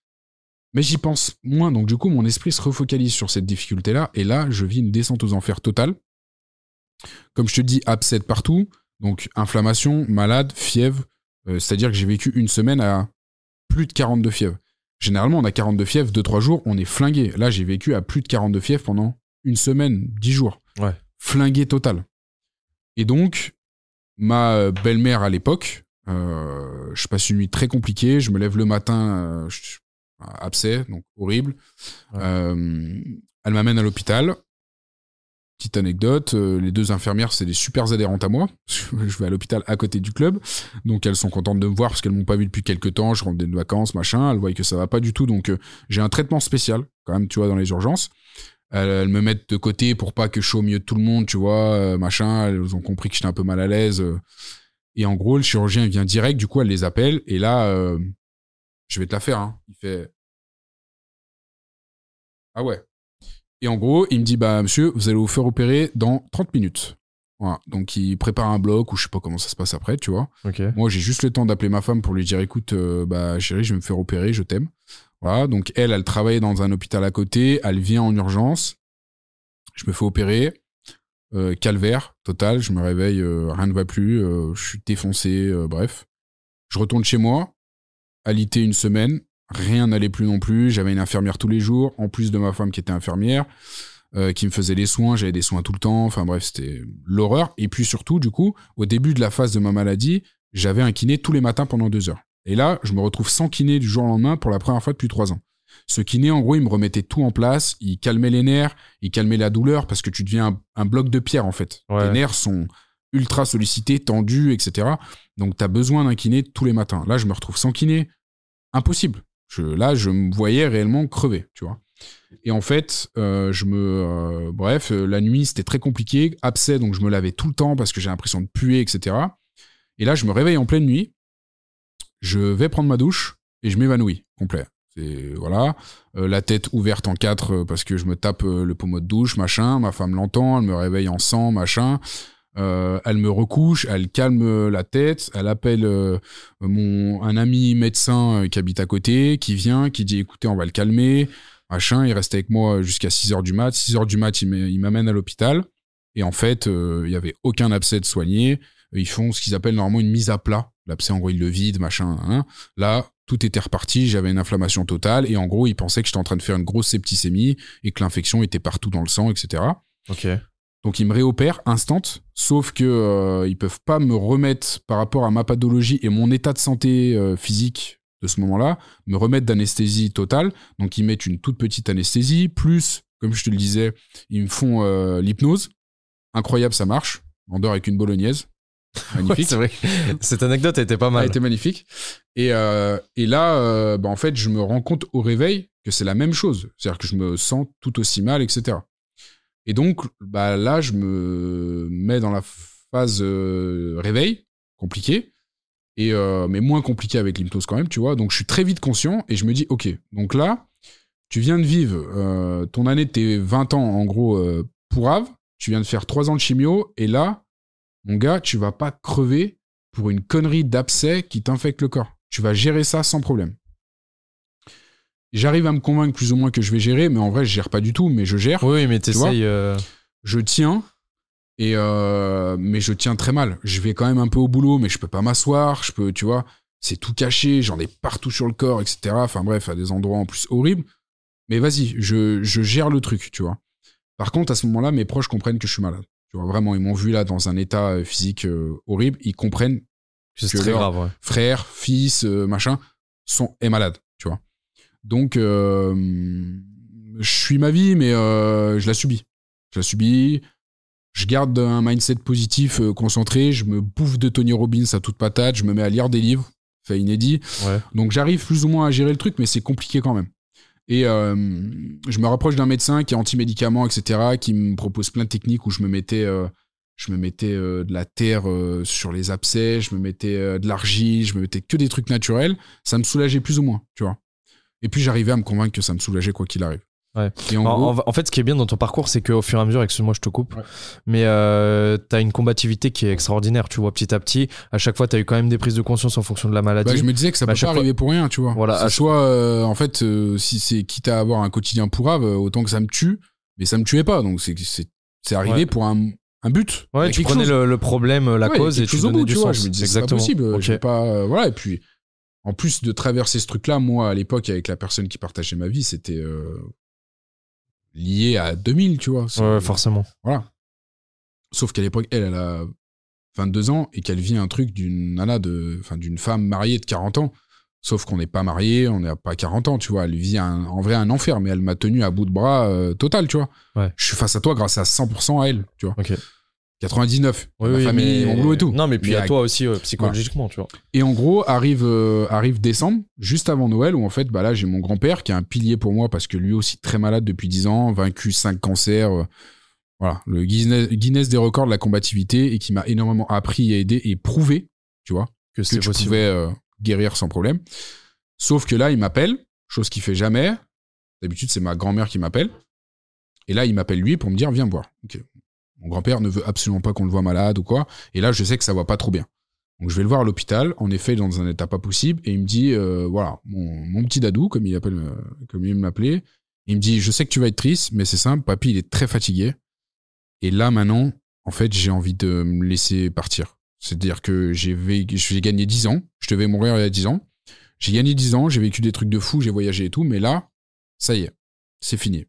Mais j'y pense moins. Donc, du coup, mon esprit se refocalise sur cette difficulté-là. Et là, je vis une descente aux enfers totale. Comme je te dis, abcès partout. Donc, inflammation, malade, fièvre. Euh, c'est-à-dire que j'ai vécu une semaine à plus de quarante-deux fièvres. Généralement, on a quarante-deux fièvres, deux trois jours, on est flingué. Là, j'ai vécu à plus de quarante-deux fièvres pendant une semaine, dix jours. Ouais. Flingué total. Et donc, ma belle-mère à l'époque, Euh, je passe une nuit très compliquée. Je me lève le matin, euh, je, abcès, donc horrible. Ouais. Euh, elle m'amène à l'hôpital. Petite anecdote, euh, les deux infirmières, c'est des super adhérentes à moi. Je vais à l'hôpital à côté du club. Donc, elles sont contentes de me voir parce qu'elles m'ont pas vu depuis quelques temps. Je rentre des vacances, machin. Elles voient que ça va pas du tout. Donc, euh, j'ai un traitement spécial, quand même, tu vois, dans les urgences. Elles, elles me mettent de côté pour pas que je sois au milieu de tout le monde, tu vois, euh, machin. Elles ont compris que j'étais un peu mal à l'aise. Euh, et en gros, le chirurgien vient direct. Du coup, elle les appelle. Et là, euh, je vais te la faire, hein. Il fait... Ah ouais. Et en gros, il me dit, bah, monsieur, vous allez vous faire opérer dans trente minutes. Voilà. Donc, il prépare un bloc, ou je sais pas comment ça se passe après, tu vois. Okay. Moi, j'ai juste le temps d'appeler ma femme pour lui dire, écoute, euh, bah, chérie, je vais me faire opérer, je t'aime. Voilà. Donc, elle, elle travaillait dans un hôpital à côté, elle vient en urgence. Je me fais opérer. Euh, calvaire, total. Je me réveille, euh, rien ne va plus. Euh, je suis défoncé, euh, bref. Je retourne chez moi, alité une semaine. Rien n'allait plus non plus. J'avais une infirmière tous les jours, en plus de ma femme qui était infirmière, euh, qui me faisait les soins. J'avais des soins tout le temps. Enfin bref, c'était l'horreur. Et puis surtout, du coup, au début de la phase de ma maladie, j'avais un kiné tous les matins pendant deux heures. Et là, je me retrouve sans kiné du jour au lendemain pour la première fois depuis trois ans. Ce kiné, en gros, il me remettait tout en place. Il calmait les nerfs, il calmait la douleur parce que tu deviens un, un bloc de pierre en fait. Ouais. Les nerfs sont ultra sollicités, tendus, et cetera. Donc, t'as besoin d'un kiné tous les matins. Là, je me retrouve sans kiné. Impossible. Je, là, je me voyais réellement crever, tu vois. Et en fait, euh, je me, euh, bref, euh, la nuit, c'était très compliqué. Abcès, donc je me lavais tout le temps parce que j'ai l'impression de puer, et cetera. Et là, je me réveille en pleine nuit. Je vais prendre ma douche et je m'évanouis, complet. C'est, voilà, euh, la tête ouverte en quatre euh, parce que je me tape euh, le pommeau de douche, machin. Ma femme l'entend, elle me réveille en sang, machin. Euh, elle me recouche, elle calme la tête, elle appelle euh, mon, un ami médecin euh, qui habite à côté, qui vient, qui dit écoutez, on va le calmer, machin. Il reste avec moi jusqu'à six heures du mat. six heures du mat, il, il m'amène à l'hôpital. Et en fait, euh, il n'y avait aucun abcès de soigné. Ils font ce qu'ils appellent normalement une mise à plat. L'abcès, en gros, ils le vident, machin. Hein. Là, tout était reparti, j'avais une inflammation totale. Et en gros, ils pensaient que j'étais en train de faire une grosse septicémie et que l'infection était partout dans le sang, et cetera. Ok. Donc, ils me réopèrent instant, sauf que euh, ils peuvent pas me remettre par rapport à ma pathologie et mon état de santé euh, physique de ce moment-là, me remettre d'anesthésie totale. Donc, ils mettent une toute petite anesthésie, plus, comme je te le disais, ils me font euh, l'hypnose. Incroyable, ça marche. On dort avec une bolognaise. Magnifique. Ouais, c'est vrai. Cette anecdote était pas mal. Elle était magnifique. Et, euh, et là, euh, bah, en fait, je me rends compte au réveil que c'est la même chose. C'est-à-dire que je me sens tout aussi mal, et cetera. Et donc, bah, là, je me mets dans la phase euh, réveil, compliqué, et, euh, mais moins compliqué avec l'hypnose quand même, tu vois. Donc, je suis très vite conscient et je me dis, ok, donc là, tu viens de vivre euh, ton année de tes vingt ans, en gros, euh, pourrave, tu viens de faire trois ans de chimio, et là, mon gars, tu vas pas crever pour une connerie d'abcès qui t'infecte le corps. Tu vas gérer ça sans problème. J'arrive à me convaincre plus ou moins que je vais gérer, mais en vrai, je gère pas du tout, mais je gère. Oui, mais t'essayes... Euh... Je tiens, et euh, mais je tiens très mal. Je vais quand même un peu au boulot, mais je peux pas m'asseoir, je peux, tu vois, c'est tout caché, j'en ai partout sur le corps, et cetera. Enfin bref, à des endroits en plus horribles. Mais vas-y, je, je gère le truc, tu vois. Par contre, à ce moment-là, mes proches comprennent que je suis malade. Tu vois, vraiment, ils m'ont vu là dans un état physique euh, horrible. Ils comprennent c'est que très leurs grave, ouais. frères, fils, euh, machin, sont est malade, tu vois. Donc, euh, je suis ma vie, mais euh, je la subis. Je la subis. Je garde un mindset positif, euh, concentré. Je me bouffe de Tony Robbins à toute patate. Je me mets à lire des livres, fait inédit. Ouais. Donc, j'arrive plus ou moins à gérer le truc, mais c'est compliqué quand même. Et euh, je me rapproche d'un médecin qui est anti-médicaments, et cetera, qui me propose plein de techniques où je me mettais, euh, je me mettais euh, de la terre euh, sur les abcès, je me mettais euh, de l'argile, je me mettais que des trucs naturels. Ça me soulageait plus ou moins, tu vois. Et puis j'arrivais à me convaincre que ça me soulageait quoi qu'il arrive. Ouais. Et en, en, gros, en fait, ce qui est bien dans ton parcours, c'est qu'au fur et à mesure, excuse-moi, je te coupe, ouais. mais euh, t'as une combativité qui est extraordinaire, tu vois, petit à petit. À chaque fois, t'as eu quand même des prises de conscience en fonction de la maladie. Bah, je me disais que ça bah, peut pas arriver fois... pour rien, tu vois. Voilà, c'est soit, euh, en fait, euh, si c'est quitte à avoir un quotidien pourrave, autant que ça me tue, mais ça me tuait pas, donc c'est, c'est, c'est arrivé ouais. pour un, un but. Ouais, tu prenais le, le problème, la ouais, cause, et tu donnais bout, du tu sens. Vois, je me disais, exactement. C'est pas possible, okay. je vais pas, euh, voilà, et puis, en plus de traverser ce truc-là, moi, à l'époque, avec la personne qui partageait ma vie, c'était euh, lié à deux mille, tu vois. Ouais, forcément. Voilà. Sauf qu'à l'époque, elle, elle a vingt-deux ans et qu'elle vit un truc d'une nana de, enfin, d'une femme mariée de quarante ans. Sauf qu'on n'est pas mariés, on n'a pas quarante ans, tu vois. Elle vit un, en vrai un enfer, mais elle m'a tenu à bout de bras euh, total, tu vois. Ouais. Je suis face à toi grâce à cent pour cent à elle, tu vois. Ok. quatre-vingt-dix-neuf, Oui, ma oui, famille, mais... mon boulot et tout. Non, mais puis mais à à... toi aussi, euh, psychologiquement, voilà. Tu vois. Et en gros, arrive, euh, arrive décembre, juste avant Noël, où en fait, bah là, j'ai mon grand-père qui est un pilier pour moi parce que lui aussi très malade depuis dix ans, vaincu cinq cancers. Euh, voilà, le Guinness, Guinness des records de la combativité et qui m'a énormément appris et aidé et prouvé, tu vois, que, que tu pouvais euh, guérir sans problème. Sauf que là, il m'appelle, chose qu'il fait jamais. D'habitude, c'est ma grand-mère qui m'appelle. Et là, il m'appelle lui pour me dire, viens me voir. Okay. Mon grand-père ne veut absolument pas qu'on le voie malade ou quoi. Et là, je sais que ça va pas trop bien. Donc, je vais le voir à l'hôpital, en effet, dans un état pas possible. Et il me dit, euh, voilà, mon, mon petit dadou, comme il appelle, euh, comme il m'appelait, il me dit, je sais que tu vas être triste, mais c'est simple, papy, il est très fatigué. Et là, maintenant, en fait, j'ai envie de me laisser partir. C'est-à-dire que j'ai, j'ai gagné dix ans. Je devais mourir il y a dix ans. J'ai gagné dix ans, j'ai vécu des trucs de fou, j'ai voyagé et tout, mais là, ça y est, c'est fini.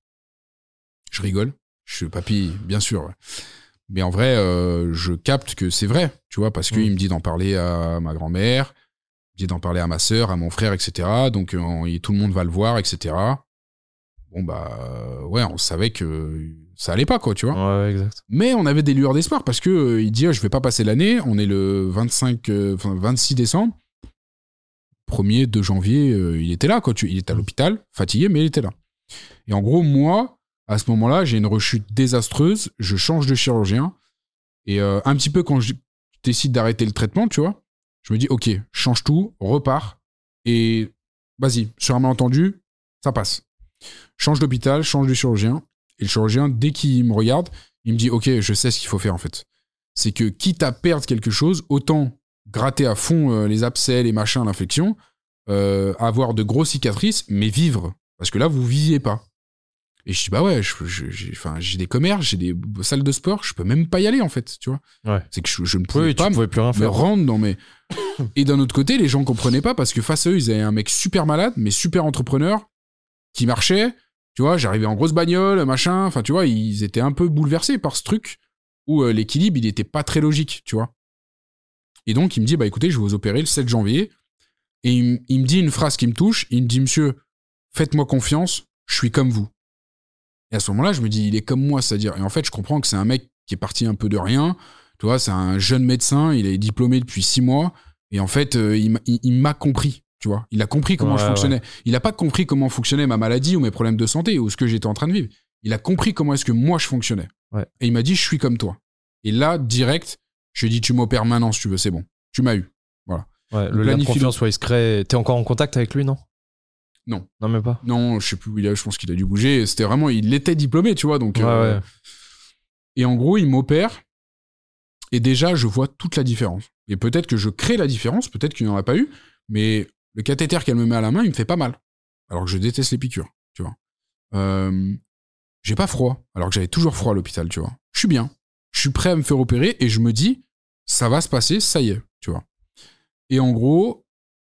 Je rigole, je suis papy, bien sûr. Ouais. Mais en vrai, euh, je capte que c'est vrai, tu vois, parce qu'il mmh. me dit d'en parler à ma grand-mère, il me dit d'en parler à ma sœur, à mon frère, et cetera. Donc, euh, tout le monde va le voir, et cetera. Bon, bah, euh, ouais, on savait que ça allait pas, quoi, tu vois. Ouais, exact. Mais on avait des lueurs d'espoir parce que euh, il dit, oh, je vais pas passer l'année, on est le vingt-cinq, euh, enfin, vingt-six décembre. premier, deux janvier, euh, il était là, quoi. Il était à l'hôpital, fatigué, mais il était là. Et en gros, moi, à ce moment-là, j'ai une rechute désastreuse, je change de chirurgien, et euh, un petit peu quand je décide d'arrêter le traitement, tu vois, je me dis, ok, change tout, repars, et vas-y, sur un malentendu, ça passe. Change d'hôpital, change de chirurgien, et le chirurgien, dès qu'il me regarde, il me dit, ok, je sais ce qu'il faut faire, en fait. C'est que, quitte à perdre quelque chose, autant gratter à fond euh, les abcès, les machins, l'infection, euh, avoir de grosses cicatrices, mais vivre. Parce que là, vous viviez pas. Et je dis, bah ouais, je, je, j'ai, j'ai des commerces, j'ai des salles de sport, je peux même pas y aller, en fait, tu vois. Ouais. C'est que je, je ne pouvais oui, pas tu pouvais plus rien me faire. rendre dans mes... Et d'un autre côté, les gens comprenaient pas parce que face à eux, ils avaient un mec super malade, mais super entrepreneur, qui marchait, tu vois, j'arrivais en grosse bagnole, machin, enfin, tu vois, ils étaient un peu bouleversés par ce truc où euh, l'équilibre, il était pas très logique, tu vois. Et donc, il me dit, bah écoutez, je vais vous opérer le sept janvier. Et il, il me dit une phrase qui me touche. Il me dit, monsieur, faites-moi confiance, je suis comme vous. Et à ce moment-là, je me dis, il est comme moi, c'est-à-dire... Et en fait, je comprends que c'est un mec qui est parti un peu de rien. Tu vois, c'est un jeune médecin, il est diplômé depuis six mois. Et en fait, euh, il, il, il m'a compris, tu vois. Il a compris comment ouais, je fonctionnais. Ouais. Il n'a pas compris comment fonctionnait ma maladie ou mes problèmes de santé ou ce que j'étais en train de vivre. Il a compris comment est-ce que moi, je fonctionnais. Ouais. Et il m'a dit, je suis comme toi. Et là, direct... Je lui ai dit, tu m'opères maintenant si tu veux, c'est bon. Tu m'as eu. Voilà. Ouais, le lien de confiance, ouais, il se crée. T'es encore en contact avec lui, non ? Non. Non, mais pas. Non, je sais plus où il est, je pense qu'il a dû bouger. C'était vraiment, il était diplômé, tu vois. Donc, ouais, euh... ouais. Et en gros, il m'opère. Et déjà, je vois toute la différence. Et peut-être que je crée la différence, peut-être qu'il n'y en a pas eu. Mais le cathéter qu'elle me met à la main, il me fait pas mal. Alors que je déteste les piqûres, tu vois. Euh... J'ai pas froid, alors que j'avais toujours froid à l'hôpital, tu vois. Je suis bien. Je suis prêt à me faire opérer et je me dis, ça va se passer, ça y est, tu vois. Et en gros,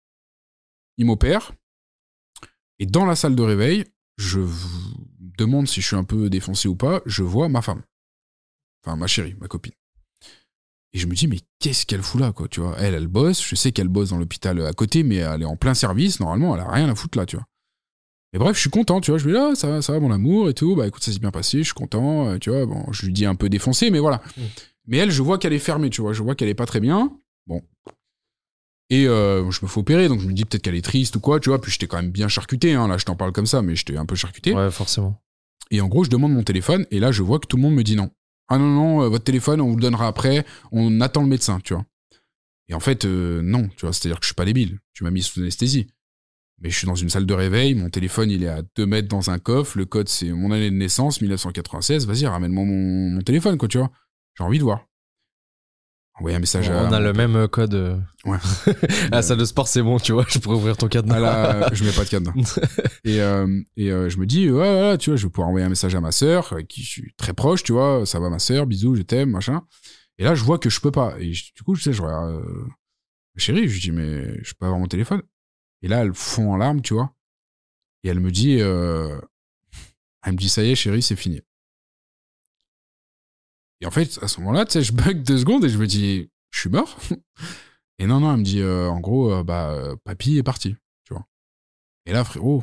il m'opère. Et dans la salle de réveil, je vous demande si je suis un peu défoncé ou pas, je vois ma femme. Enfin, ma chérie, ma copine. Et je me dis, mais qu'est-ce qu'elle fout là, quoi, tu vois. Elle, elle bosse, je sais qu'elle bosse dans l'hôpital à côté, mais elle est en plein service, normalement, elle a rien à foutre là, tu vois. Et bref, je suis content, tu vois, je me dis, ah, ça va, ça va, mon amour, et tout, bah écoute, ça s'est bien passé, je suis content, tu vois, bon, je lui dis un peu défoncé, mais voilà. Mmh. Mais elle, je vois qu'elle est fermée, tu vois, je vois qu'elle est pas très bien, bon. Et euh, je me fais opérer, donc je me dis peut-être qu'elle est triste ou quoi, tu vois, puis j'étais quand même bien charcuté, hein, là, je t'en parle comme ça, mais j'étais un peu charcuté. Ouais, forcément. Et en gros, je demande mon téléphone, et là, je vois que tout le monde me dit non. Ah non, non, euh, votre téléphone, on vous le donnera après, on attend le médecin, tu vois. Et en fait, euh, non, tu vois, c'est-à-dire que je suis pas débile, tu m'as mis sous anesthésie. Mais je suis dans une salle de réveil, mon téléphone il est à deux mètres dans un coffre, le code c'est mon année de naissance, dix-neuf cent quatre-vingt-seize, vas-y, ramène-moi mon, mon téléphone, quoi, tu vois. J'ai envie de voir. Envoyer un message on à... On a le père. Même code. Ouais. À la salle de sport, c'est bon, tu vois, je pourrais ouvrir ton cadenas. Ah là, je mets pas de cadenas. et euh, et euh, je me dis, ouais, ouais, tu vois, je vais pouvoir envoyer un message à ma sœur, avec qui je suis très proche, tu vois, ça va ma sœur, bisous, je t'aime, machin. Et là, je vois que je peux pas. Et je, du coup, je sais, je regarde... Euh, chérie, je lui dis, mais je peux avoir mon téléphone ? Et là, elle fond en larmes, tu vois. Et elle me dit, euh... elle me dit, ça y est, chérie, c'est fini. Et en fait, à ce moment-là, tu sais, je bug deux secondes et je me dis, je suis mort. Et non, non, elle me dit, euh, en gros, euh, bah, euh, papy est parti, tu vois. Et là, frérot,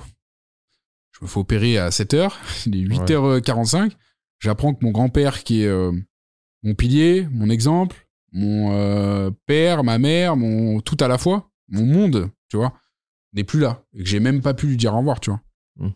je me fais opérer à sept heures, il est huit heures quarante-cinq. J'apprends que mon grand-père, qui est euh, mon pilier, mon exemple, mon euh, père, ma mère, mon tout à la fois, mon monde, tu vois, n'est plus là. Et que j'ai même pas pu lui dire au revoir, tu vois. Mm.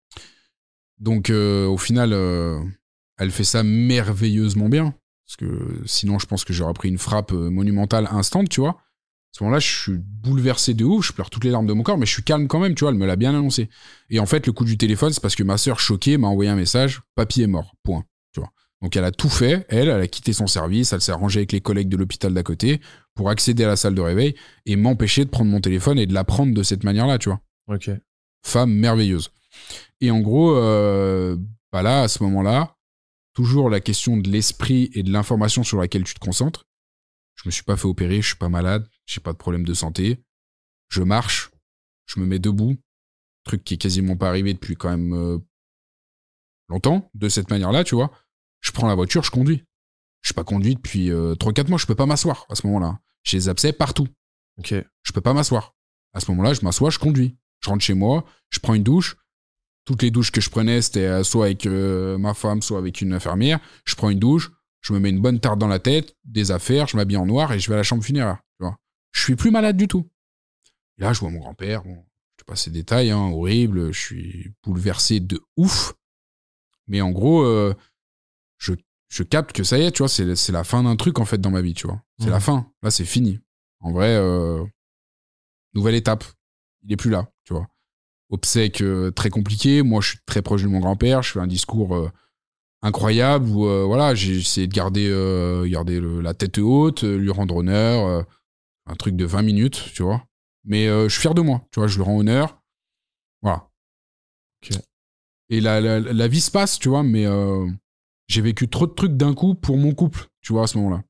Donc, euh, au final, euh, elle fait ça merveilleusement bien. Parce que sinon, je pense que j'aurais pris une frappe monumentale instant, tu vois. À ce moment-là, je suis bouleversé de ouf, je pleure toutes les larmes de mon corps, mais je suis calme quand même, tu vois, elle me l'a bien annoncé. Et en fait, le coup du téléphone, c'est parce que ma sœur, choquée, m'a envoyé un message, papy est mort, point, tu vois. Donc elle a tout fait, elle, elle a quitté son service, elle s'est arrangée avec les collègues de l'hôpital d'à côté pour accéder à la salle de réveil et m'empêcher de prendre mon téléphone et de la prendre de cette manière-là, tu vois. Ok. Femme merveilleuse. Et en gros, euh, bah là, à ce moment-là, toujours la question de l'esprit et de l'information sur laquelle tu te concentres. Je me suis pas fait opérer, je suis pas malade, j'ai pas de problème de santé. Je marche, je me mets debout, truc qui est quasiment pas arrivé depuis quand même euh, longtemps, de cette manière-là, tu vois. Je prends la voiture, je conduis. Je suis pas conduit depuis euh, trois quatre mois, je peux pas m'asseoir à ce moment-là. J'ai des abcès partout. Ok. Je peux pas m'asseoir. À ce moment-là, je m'assois, je conduis. Je rentre chez moi, je prends une douche. Toutes les douches que je prenais, c'était soit avec euh, ma femme, soit avec une infirmière. Je prends une douche, je me mets une bonne tarte dans la tête, des affaires, je m'habille en noir et je vais à la chambre funéraire. Tu vois. Je suis plus malade du tout. Et là, je vois mon grand-père. Bon, je te passe ces détails, hein, horrible. Je suis bouleversé de ouf. Mais en gros, euh, je, je capte que ça y est, tu vois, c'est, c'est la fin d'un truc en fait dans ma vie, tu vois. C'est mmh. la fin. Là, c'est fini. En vrai, euh, nouvelle étape. Il est plus là, tu vois. Obsèque euh, très compliqué. Moi, je suis très proche de mon grand-père. Je fais un discours euh, incroyable où euh, voilà, j'ai essayé de garder, euh, garder le, la tête haute, lui rendre honneur. Euh, un truc de vingt minutes, tu vois. Mais euh, je suis fier de moi, tu vois. Je lui rends honneur. Voilà. Okay. Et la, la, la vie se passe, tu vois, mais euh, j'ai vécu trop de trucs d'un coup pour mon couple, tu vois, à ce moment-là.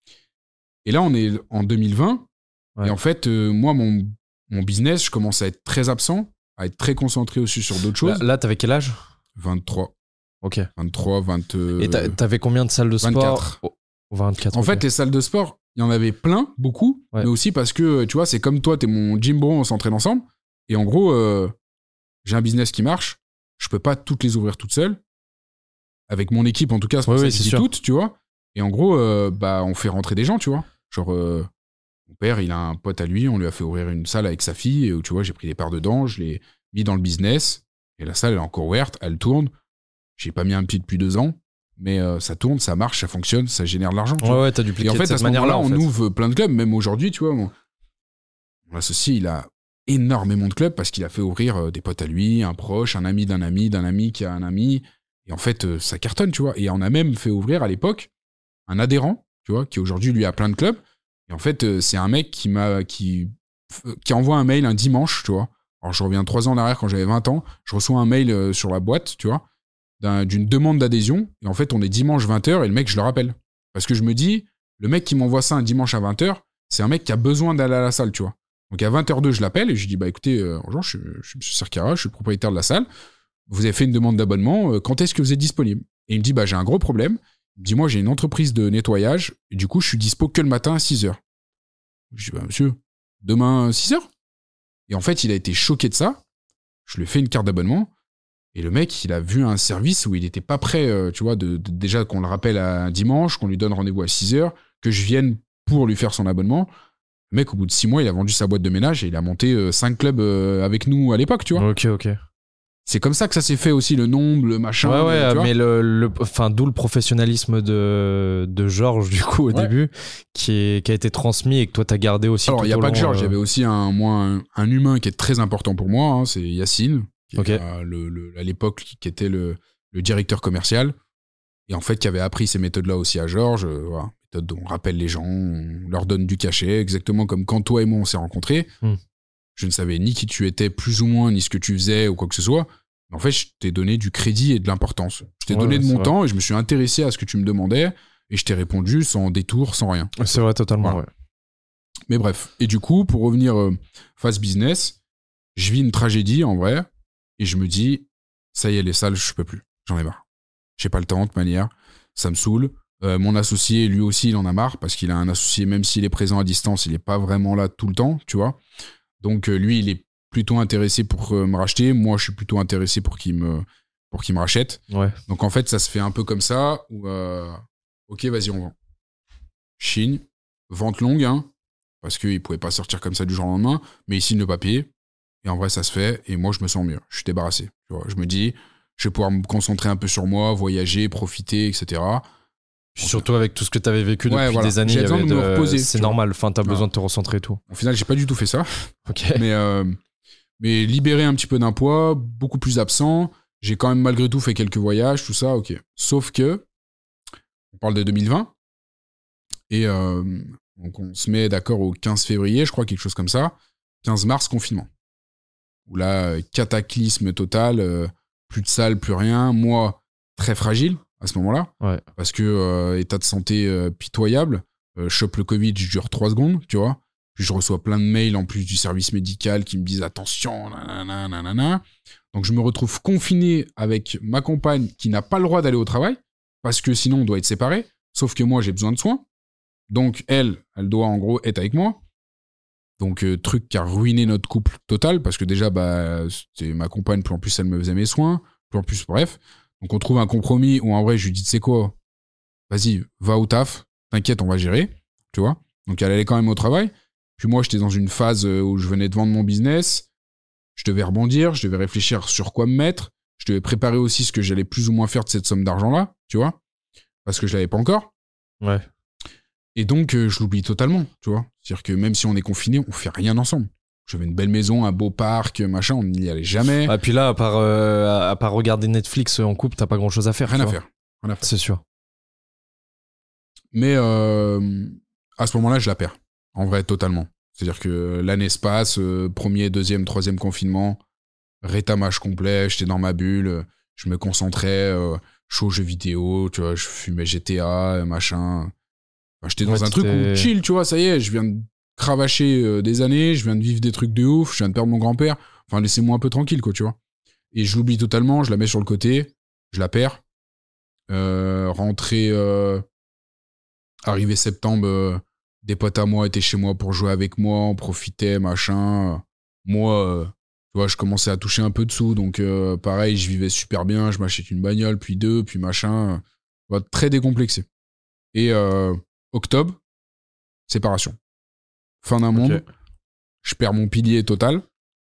Et là, on est en deux mille vingt. Ouais. Et en fait, euh, moi, mon, mon business, je commence à être très absent, à être très concentré aussi sur d'autres choses. Là, là t'avais quel âge ? vingt-trois. Ok. vingt-trois, vingt... Euh, Et t'avais combien de salles de sport ? vingt-quatre. Oh, vingt-quatre. En okay. fait, les salles de sport, il y en avait plein, beaucoup, ouais. Mais aussi parce que, tu vois, c'est comme toi, t'es mon gym bro, on s'entraîne ensemble. Et en gros, euh, j'ai un business qui marche. Je peux pas toutes les ouvrir toutes seules. Avec mon équipe, en tout cas, c'est pour ouais, ça que je dis toutes, tu vois. Et en gros, euh, bah, on fait rentrer des gens, tu vois. Genre, euh, mon père, il a un pote à lui, on lui a fait ouvrir une salle avec sa fille, et où, tu vois, j'ai pris les parts dedans, je l'ai mis dans le business, et la salle, elle est encore ouverte, elle tourne. J'ai pas mis un pied depuis deux ans, mais euh, ça tourne, ça marche, ça fonctionne, ça génère de l'argent. Ouais, vois. ouais, t'as dupliqué. Et en fait, de cette à ce moment-là, en on fait. ouvre plein de clubs, même aujourd'hui, tu vois. Mon, mon associé, il a énormément de clubs parce qu'il a fait ouvrir des potes à lui, un proche, un ami d'un ami, d'un ami qui a un ami. Et en fait, ça cartonne, tu vois. Et on a même fait ouvrir à l'époque un adhérent, tu vois, qui aujourd'hui, lui, a plein de clubs. Et en fait, c'est un mec qui m'a, qui, qui envoie un mail un dimanche, tu vois. Alors, je reviens trois ans en arrière quand j'avais vingt ans. Je reçois un mail sur la boîte, tu vois, d'un, d'une demande d'adhésion. Et en fait, on est dimanche vingt heures et le mec, je le rappelle. Parce que je me dis, le mec qui m'envoie ça un dimanche à vingt heures, c'est un mec qui a besoin d'aller à la salle, tu vois. Donc à vingt heures deux, je l'appelle et je lui dis, bah écoutez, euh, bonjour, je, je suis M. Cercara, je suis le propriétaire de la salle. Vous avez fait une demande d'abonnement, euh, quand est-ce que vous êtes disponible ? Et il me dit, bah j'ai un gros problème. Il me dit, moi j'ai une entreprise de nettoyage, et du coup je suis dispo que le matin à six heures. Je dis, bah monsieur, demain six heures ? Et en fait, il a été choqué de ça. Je lui ai fait une carte d'abonnement. Et le mec, il a vu un service où il n'était pas prêt, euh, tu vois, de, de, déjà qu'on le rappelle à un dimanche, qu'on lui donne rendez-vous à six heures, que je vienne pour lui faire son abonnement. Le mec, au bout de six mois, il a vendu sa boîte de ménage et il a monté euh, cinq clubs euh, avec nous à l'époque, tu vois. Ok, ok. C'est comme ça que ça s'est fait aussi, le nombre, le machin. Ouais, ouais, tu vois mais le, le, enfin, d'où le professionnalisme de, de Georges, du coup, au ouais. début, qui, est, qui a été transmis et que toi, t'as gardé aussi. Alors, il n'y a pas long, que Georges, il euh... y avait aussi un, moi, un, un humain qui est très important pour moi, hein, c'est Yacine, qui okay. est, le, le, à l'époque, qui était le, le directeur commercial, et en fait, qui avait appris ces méthodes-là aussi à Georges, euh, voilà. Méthode où on rappelle les gens, on leur donne du cachet, exactement comme quand toi et moi on s'est rencontrés. Mm. Je ne savais ni qui tu étais plus ou moins, ni ce que tu faisais ou quoi que ce soit. Mais en fait, je t'ai donné du crédit et de l'importance. Je t'ai ouais, donné de mon vrai. temps et je me suis intéressé à ce que tu me demandais et je t'ai répondu sans détour, sans rien. C'est vrai, totalement. Voilà. Ouais. Mais bref. Et du coup, pour revenir euh, face business, je vis une tragédie en vrai et je me dis, ça y est, les salles, je peux plus. J'en ai marre. J'ai pas le temps de toute manière. Ça me saoule. Euh, mon associé, lui aussi, il en a marre parce qu'il a un associé, même s'il est présent à distance, il n'est pas vraiment là tout le temps, tu vois. Donc, euh, lui, il est plutôt intéressé pour euh, me racheter. Moi, je suis plutôt intéressé pour qu'il me, pour qu'il me rachète. Ouais. Donc, en fait, ça se fait un peu comme ça où, euh, ok, vas-y, on vend. Chine, vente longue, hein, parce qu'il ne pouvait pas sortir comme ça du jour au lendemain, mais il signe le papier. Et en vrai, ça se fait. Et moi, je me sens mieux. Je suis débarrassé. Tu vois. Je me dis, je vais pouvoir me concentrer un peu sur moi, voyager, profiter, et cetera. Surtout avec tout ce que tu avais vécu ouais, depuis voilà. des années. J'ai besoin de de... me reposer. C'est normal. Enfin, tu as voilà. besoin de te recentrer et tout. Au final, j'ai pas du tout fait ça. Ok. Mais, euh, mais libérer un petit peu d'un poids, beaucoup plus absent. J'ai quand même malgré tout fait quelques voyages, tout ça, ok. Sauf que, on parle de deux mille vingt. Et euh, donc on se met d'accord au quinze février, je crois, quelque chose comme ça. quinze mars, confinement. Où là, cataclysme total, euh, plus de salle, plus rien. Moi, très fragile à ce moment-là. Ouais. Parce que euh, état de santé euh, pitoyable. Euh, chope le Covid, je dure trois secondes, tu vois. Puis je reçois plein de mails en plus du service médical qui me disent attention, nanana, nanana. Donc je me retrouve confiné avec ma compagne qui n'a pas le droit d'aller au travail parce que sinon on doit être séparés. Sauf que moi, j'ai besoin de soins. Donc elle, elle doit en gros être avec moi. Donc, euh, truc qui a ruiné notre couple total, parce que déjà, bah, c'était ma compagne, plus en plus, elle me faisait mes soins, plus en plus, bref. Donc, on trouve un compromis où, en vrai, je lui dis, tu sais quoi, vas-y, va au taf, t'inquiète, on va gérer, tu vois. Donc, elle allait quand même au travail. Puis moi, j'étais dans une phase où je venais de vendre mon business, je devais rebondir, je devais réfléchir sur quoi me mettre, je devais préparer aussi ce que j'allais plus ou moins faire de cette somme d'argent-là, tu vois, parce que je l'avais pas encore. Ouais. Et donc, euh, je l'oublie totalement, tu vois. C'est-à-dire que même si on est confiné, on fait rien ensemble. J'avais une belle maison, un beau parc, machin, on n'y allait jamais. Et ah, puis là, à part, euh, à part regarder Netflix en couple, t'as pas grand-chose à faire. Rien à vois. faire. Rien à faire. C'est sûr. Mais euh, à ce moment-là, je la perds. En vrai, totalement. C'est-à-dire que l'année se passe, euh, premier, deuxième, troisième confinement, rétamage complet, j'étais dans ma bulle, je me concentrais, euh, je jouais aux jeux vidéo, tu vois, je fumais G T A, machin... Enfin, j'étais dans ouais, un truc où chill, tu vois, ça y est, je viens de cravacher euh, des années, je viens de vivre des trucs de ouf, je viens de perdre mon grand-père. Enfin, laissez-moi un peu tranquille, quoi, tu vois. Et je l'oublie totalement, je la mets sur le côté, je la perds. Euh, rentrée, euh, arrivé septembre, euh, des potes à moi étaient chez moi pour jouer avec moi, on profitait, machin. Moi, euh, tu vois, je commençais à toucher un peu de sous, donc euh, pareil, je vivais super bien, je m'achète une bagnole, puis deux, puis machin. Euh, très décomplexé. Et... Euh, octobre, séparation. Fin d'un monde. Okay. Je perds mon pilier total.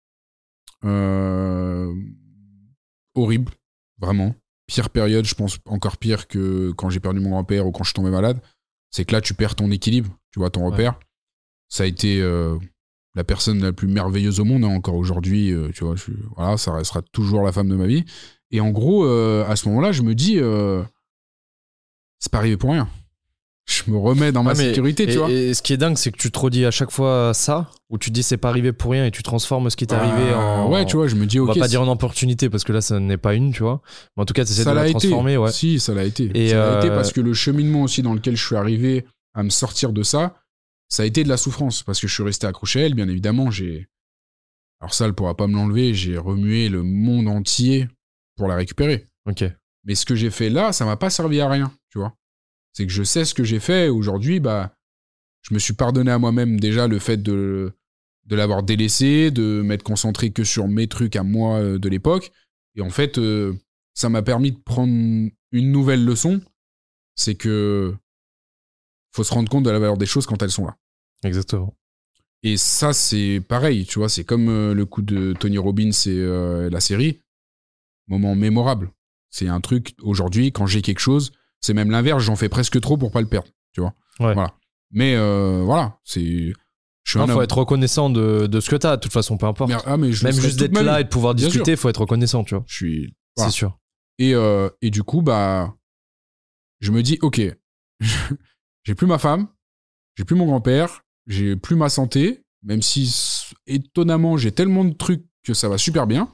Euh... Horrible, vraiment. Pire période, je pense encore pire que quand j'ai perdu mon grand-père ou quand je suis tombé malade. C'est que là, tu perds ton équilibre, tu vois, ton repère. Ouais. Ça a été euh, la personne la plus merveilleuse au monde, hein, encore aujourd'hui, euh, tu vois. Je, voilà, ça restera toujours la femme de ma vie. Et en gros, euh, à ce moment-là, je me dis, euh, c'est pas arrivé pour rien. Je me remets dans ma ah sécurité, et, tu vois. Et ce qui est dingue, c'est que tu te redis à chaque fois ça, où tu te dis c'est pas arrivé pour rien et tu transformes ce qui t'est arrivé euh, en. Ouais, tu vois, je me dis, ok. On va pas dire en opportunité parce que là, ça n'est pas une, tu vois. Mais en tout cas, tu essaies de la été. transformer, ouais. Si, ça l'a été. Et ça euh... l'a été parce que le cheminement aussi dans lequel je suis arrivé à me sortir de ça, ça a été de la souffrance parce que je suis resté accroché à elle, bien évidemment. J'ai. Alors, ça, elle pourra pas me l'enlever. J'ai remué le monde entier pour la récupérer. Ok. Mais ce que j'ai fait là, ça m'a pas servi à rien, tu vois. C'est que je sais ce que j'ai fait. Aujourd'hui, bah, je me suis pardonné à moi-même déjà le fait de, de l'avoir délaissé, de m'être concentré que sur mes trucs à moi euh, de l'époque. Et en fait, euh, ça m'a permis de prendre une nouvelle leçon. C'est que faut se rendre compte de la valeur des choses quand elles sont là. Exactement. Et ça, c'est pareil, tu vois. C'est comme euh, le coup de Tony Robbins et euh, la série. Moment mémorable. C'est un truc, aujourd'hui, quand j'ai quelque chose, c'est même l'inverse, j'en fais presque trop pour pas le perdre, tu vois. Ouais. Voilà. Mais euh, voilà, c'est. Il faut homme. être reconnaissant de, de ce que t'as, de toute façon, peu importe. Mais, ah, mais je même juste d'être là et de pouvoir Bien discuter, il faut être reconnaissant, tu vois. Je suis. Voilà. C'est sûr. Et, euh, et du coup, bah. Je me dis, ok, j'ai plus ma femme, j'ai plus mon grand-père, j'ai plus ma santé, même si, étonnamment, j'ai tellement de trucs que ça va super bien.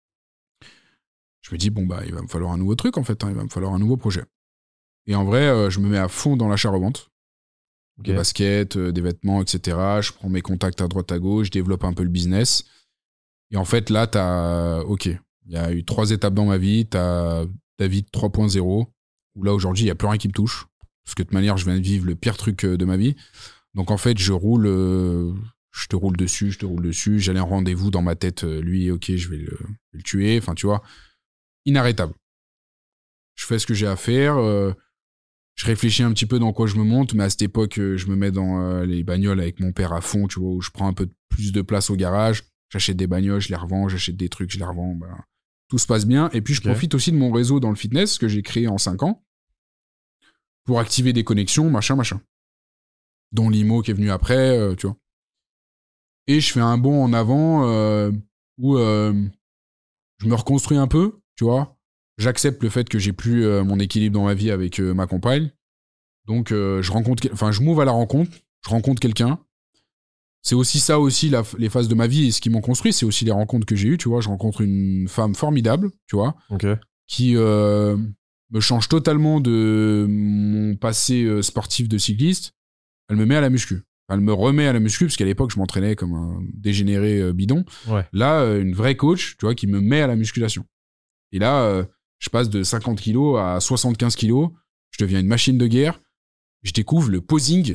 Je me dis, bon, bah, il va me falloir un nouveau truc, en fait, hein, il va me falloir un nouveau projet. Et en vrai, euh, je me mets à fond dans l'achat-revente. Okay. Des baskets, euh, des vêtements, et cetera. Je prends mes contacts à droite à gauche, je développe un peu le business. Et en fait, là, t'as... Ok, il y a eu trois étapes dans ma vie. T'as David trois point zéro, où là, aujourd'hui, il n'y a plus rien qui me touche. parce que de toute manière, je viens de vivre le pire truc de ma vie. Donc en fait, je roule, euh, je te roule dessus, je te roule dessus. J'allais en rendez-vous dans ma tête, euh, lui, ok, je vais le, je vais le tuer. Enfin, tu vois, inarrêtable. Je fais ce que j'ai à faire. Euh, je réfléchis un petit peu dans quoi je me monte, mais à cette époque, euh, je me mets dans euh, les bagnoles avec mon père à fond, tu vois, où je prends un peu plus de place au garage. J'achète des bagnoles, je les revends, j'achète des trucs, je les revends. Ben, tout se passe bien. Et puis, je okay. profite aussi de mon réseau dans le fitness que j'ai créé en cinq ans pour activer des connexions, machin, machin. Dont l'I M O qui est venu après, euh, tu vois. Et je fais un bond en avant euh, où euh, je me reconstruis un peu, tu vois. J'accepte le fait que j'ai plus euh, mon équilibre dans ma vie avec euh, ma compagne. Donc, euh, je rencontre, enfin, je m'ouvre à la rencontre, je rencontre quelqu'un. C'est aussi ça, aussi, la, les phases de ma vie et ce qui m'ont construit, c'est aussi les rencontres que j'ai eues, tu vois. Je rencontre une femme formidable, tu vois, okay. qui euh, me change totalement de mon passé euh, sportif de cycliste. Elle me met à la muscu. Elle me remet à la muscu, parce qu'à l'époque, je m'entraînais comme un dégénéré euh, bidon. Ouais. Là, euh, une vraie coach, tu vois, qui me met à la musculation. Et là, euh, je passe de cinquante kilos à soixante-quinze kilos. Je deviens une machine de guerre. Je découvre le posing.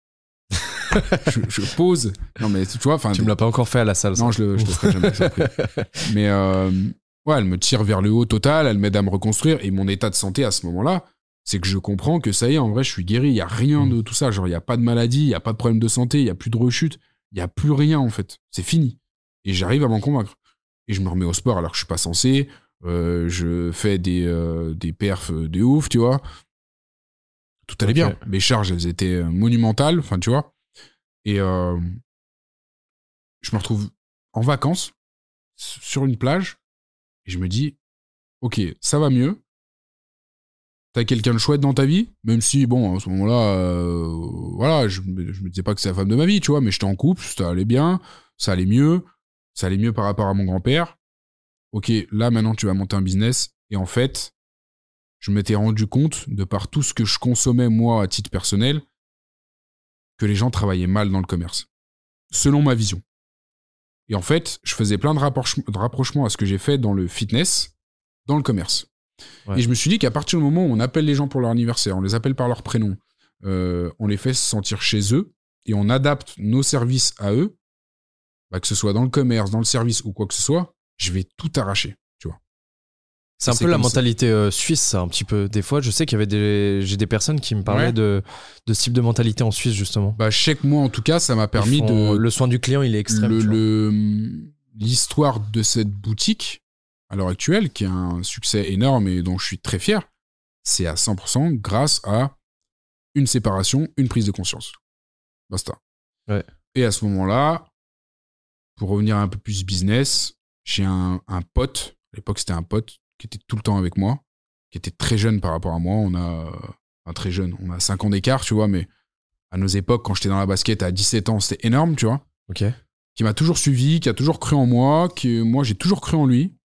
je, je pose. Non, mais tu vois, enfin. Tu me l'as pas encore fait à la salle. Non, ça. je le, je le ferai jamais. Mais, euh, ouais, elle me tire vers le haut total. Elle m'aide à me reconstruire. Et mon état de santé à ce moment-là, c'est que je comprends que ça y est, en vrai, je suis guéri. Il y a rien de tout ça. Genre, il y a pas de maladie, il y a pas de problème de santé, il y a plus de rechute, il y a plus rien, en fait. C'est fini. Et j'arrive à m'en convaincre. Et je me remets au sport alors que je suis pas censé. Euh, je fais des, euh, des perfs de ouf, tu vois. Tout allait okay. bien. Mes charges, elles étaient monumentales, enfin, tu vois. Et euh, je me retrouve en vacances, sur une plage, et je me dis, ok, ça va mieux. T'as quelqu'un de chouette dans ta vie, même si, bon, à ce moment-là, euh, voilà, je, je me disais pas que c'est la femme de ma vie, tu vois, mais j'étais en couple, ça allait bien, ça allait mieux, ça allait mieux par rapport à mon grand-père. Ok, là, maintenant, tu vas monter un business. Et en fait, je m'étais rendu compte, de par tout ce que je consommais, moi, à titre personnel, que les gens travaillaient mal dans le commerce, selon ma vision. Et en fait, je faisais plein de, rapproch- de rapprochements à ce que j'ai fait dans le fitness, dans le commerce. Ouais. Et je me suis dit qu'à partir du moment où on appelle les gens pour leur anniversaire, on les appelle par leur prénom, euh, on les fait se sentir chez eux, et on adapte nos services à eux, bah, que ce soit dans le commerce, dans le service ou quoi que ce soit, je vais tout arracher, tu vois. C'est un c'est peu la mentalité euh, suisse, ça, un petit peu. Des fois, je sais qu'il y avait des, j'ai des personnes qui me parlaient ouais. de, de ce type de mentalité en Suisse, justement. Bah, je sais que moi, en tout cas, ça m'a permis de... Le soin du client, il est extrême. Le, le, l'histoire de cette boutique, à l'heure actuelle, qui a un succès énorme et dont je suis très fier, c'est à cent pour cent grâce à une séparation, une prise de conscience. Basta. Ouais. Et à ce moment-là, pour revenir un peu plus business, j'ai un, un pote, à l'époque c'était un pote, qui était tout le temps avec moi, qui était très jeune par rapport à moi. On a, enfin très jeune, on a cinq ans d'écart, tu vois, mais à nos époques, quand j'étais dans la basket à dix-sept ans, c'était énorme, tu vois. Ok. Qui m'a toujours suivi, qui a toujours cru en moi, que moi j'ai toujours cru en lui.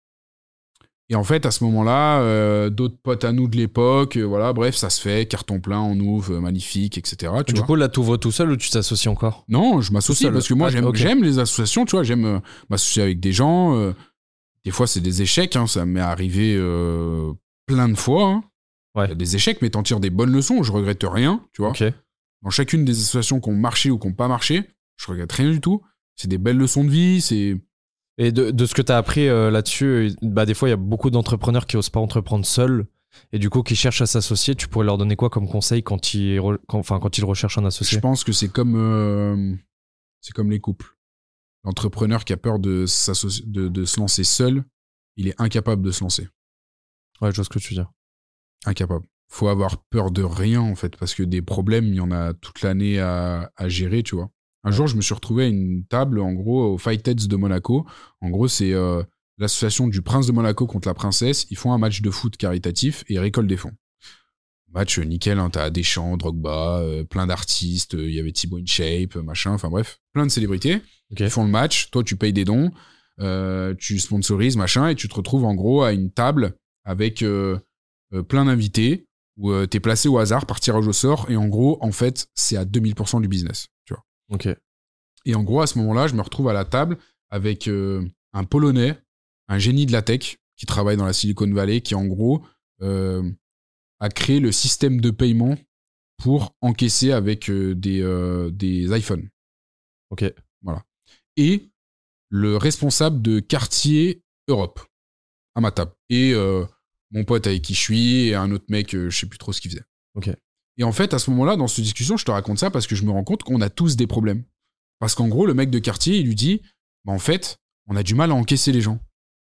Et en fait, à ce moment-là, euh, d'autres potes à nous de l'époque, euh, voilà, bref, ça se fait, carton plein, on ouvre, euh, magnifique, et cetera. Tu du vois. coup, là, t'ouvres tout seul ou tu t'associes encore ? Non, je m'associe parce que moi, ah, j'aime, okay. j'aime les associations, tu vois, j'aime euh, m'associer avec des gens. Euh, des fois, c'est des échecs, hein, ça m'est arrivé euh, plein de fois. Hein. Ouais. Il y a des échecs, mais t'en tires des bonnes leçons, je regrette rien, tu vois. Okay. Dans chacune des associations qui ont marché ou qui n'ont pas marché, je regrette rien du tout. C'est des belles leçons de vie, c'est... Et de, de ce que tu as appris euh, là-dessus, bah, des fois, il y a beaucoup d'entrepreneurs qui n'osent pas entreprendre seuls et du coup qui cherchent à s'associer. Tu pourrais leur donner quoi comme conseil quand ils, re, quand, enfin, quand ils recherchent un associé ? Je pense que c'est comme, euh, c'est comme les couples. L'entrepreneur qui a peur de, de, de se lancer seul, il est incapable de se lancer. Ouais, je vois ce que tu veux dire. Incapable. Faut avoir peur de rien, en fait, parce que des problèmes, il y en a toute l'année à, à gérer, tu vois. Un jour, je me suis retrouvé à une table, en gros, au Fight Heads de Monaco. En gros, c'est euh, l'association du prince de Monaco contre la princesse. Ils font un match de foot caritatif et ils récoltent des fonds. Match nickel, hein, t'as Deschamps, Drogba, euh, plein d'artistes. Il euh, y avait Thibaut InShape, machin, enfin bref, plein de célébrités. Okay. Ils font le match, toi, tu payes des dons, euh, tu sponsorises, machin, et tu te retrouves en gros à une table avec euh, euh, plein d'invités où euh, t'es placé au hasard par tirage au sort. Et en gros, en fait, c'est à deux mille pour cent du business, tu vois. Ok. Et en gros, à ce moment-là, je me retrouve à la table avec euh, un Polonais, un génie de la tech, qui travaille dans la Silicon Valley, qui en gros euh, a créé le système de paiement pour encaisser avec euh, des, euh, des iPhones. Ok. Voilà. Et le responsable de quartier Europe à ma table. Et euh, mon pote avec qui je suis et un autre mec, euh, je sais plus trop ce qu'il faisait. Ok. Et en fait, à ce moment-là, dans cette discussion, je te raconte ça parce que je me rends compte qu'on a tous des problèmes. Parce qu'en gros, le mec de quartier, il lui dit, bah, en fait, on a du mal à encaisser les gens.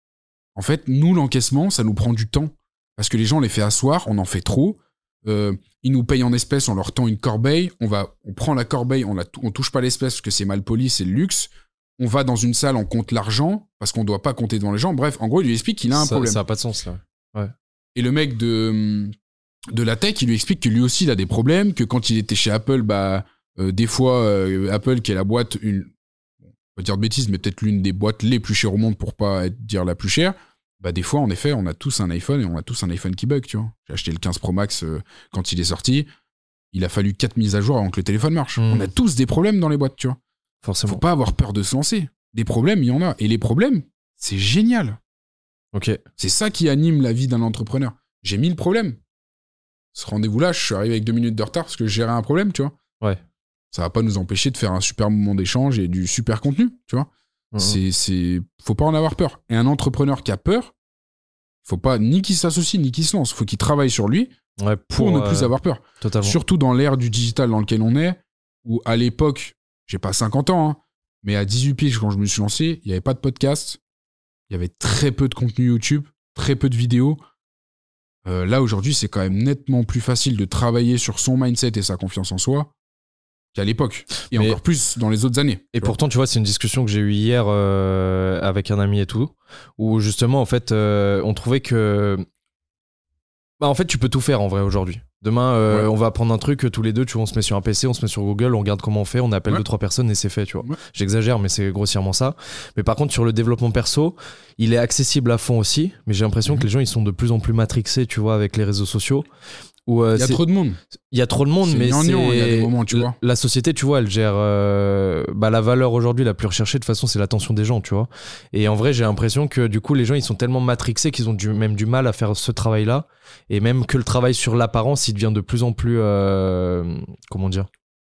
En fait, nous, l'encaissement, ça nous prend du temps. Parce que les gens, on les fait asseoir, on en fait trop. Euh, ils nous payent en espèces, on leur tend une corbeille. On, va, on prend la corbeille, on, la, on touche pas l'espèce parce que c'est mal poli, c'est le luxe. On va dans une salle, on compte l'argent parce qu'on doit pas compter devant les gens. Bref, en gros, il lui explique qu'il a un ça, problème. Ça a pas de sens, là. Ouais. Et le mec de, de la tech, il lui explique que lui aussi, il a des problèmes, que quand il était chez Apple, bah, euh, des fois, euh, Apple, qui est la boîte, une, on va dire de bêtises, mais peut-être l'une des boîtes les plus chères au monde pour pas être, dire la plus chère, bah, des fois, en effet, on a tous un iPhone et on a tous un iPhone qui bug, tu vois. J'ai acheté le quinze Pro Max euh, quand il est sorti. Il a fallu quatre mises à jour avant que le téléphone marche. Mmh. On a tous des problèmes dans les boîtes, tu vois. Forcément. Faut pas avoir peur de se lancer. Des problèmes, il y en a. Et les problèmes, c'est génial. Ok. C'est ça qui anime la vie d'un entrepreneur. J'ai mille problèmes. Ce rendez-vous-là, je suis arrivé avec deux minutes de retard parce que je gérais un problème, tu vois. Ouais. Ça va pas nous empêcher de faire un super moment d'échange et du super contenu, tu vois. Mmh. C'est, c'est... Faut pas en avoir peur. Et un entrepreneur qui a peur, faut pas ni qu'il s'associe ni qu'il se lance. Faut qu'il travaille sur lui ouais, pour, pour ne plus euh... avoir peur. Totalement. Surtout dans l'ère du digital dans lequel on est, où à l'époque, j'ai pas cinquante ans, hein, mais à dix-huit piges, quand je me suis lancé, il n'y avait pas de podcast, il y avait très peu de contenu YouTube, très peu de vidéos. Euh, là, aujourd'hui, c'est quand même nettement plus facile de travailler sur son mindset et sa confiance en soi qu'à l'époque. Et mais, encore plus dans les autres années. Et pourtant, vois. tu vois, c'est une discussion que j'ai eue hier euh, avec un ami et tout, où justement, en fait, euh, on trouvait que... Bah, en fait, tu peux tout faire en vrai aujourd'hui. Demain, euh, ouais. on va apprendre un truc tous les deux, tu vois, on se met sur un P C, on se met sur Google, on regarde comment on fait, on appelle ouais. deux, trois personnes et c'est fait, tu vois. Ouais. J'exagère, mais c'est grossièrement ça. Mais par contre, sur le développement perso, il est accessible à fond aussi, mais j'ai l'impression mmh. que les gens, ils sont de plus en plus matrixés, tu vois, avec les réseaux sociaux. Où, euh, il y a trop de monde. Il y a trop de monde, c'est mais gnangnan, c'est... il y a des moments, tu vois. La société, tu vois, elle gère... Euh... Bah, la valeur aujourd'hui la plus recherchée, de toute façon, c'est l'attention des gens, tu vois. Et en vrai, j'ai l'impression que du coup, les gens, ils sont tellement matrixés qu'ils ont du... même du mal à faire ce travail-là. Et même que le travail sur l'apparence, il devient de plus en plus... Euh... Comment dire ?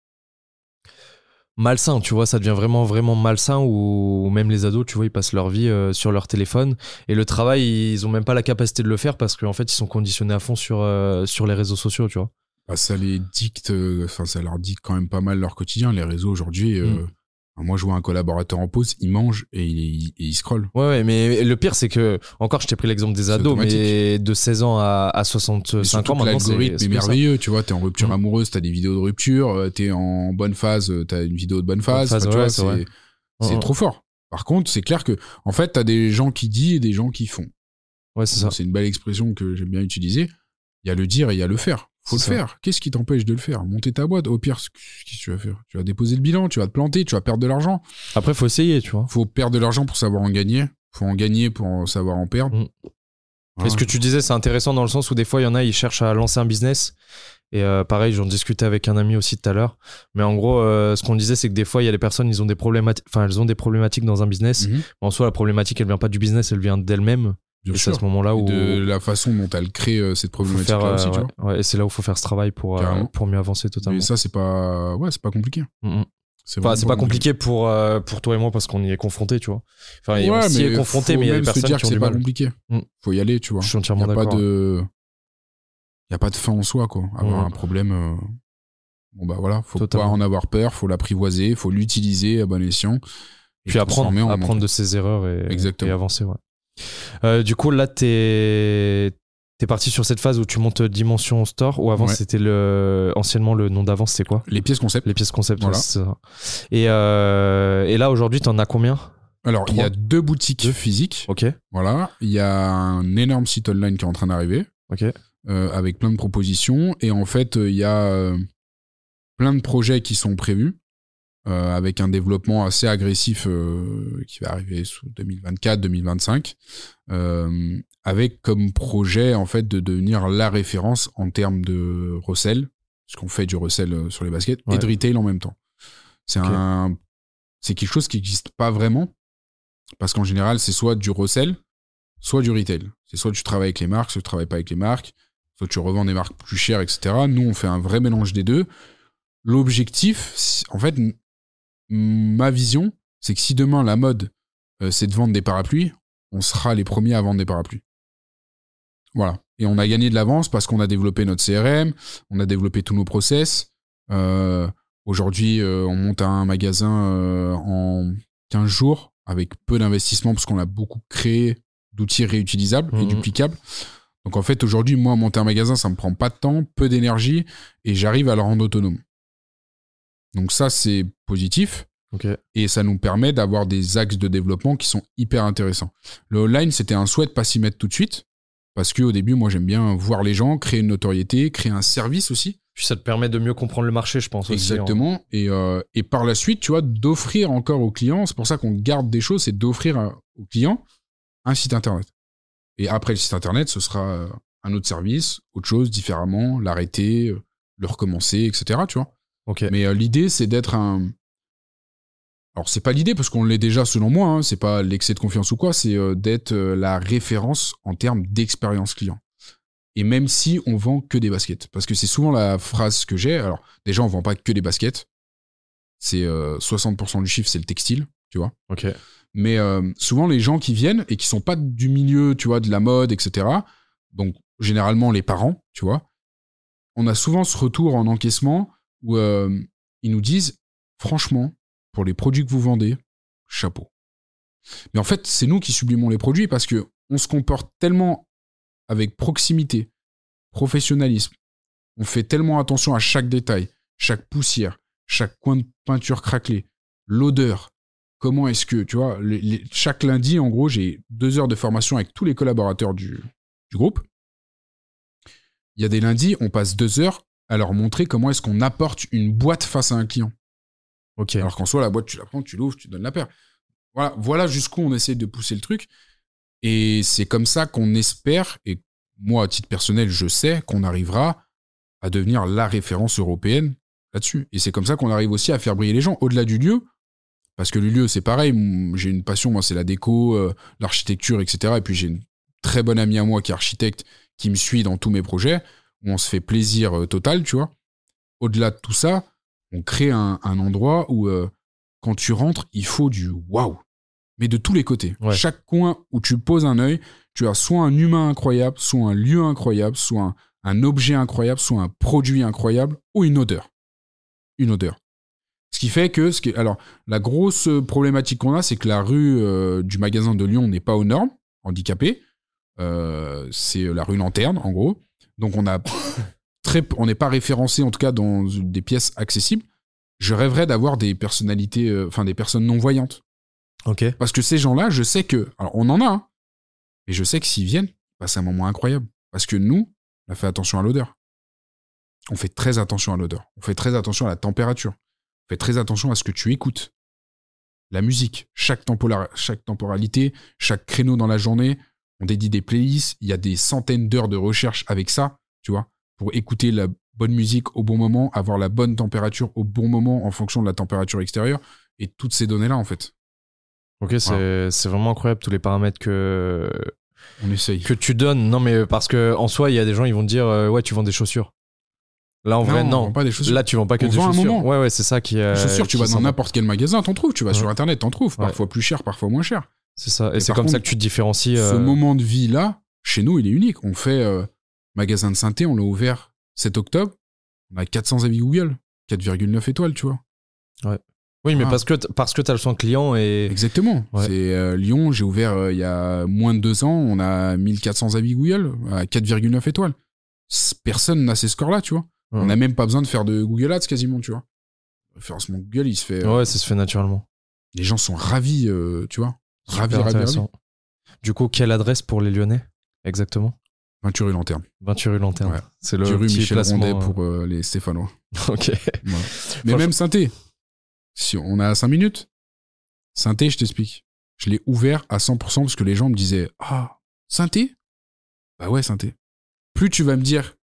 Malsain, tu vois, ça devient vraiment vraiment malsain où même les ados, tu vois, ils passent leur vie euh, sur leur téléphone et le travail, ils ont même pas la capacité de le faire parce qu'en fait, ils sont conditionnés à fond sur, euh, sur les réseaux sociaux, tu vois. Bah, ça les dicte, enfin, ça leur dicte quand même pas mal leur quotidien, les réseaux aujourd'hui. Euh, mm. Moi, je vois un collaborateur en pause, il mange et il, il, et il scrolle. Ouais, ouais, mais le pire, c'est que, encore, je t'ai pris l'exemple des ados, mais de seize ans à, à soixante-cinq ans, maintenant, l'algorithme c'est, est merveilleux, ça. Tu vois, t'es en rupture mmh. amoureuse, t'as des vidéos de rupture, t'es en bonne phase, t'as une vidéo de bonne phase, bonne phase enfin, ouais, tu vois, c'est, c'est, c'est mmh. trop fort. Par contre, c'est clair que, en fait, t'as des gens qui disent et des gens qui font. Ouais, c'est Donc, ça. C'est une belle expression que j'aime bien utiliser. Il y a le dire et il y a le faire. Faut c'est le ça. faire. Qu'est-ce qui t'empêche de le faire ? Monter ta boîte. Au pire, qu'est-ce que tu vas faire ? Tu vas déposer le bilan, tu vas te planter, tu vas perdre de l'argent. Après, faut essayer, tu vois. Faut perdre de l'argent pour savoir en gagner. Faut en gagner pour savoir en perdre. Mmh. Voilà. Et ce que tu disais, c'est intéressant dans le sens où des fois, il y en a, ils cherchent à lancer un business. Et euh, pareil, j'en discutais avec un ami aussi tout à l'heure. Mais en gros, euh, ce qu'on disait, c'est que des fois, il y a des personnes, ils ont des problématiques, enfin, elles ont des problématiques dans un business. Mmh. En soi, la problématique, elle vient pas du business, elle vient d'elle-même. Bien et sûr. C'est à ce moment-là où... De la façon dont elle crée euh, cette problématique-là faire, euh, aussi, ouais, tu vois. Ouais, et c'est là où il faut faire ce travail pour, euh, pour mieux avancer totalement. Mais ça, c'est pas... Ouais, c'est pas compliqué. Mm-hmm. C'est, enfin, c'est pas compliqué pour, euh, pour toi et moi parce qu'on y est confronté, tu vois. Enfin, ouais, on s'y est confronté, mais il y a des personnes se dire qui ont que du c'est mal. pas compliqué. Mm. Faut y aller, tu vois. Je suis entièrement d'accord. Pas de... Il n'y a pas de fin en soi, quoi. Avoir mm. un problème... Euh... Bon, bah voilà, faut totalement. Pas en avoir peur, faut l'apprivoiser, faut l'utiliser à bon escient. Puis apprendre, apprendre de ses erreurs et, et avancer, ouais. Euh, du coup, là, t'es, t'es parti sur cette phase où tu montes Dimension Store, ou avant, ouais. c'était le, anciennement le nom d'avant, c'était quoi ? Les pièces concept. Les pièces concept, voilà. Ouais, c'est ça. Et, euh, et là, aujourd'hui, t'en as combien ? Alors, il y a deux boutiques deux. physiques. Ok. Voilà. Il y a un énorme site online qui est en train d'arriver. Ok. Euh, avec plein de propositions. Et en fait, il y a euh, plein de projets qui sont prévus. Euh, avec un développement assez agressif euh, qui va arriver sous deux mille vingt-quatre deux mille vingt-cinq, euh, avec comme projet en fait de devenir la référence en termes de resell, parce qu'on fait du resell sur les baskets, ouais. et de retail en même temps. C'est, okay. un, c'est quelque chose qui n'existe pas vraiment, parce qu'en général, c'est soit du resell, soit du retail. C'est soit tu travailles avec les marques, soit tu ne travailles pas avec les marques. soit tu revends des marques plus chères, et cetera. Nous, on fait un vrai mélange des deux. L'objectif, en fait, m- ma vision, c'est que si demain, la mode, euh, c'est de vendre des parapluies, on sera les premiers à vendre des parapluies. Voilà. Et on a gagné de l'avance parce qu'on a développé notre C R M, on a développé tous nos process. Euh, aujourd'hui, euh, on monte un magasin euh, en quinze jours avec peu d'investissement parce qu'on a beaucoup créé d'outils réutilisables mmh. et duplicables. Donc en fait, aujourd'hui, moi, monter un magasin, ça me prend pas de temps, peu d'énergie et j'arrive à le rendre autonome. Donc ça, c'est positif. Okay. Et ça nous permet d'avoir des axes de développement qui sont hyper intéressants. Le online, c'était un souhait de pas s'y mettre tout de suite. Parce qu'au début, moi, j'aime bien voir les gens, créer une notoriété, créer un service aussi. Puis ça te permet de mieux comprendre le marché, je pense. Exactement. Aussi, hein. Et, euh, et par la suite, tu vois, d'offrir encore aux clients, c'est pour ça qu'on garde des choses, c'est d'offrir à, aux clients un site internet. Et après le site internet, ce sera un autre service, autre chose, différemment, l'arrêter, le recommencer, et cetera. Tu vois. Okay. Mais euh, l'idée, c'est d'être un... Alors, c'est pas l'idée, parce qu'on l'est déjà selon moi, hein, c'est pas l'excès de confiance ou quoi, c'est euh, d'être euh, la référence en termes d'expérience client. Et même si on vend que des baskets. Parce que c'est souvent la phrase que j'ai. Alors, déjà, on vend pas que des baskets. C'est euh, soixante pour cent du chiffre, c'est le textile, tu vois. Ok. Mais euh, souvent, les gens qui viennent et qui sont pas du milieu, tu vois, de la mode, et cetera. Donc, généralement, les parents, tu vois. On a souvent ce retour en encaissement où euh, ils nous disent, franchement, pour les produits que vous vendez, chapeau. Mais en fait, c'est nous qui sublimons les produits parce que on se comporte tellement avec proximité, professionnalisme. On fait tellement attention à chaque détail, chaque poussière, chaque coin de peinture craquelé, l'odeur. Comment est-ce que, tu vois, les, les, chaque lundi, en gros, j'ai deux heures de formation avec tous les collaborateurs du, du groupe. Il y a des lundis, on passe deux heures à leur montrer comment est-ce qu'on apporte une boîte face à un client. Okay. Alors qu'en soi, la boîte, tu la prends, tu l'ouvres, tu donnes la paire. Voilà, voilà jusqu'où on essaie de pousser le truc. Et c'est comme ça qu'on espère, et moi, à titre personnel, je sais qu'on arrivera à devenir la référence européenne là-dessus. Et c'est comme ça qu'on arrive aussi à faire briller les gens, au-delà du lieu. Parce que le lieu, c'est pareil, j'ai une passion, moi, c'est la déco, euh, l'architecture, et cetera. Et puis j'ai une très bonne amie à moi qui est architecte, qui me suit dans tous mes projets, où on se fait plaisir euh, total, tu vois. Au-delà de tout ça, on crée un, un endroit où, euh, quand tu rentres, il faut du waouh. Mais de tous les côtés. Ouais. Chaque coin où tu poses un œil, tu as soit un humain incroyable, soit un lieu incroyable, soit un, un objet incroyable, soit un produit incroyable, ou une odeur. Une odeur. Ce qui fait que... Ce qui, alors, la grosse problématique qu'on a, c'est que la rue euh, du magasin de Lyon n'est pas aux normes, handicapée. Euh, c'est la rue Lanterne, en gros. Donc, on a très, on n'est pas référencé, en tout cas, dans des pièces accessibles. Je rêverais d'avoir des personnalités... Euh, enfin, des personnes non-voyantes. Okay. Parce que ces gens-là, je sais que... Alors, on en a, hein, mais je sais que s'ils viennent, bah, c'est un moment incroyable. Parce que nous, on fait attention à l'odeur. On fait très attention à l'odeur. On fait très attention à la température. On fait très attention à ce que tu écoutes. La musique, chaque, tempora- chaque temporalité, chaque créneau dans la journée, on dédie des playlists. Il y a des centaines d'heures de recherche avec ça, tu vois, pour écouter la bonne musique au bon moment, avoir la bonne température au bon moment en fonction de la température extérieure. Et toutes ces données-là, en fait. Ok, c'est, voilà. C'est vraiment incroyable tous les paramètres que, on essaye. que tu donnes. Non, mais parce qu'en soi, il y a des gens, ils vont te dire euh, ouais, tu vends des chaussures. Là, en non, vrai, non. On vend pas des chaussures. Là, tu vends pas que on des vend chaussures. Un moment. Ouais, ouais, c'est ça qui. Euh, les chaussures, tu vas dans n'importe quel magasin, t'en trouves. Tu vas ouais. sur Internet, t'en trouves. Parfois ouais. plus cher, parfois moins cher. C'est ça. Et, Et c'est comme contre, ça que tu te différencies. Ce euh... moment de vie-là, chez nous, il est unique. On fait euh, magasin de synthé, on l'a ouvert sept octobre. On a quatre cents avis Google. quatre virgule neuf étoiles, tu vois. Ouais. Oui, mais ah. parce que t- parce que t'as le son client et... Exactement. Ouais. C'est euh, Lyon, j'ai ouvert euh, il y a moins de deux ans, on a mille quatre cents avis Google à quatre virgule neuf étoiles. Personne n'a ces scores-là, tu vois. Ouais. On n'a même pas besoin de faire de Google Ads quasiment, tu vois. Le référencement Google, il se fait... Euh, ouais, ça se fait naturellement. Les gens sont ravis, euh, tu vois. Ravis, Super ravis, ravis. Du coup, quelle adresse pour les Lyonnais, exactement ? vingt rue Lanterne. vingt rue Lanterne. Ouais. C'est le rue petit Michel placement Rondet pour euh, les Stéphanois. Ok. Voilà. Mais même synthé. Si on a cinq minutes, synthé, je t'explique. Je l'ai ouvert à cent pour cent parce que les gens me disaient « Ah, synthé ?» Bah ouais, synthé. Plus tu vas me dire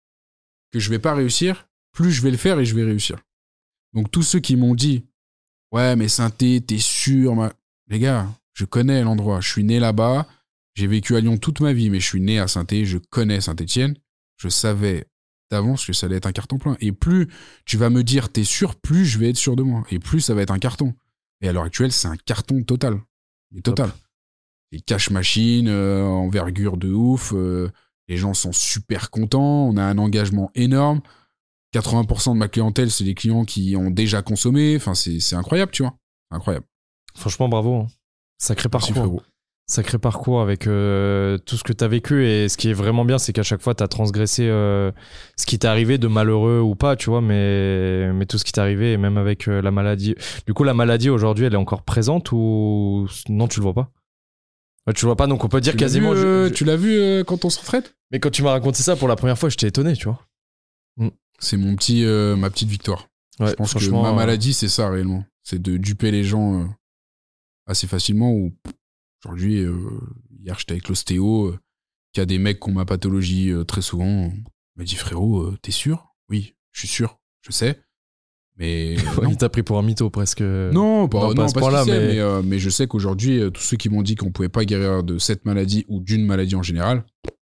que je vais pas réussir, plus je vais le faire et je vais réussir. Donc tous ceux qui m'ont dit « Ouais, mais synthé, t'es sûr ?» ma... Les gars, je connais l'endroit. Je suis né là-bas. J'ai vécu à Lyon toute ma vie, mais je suis né à Synthé. Je connais Saint-Étienne. Je savais d'avance que ça allait être un carton plein. Et plus tu vas me dire t'es sûr, plus je vais être sûr de moi. Et plus ça va être un carton. Et à l'heure actuelle, c'est un carton total. Mais total. Et cash machine, euh, envergure de ouf. Euh, les gens sont super contents. On a un engagement énorme. quatre-vingts pour cent de ma clientèle, c'est des clients qui ont déjà consommé. Enfin, c'est, c'est incroyable, tu vois. Incroyable. Franchement, bravo. Hein. Sacré Merci, parcours. frérot. Sacré parcours avec euh, tout ce que tu as vécu. Et ce qui est vraiment bien, c'est qu'à chaque fois, tu as transgressé euh, ce qui t'est arrivé, de malheureux ou pas, tu vois, mais, mais tout ce qui t'est arrivé, et même avec euh, la maladie. Du coup, la maladie, aujourd'hui, elle est encore présente ou non, tu le vois pas? Ouais, tu le vois pas, donc on peut dire Tu quasiment... L'as vu, euh, je- je- Tu l'as vu euh, quand on se retraite? Mais quand tu m'as raconté ça pour la première fois, j'étais étonné, tu vois. C'est mon petit, euh, ma petite victoire. Ouais, Je pense que franchement, ma euh, maladie, c'est ça réellement. C'est de duper les gens euh, assez facilement. Ou aujourd'hui, euh, hier, j'étais avec l'ostéo, euh, qui a des mecs qui ont ma pathologie euh, très souvent. Il m'a dit, frérot, euh, t'es sûr? Oui, je suis sûr, je sais. Mais ouais, non. il t'a pris pour un mytho presque. Non, pas, non, non, pas à pas ce ce point-là, qu'il sait, mais- mais, euh, mais je sais qu'aujourd'hui, euh, tous ceux qui m'ont dit qu'on pouvait pas guérir de cette maladie ou d'une maladie en général,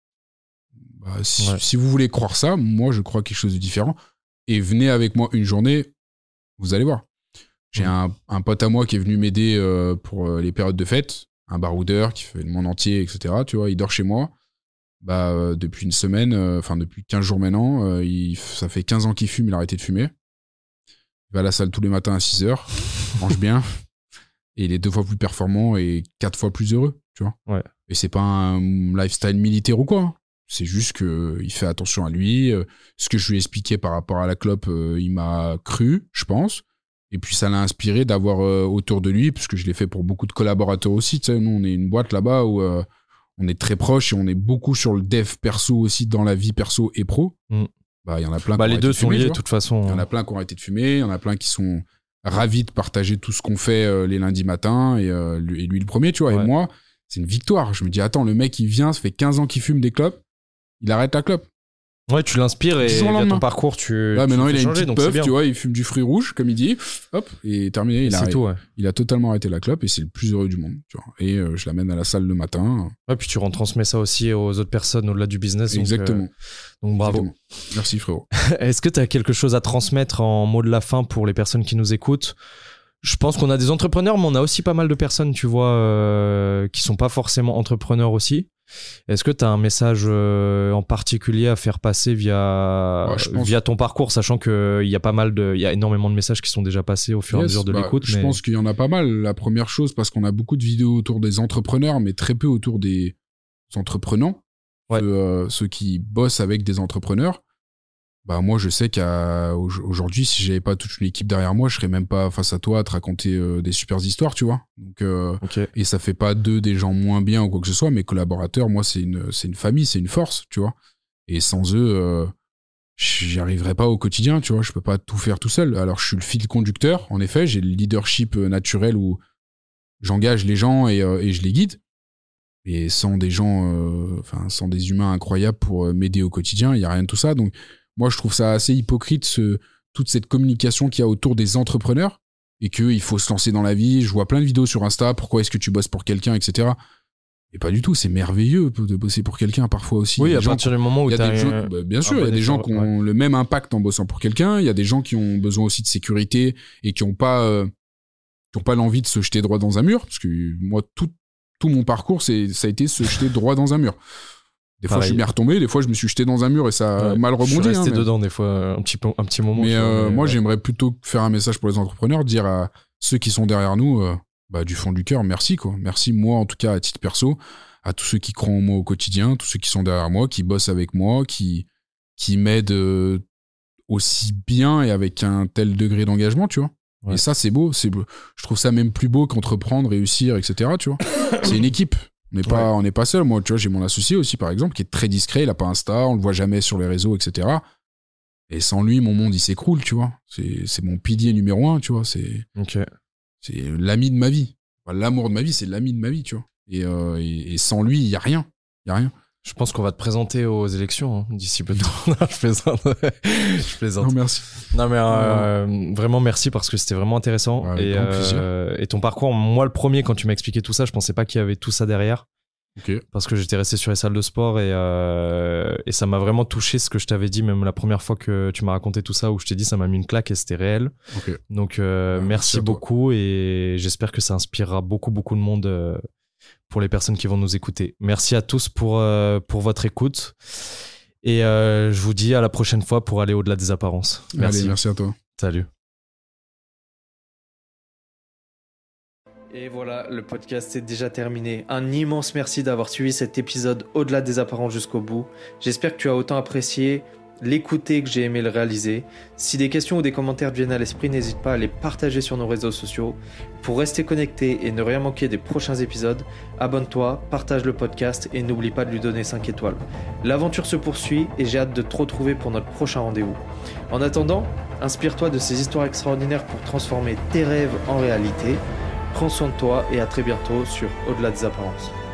bah, si, Ouais. si vous voulez croire ça, moi, je crois quelque chose de différent. Et venez avec moi une journée, vous allez voir. J'ai Mhm. un, un pote à moi qui est venu m'aider euh, pour euh, les périodes de fête, un baroudeur qui fait le monde entier, et cetera. Tu vois, il dort chez moi. Bah, euh, depuis une semaine, euh, enfin depuis quinze jours maintenant, euh, il, ça fait quinze ans qu'il fume, il a arrêté de fumer. Il va à la salle tous les matins à six heures, mange bien, et il est deux fois plus performant et quatre fois plus heureux, tu vois. Ouais. Et c'est pas un lifestyle militaire ou quoi. hein. C'est juste qu'il fait attention à lui. euh, Ce que je lui ai expliqué par rapport à la clope, euh, il m'a cru, je pense. Et puis ça l'a inspiré d'avoir euh, autour de lui, puisque je l'ai fait pour beaucoup de collaborateurs aussi. Tu sais, nous, on est une boîte là-bas où euh, on est très proche et on est beaucoup sur le dev perso aussi dans la vie perso et pro. Mm. Bah, il y en a plein Bah, qui ont les arrêté deux de sont fumer, liés tu de vois. toute façon. Il y en a plein qui ont arrêté de fumer, il y en a plein qui sont ravis de partager tout ce qu'on fait euh, les lundis matins, et, euh, lui, et lui le premier, tu vois. Ouais. Et moi, c'est une victoire. Je me dis, attends, le mec, il vient, ça fait quinze ans qu'il fume des clopes, il arrête la clope. Ouais, tu l'inspires et Du jour au via ton lendemain. parcours, tu. Là, tu maintenant, le il a fais une changer, petite donc c'est puff, bien. tu vois, il fume du fruit rouge, comme il dit, hop, et terminé, il a, C'est tout, ouais. il a totalement arrêté la clope, et c'est le plus heureux du monde, tu vois. Et euh, je l'amène à la salle le matin. Ouais, puis tu retransmets ça aussi aux autres personnes au-delà du business. donc, Exactement. euh, Donc, bravo. Exactement. Merci, frérot. Est-ce que tu as quelque chose à transmettre en mot de la fin pour les personnes qui nous écoutent? Je pense qu'on a des entrepreneurs, mais on a aussi pas mal de personnes, tu vois, euh, qui sont pas forcément entrepreneurs aussi. Est-ce que tu as un message euh, en particulier à faire passer via, Ouais, je pense- via ton parcours, sachant qu'il y a pas mal de, il y a énormement de messages qui sont déjà passés au fur et à Yes, mesure de bah, l'écoute. Je mais... pense qu'il y en a pas mal. La première chose, parce qu'on a beaucoup de vidéos autour des entrepreneurs, mais très peu autour des entreprenants. Ouais. Ceux, euh, ceux qui bossent avec des entrepreneurs. Bah, moi, je sais qu'aujourd'hui, si j'avais pas toute une équipe derrière moi, je serais même pas face à toi à te raconter euh, des super histoires, tu vois. Donc, euh, Ok. et ça fait pas d'eux des gens moins bien ou quoi que ce soit. Mes collaborateurs, moi, c'est une, c'est une famille, c'est une force, tu vois. Et sans eux, euh, j'y arriverais pas au quotidien, tu vois. Je peux pas tout faire tout seul. Alors, je suis le fil conducteur, en effet. J'ai le leadership euh, naturel où j'engage les gens et, euh, et je les guide. Et sans des gens, euh, enfin, sans des humains incroyables pour euh, m'aider au quotidien, il y a rien de tout ça. Donc, moi, je trouve ça assez hypocrite, ce, toute cette communication qu'il y a autour des entrepreneurs et qu'il faut se lancer dans la vie. Je vois plein de vidéos sur Insta, pourquoi est-ce que tu bosses pour quelqu'un, et cetera. Et pas du tout, c'est merveilleux de bosser pour quelqu'un parfois aussi. Oui, Il y a à des gens partir du moment où il y tu a as des gens, bah, bien sûr, il y a des gens qui ont le même impact en bossant pour quelqu'un. Il y a des gens qui ont besoin aussi de sécurité et qui n'ont pas, euh, qui ont pas l'envie de se jeter droit dans un mur. Parce que moi, tout, tout mon parcours, c'est, ça a été se jeter droit dans un mur. Des fois, Pareil. je suis bien retombé. Des fois, je me suis jeté dans un mur et ça a Ouais, mal je suis rebondi. resté hein, mais dedans des fois un petit, peu, un petit moment. mais, tu vois, euh, mais moi, ouais. j'aimerais plutôt faire un message pour les entrepreneurs, dire à ceux qui sont derrière nous, euh, bah, du fond du cœur, merci, quoi. Merci, moi, en tout cas, à titre perso, à tous ceux qui croient en moi au quotidien, tous ceux qui sont derrière moi, qui bossent avec moi, qui, qui m'aident euh, aussi bien et avec un tel degré d'engagement, tu vois. Ouais. Et ça, c'est beau, c'est beau. Je trouve ça même plus beau qu'entreprendre, réussir, et cetera, tu vois. C'est une équipe. On n'est pas, Ouais. on n'est pas seul. Moi, tu vois, j'ai mon associé aussi, par exemple, qui est très discret. Il a pas Insta, on le voit jamais sur les réseaux, et cetera. Et sans lui, mon monde, il s'écroule, tu vois. C'est, c'est mon pilier numéro un, tu vois. C'est, Ok. c'est l'ami de ma vie. Enfin, l'amour de ma vie, c'est l'ami de ma vie, tu vois. Et, euh, et, et sans lui, il y a rien. Il y a rien. Je pense qu'on va te présenter aux élections hein, d'ici peu de temps. Non, je plaisante. je plaisante. Non, merci. Non mais euh, vraiment merci parce que c'était vraiment intéressant Ouais, avec et, grand plaisir. euh, et ton parcours, moi le premier quand tu m'as expliqué tout ça, je pensais pas qu'il y avait tout ça derrière Okay. Parce que j'étais resté sur les salles de sport et, euh, et ça m'a vraiment touché ce que je t'avais dit, même la première fois que tu m'as raconté tout ça, où je t'ai dit ça m'a mis une claque et c'était réel. Okay. Donc euh, ouais, merci, merci beaucoup et j'espère que ça inspirera beaucoup, beaucoup de monde euh, pour les personnes qui vont nous écouter. Merci à tous pour, euh, pour votre écoute et euh, je vous dis à la prochaine fois pour aller au-delà des apparences. Merci. Allez, merci à toi. Salut. Et voilà, le podcast est déjà terminé. Un immense merci d'avoir suivi cet épisode au-delà des apparences jusqu'au bout. J'espère que tu as autant apprécié l'écouter que j'ai aimé le réaliser. Si des questions ou des commentaires te viennent à l'esprit, n'hésite pas à les partager sur nos réseaux sociaux. Pour rester connecté et ne rien manquer des prochains épisodes, abonne-toi, partage le podcast et n'oublie pas de lui donner cinq étoiles. L'aventure se poursuit et j'ai hâte de te retrouver pour notre prochain rendez-vous. En attendant, inspire-toi de ces histoires extraordinaires pour transformer tes rêves en réalité. Prends soin de toi et à très bientôt sur Au-delà des apparences.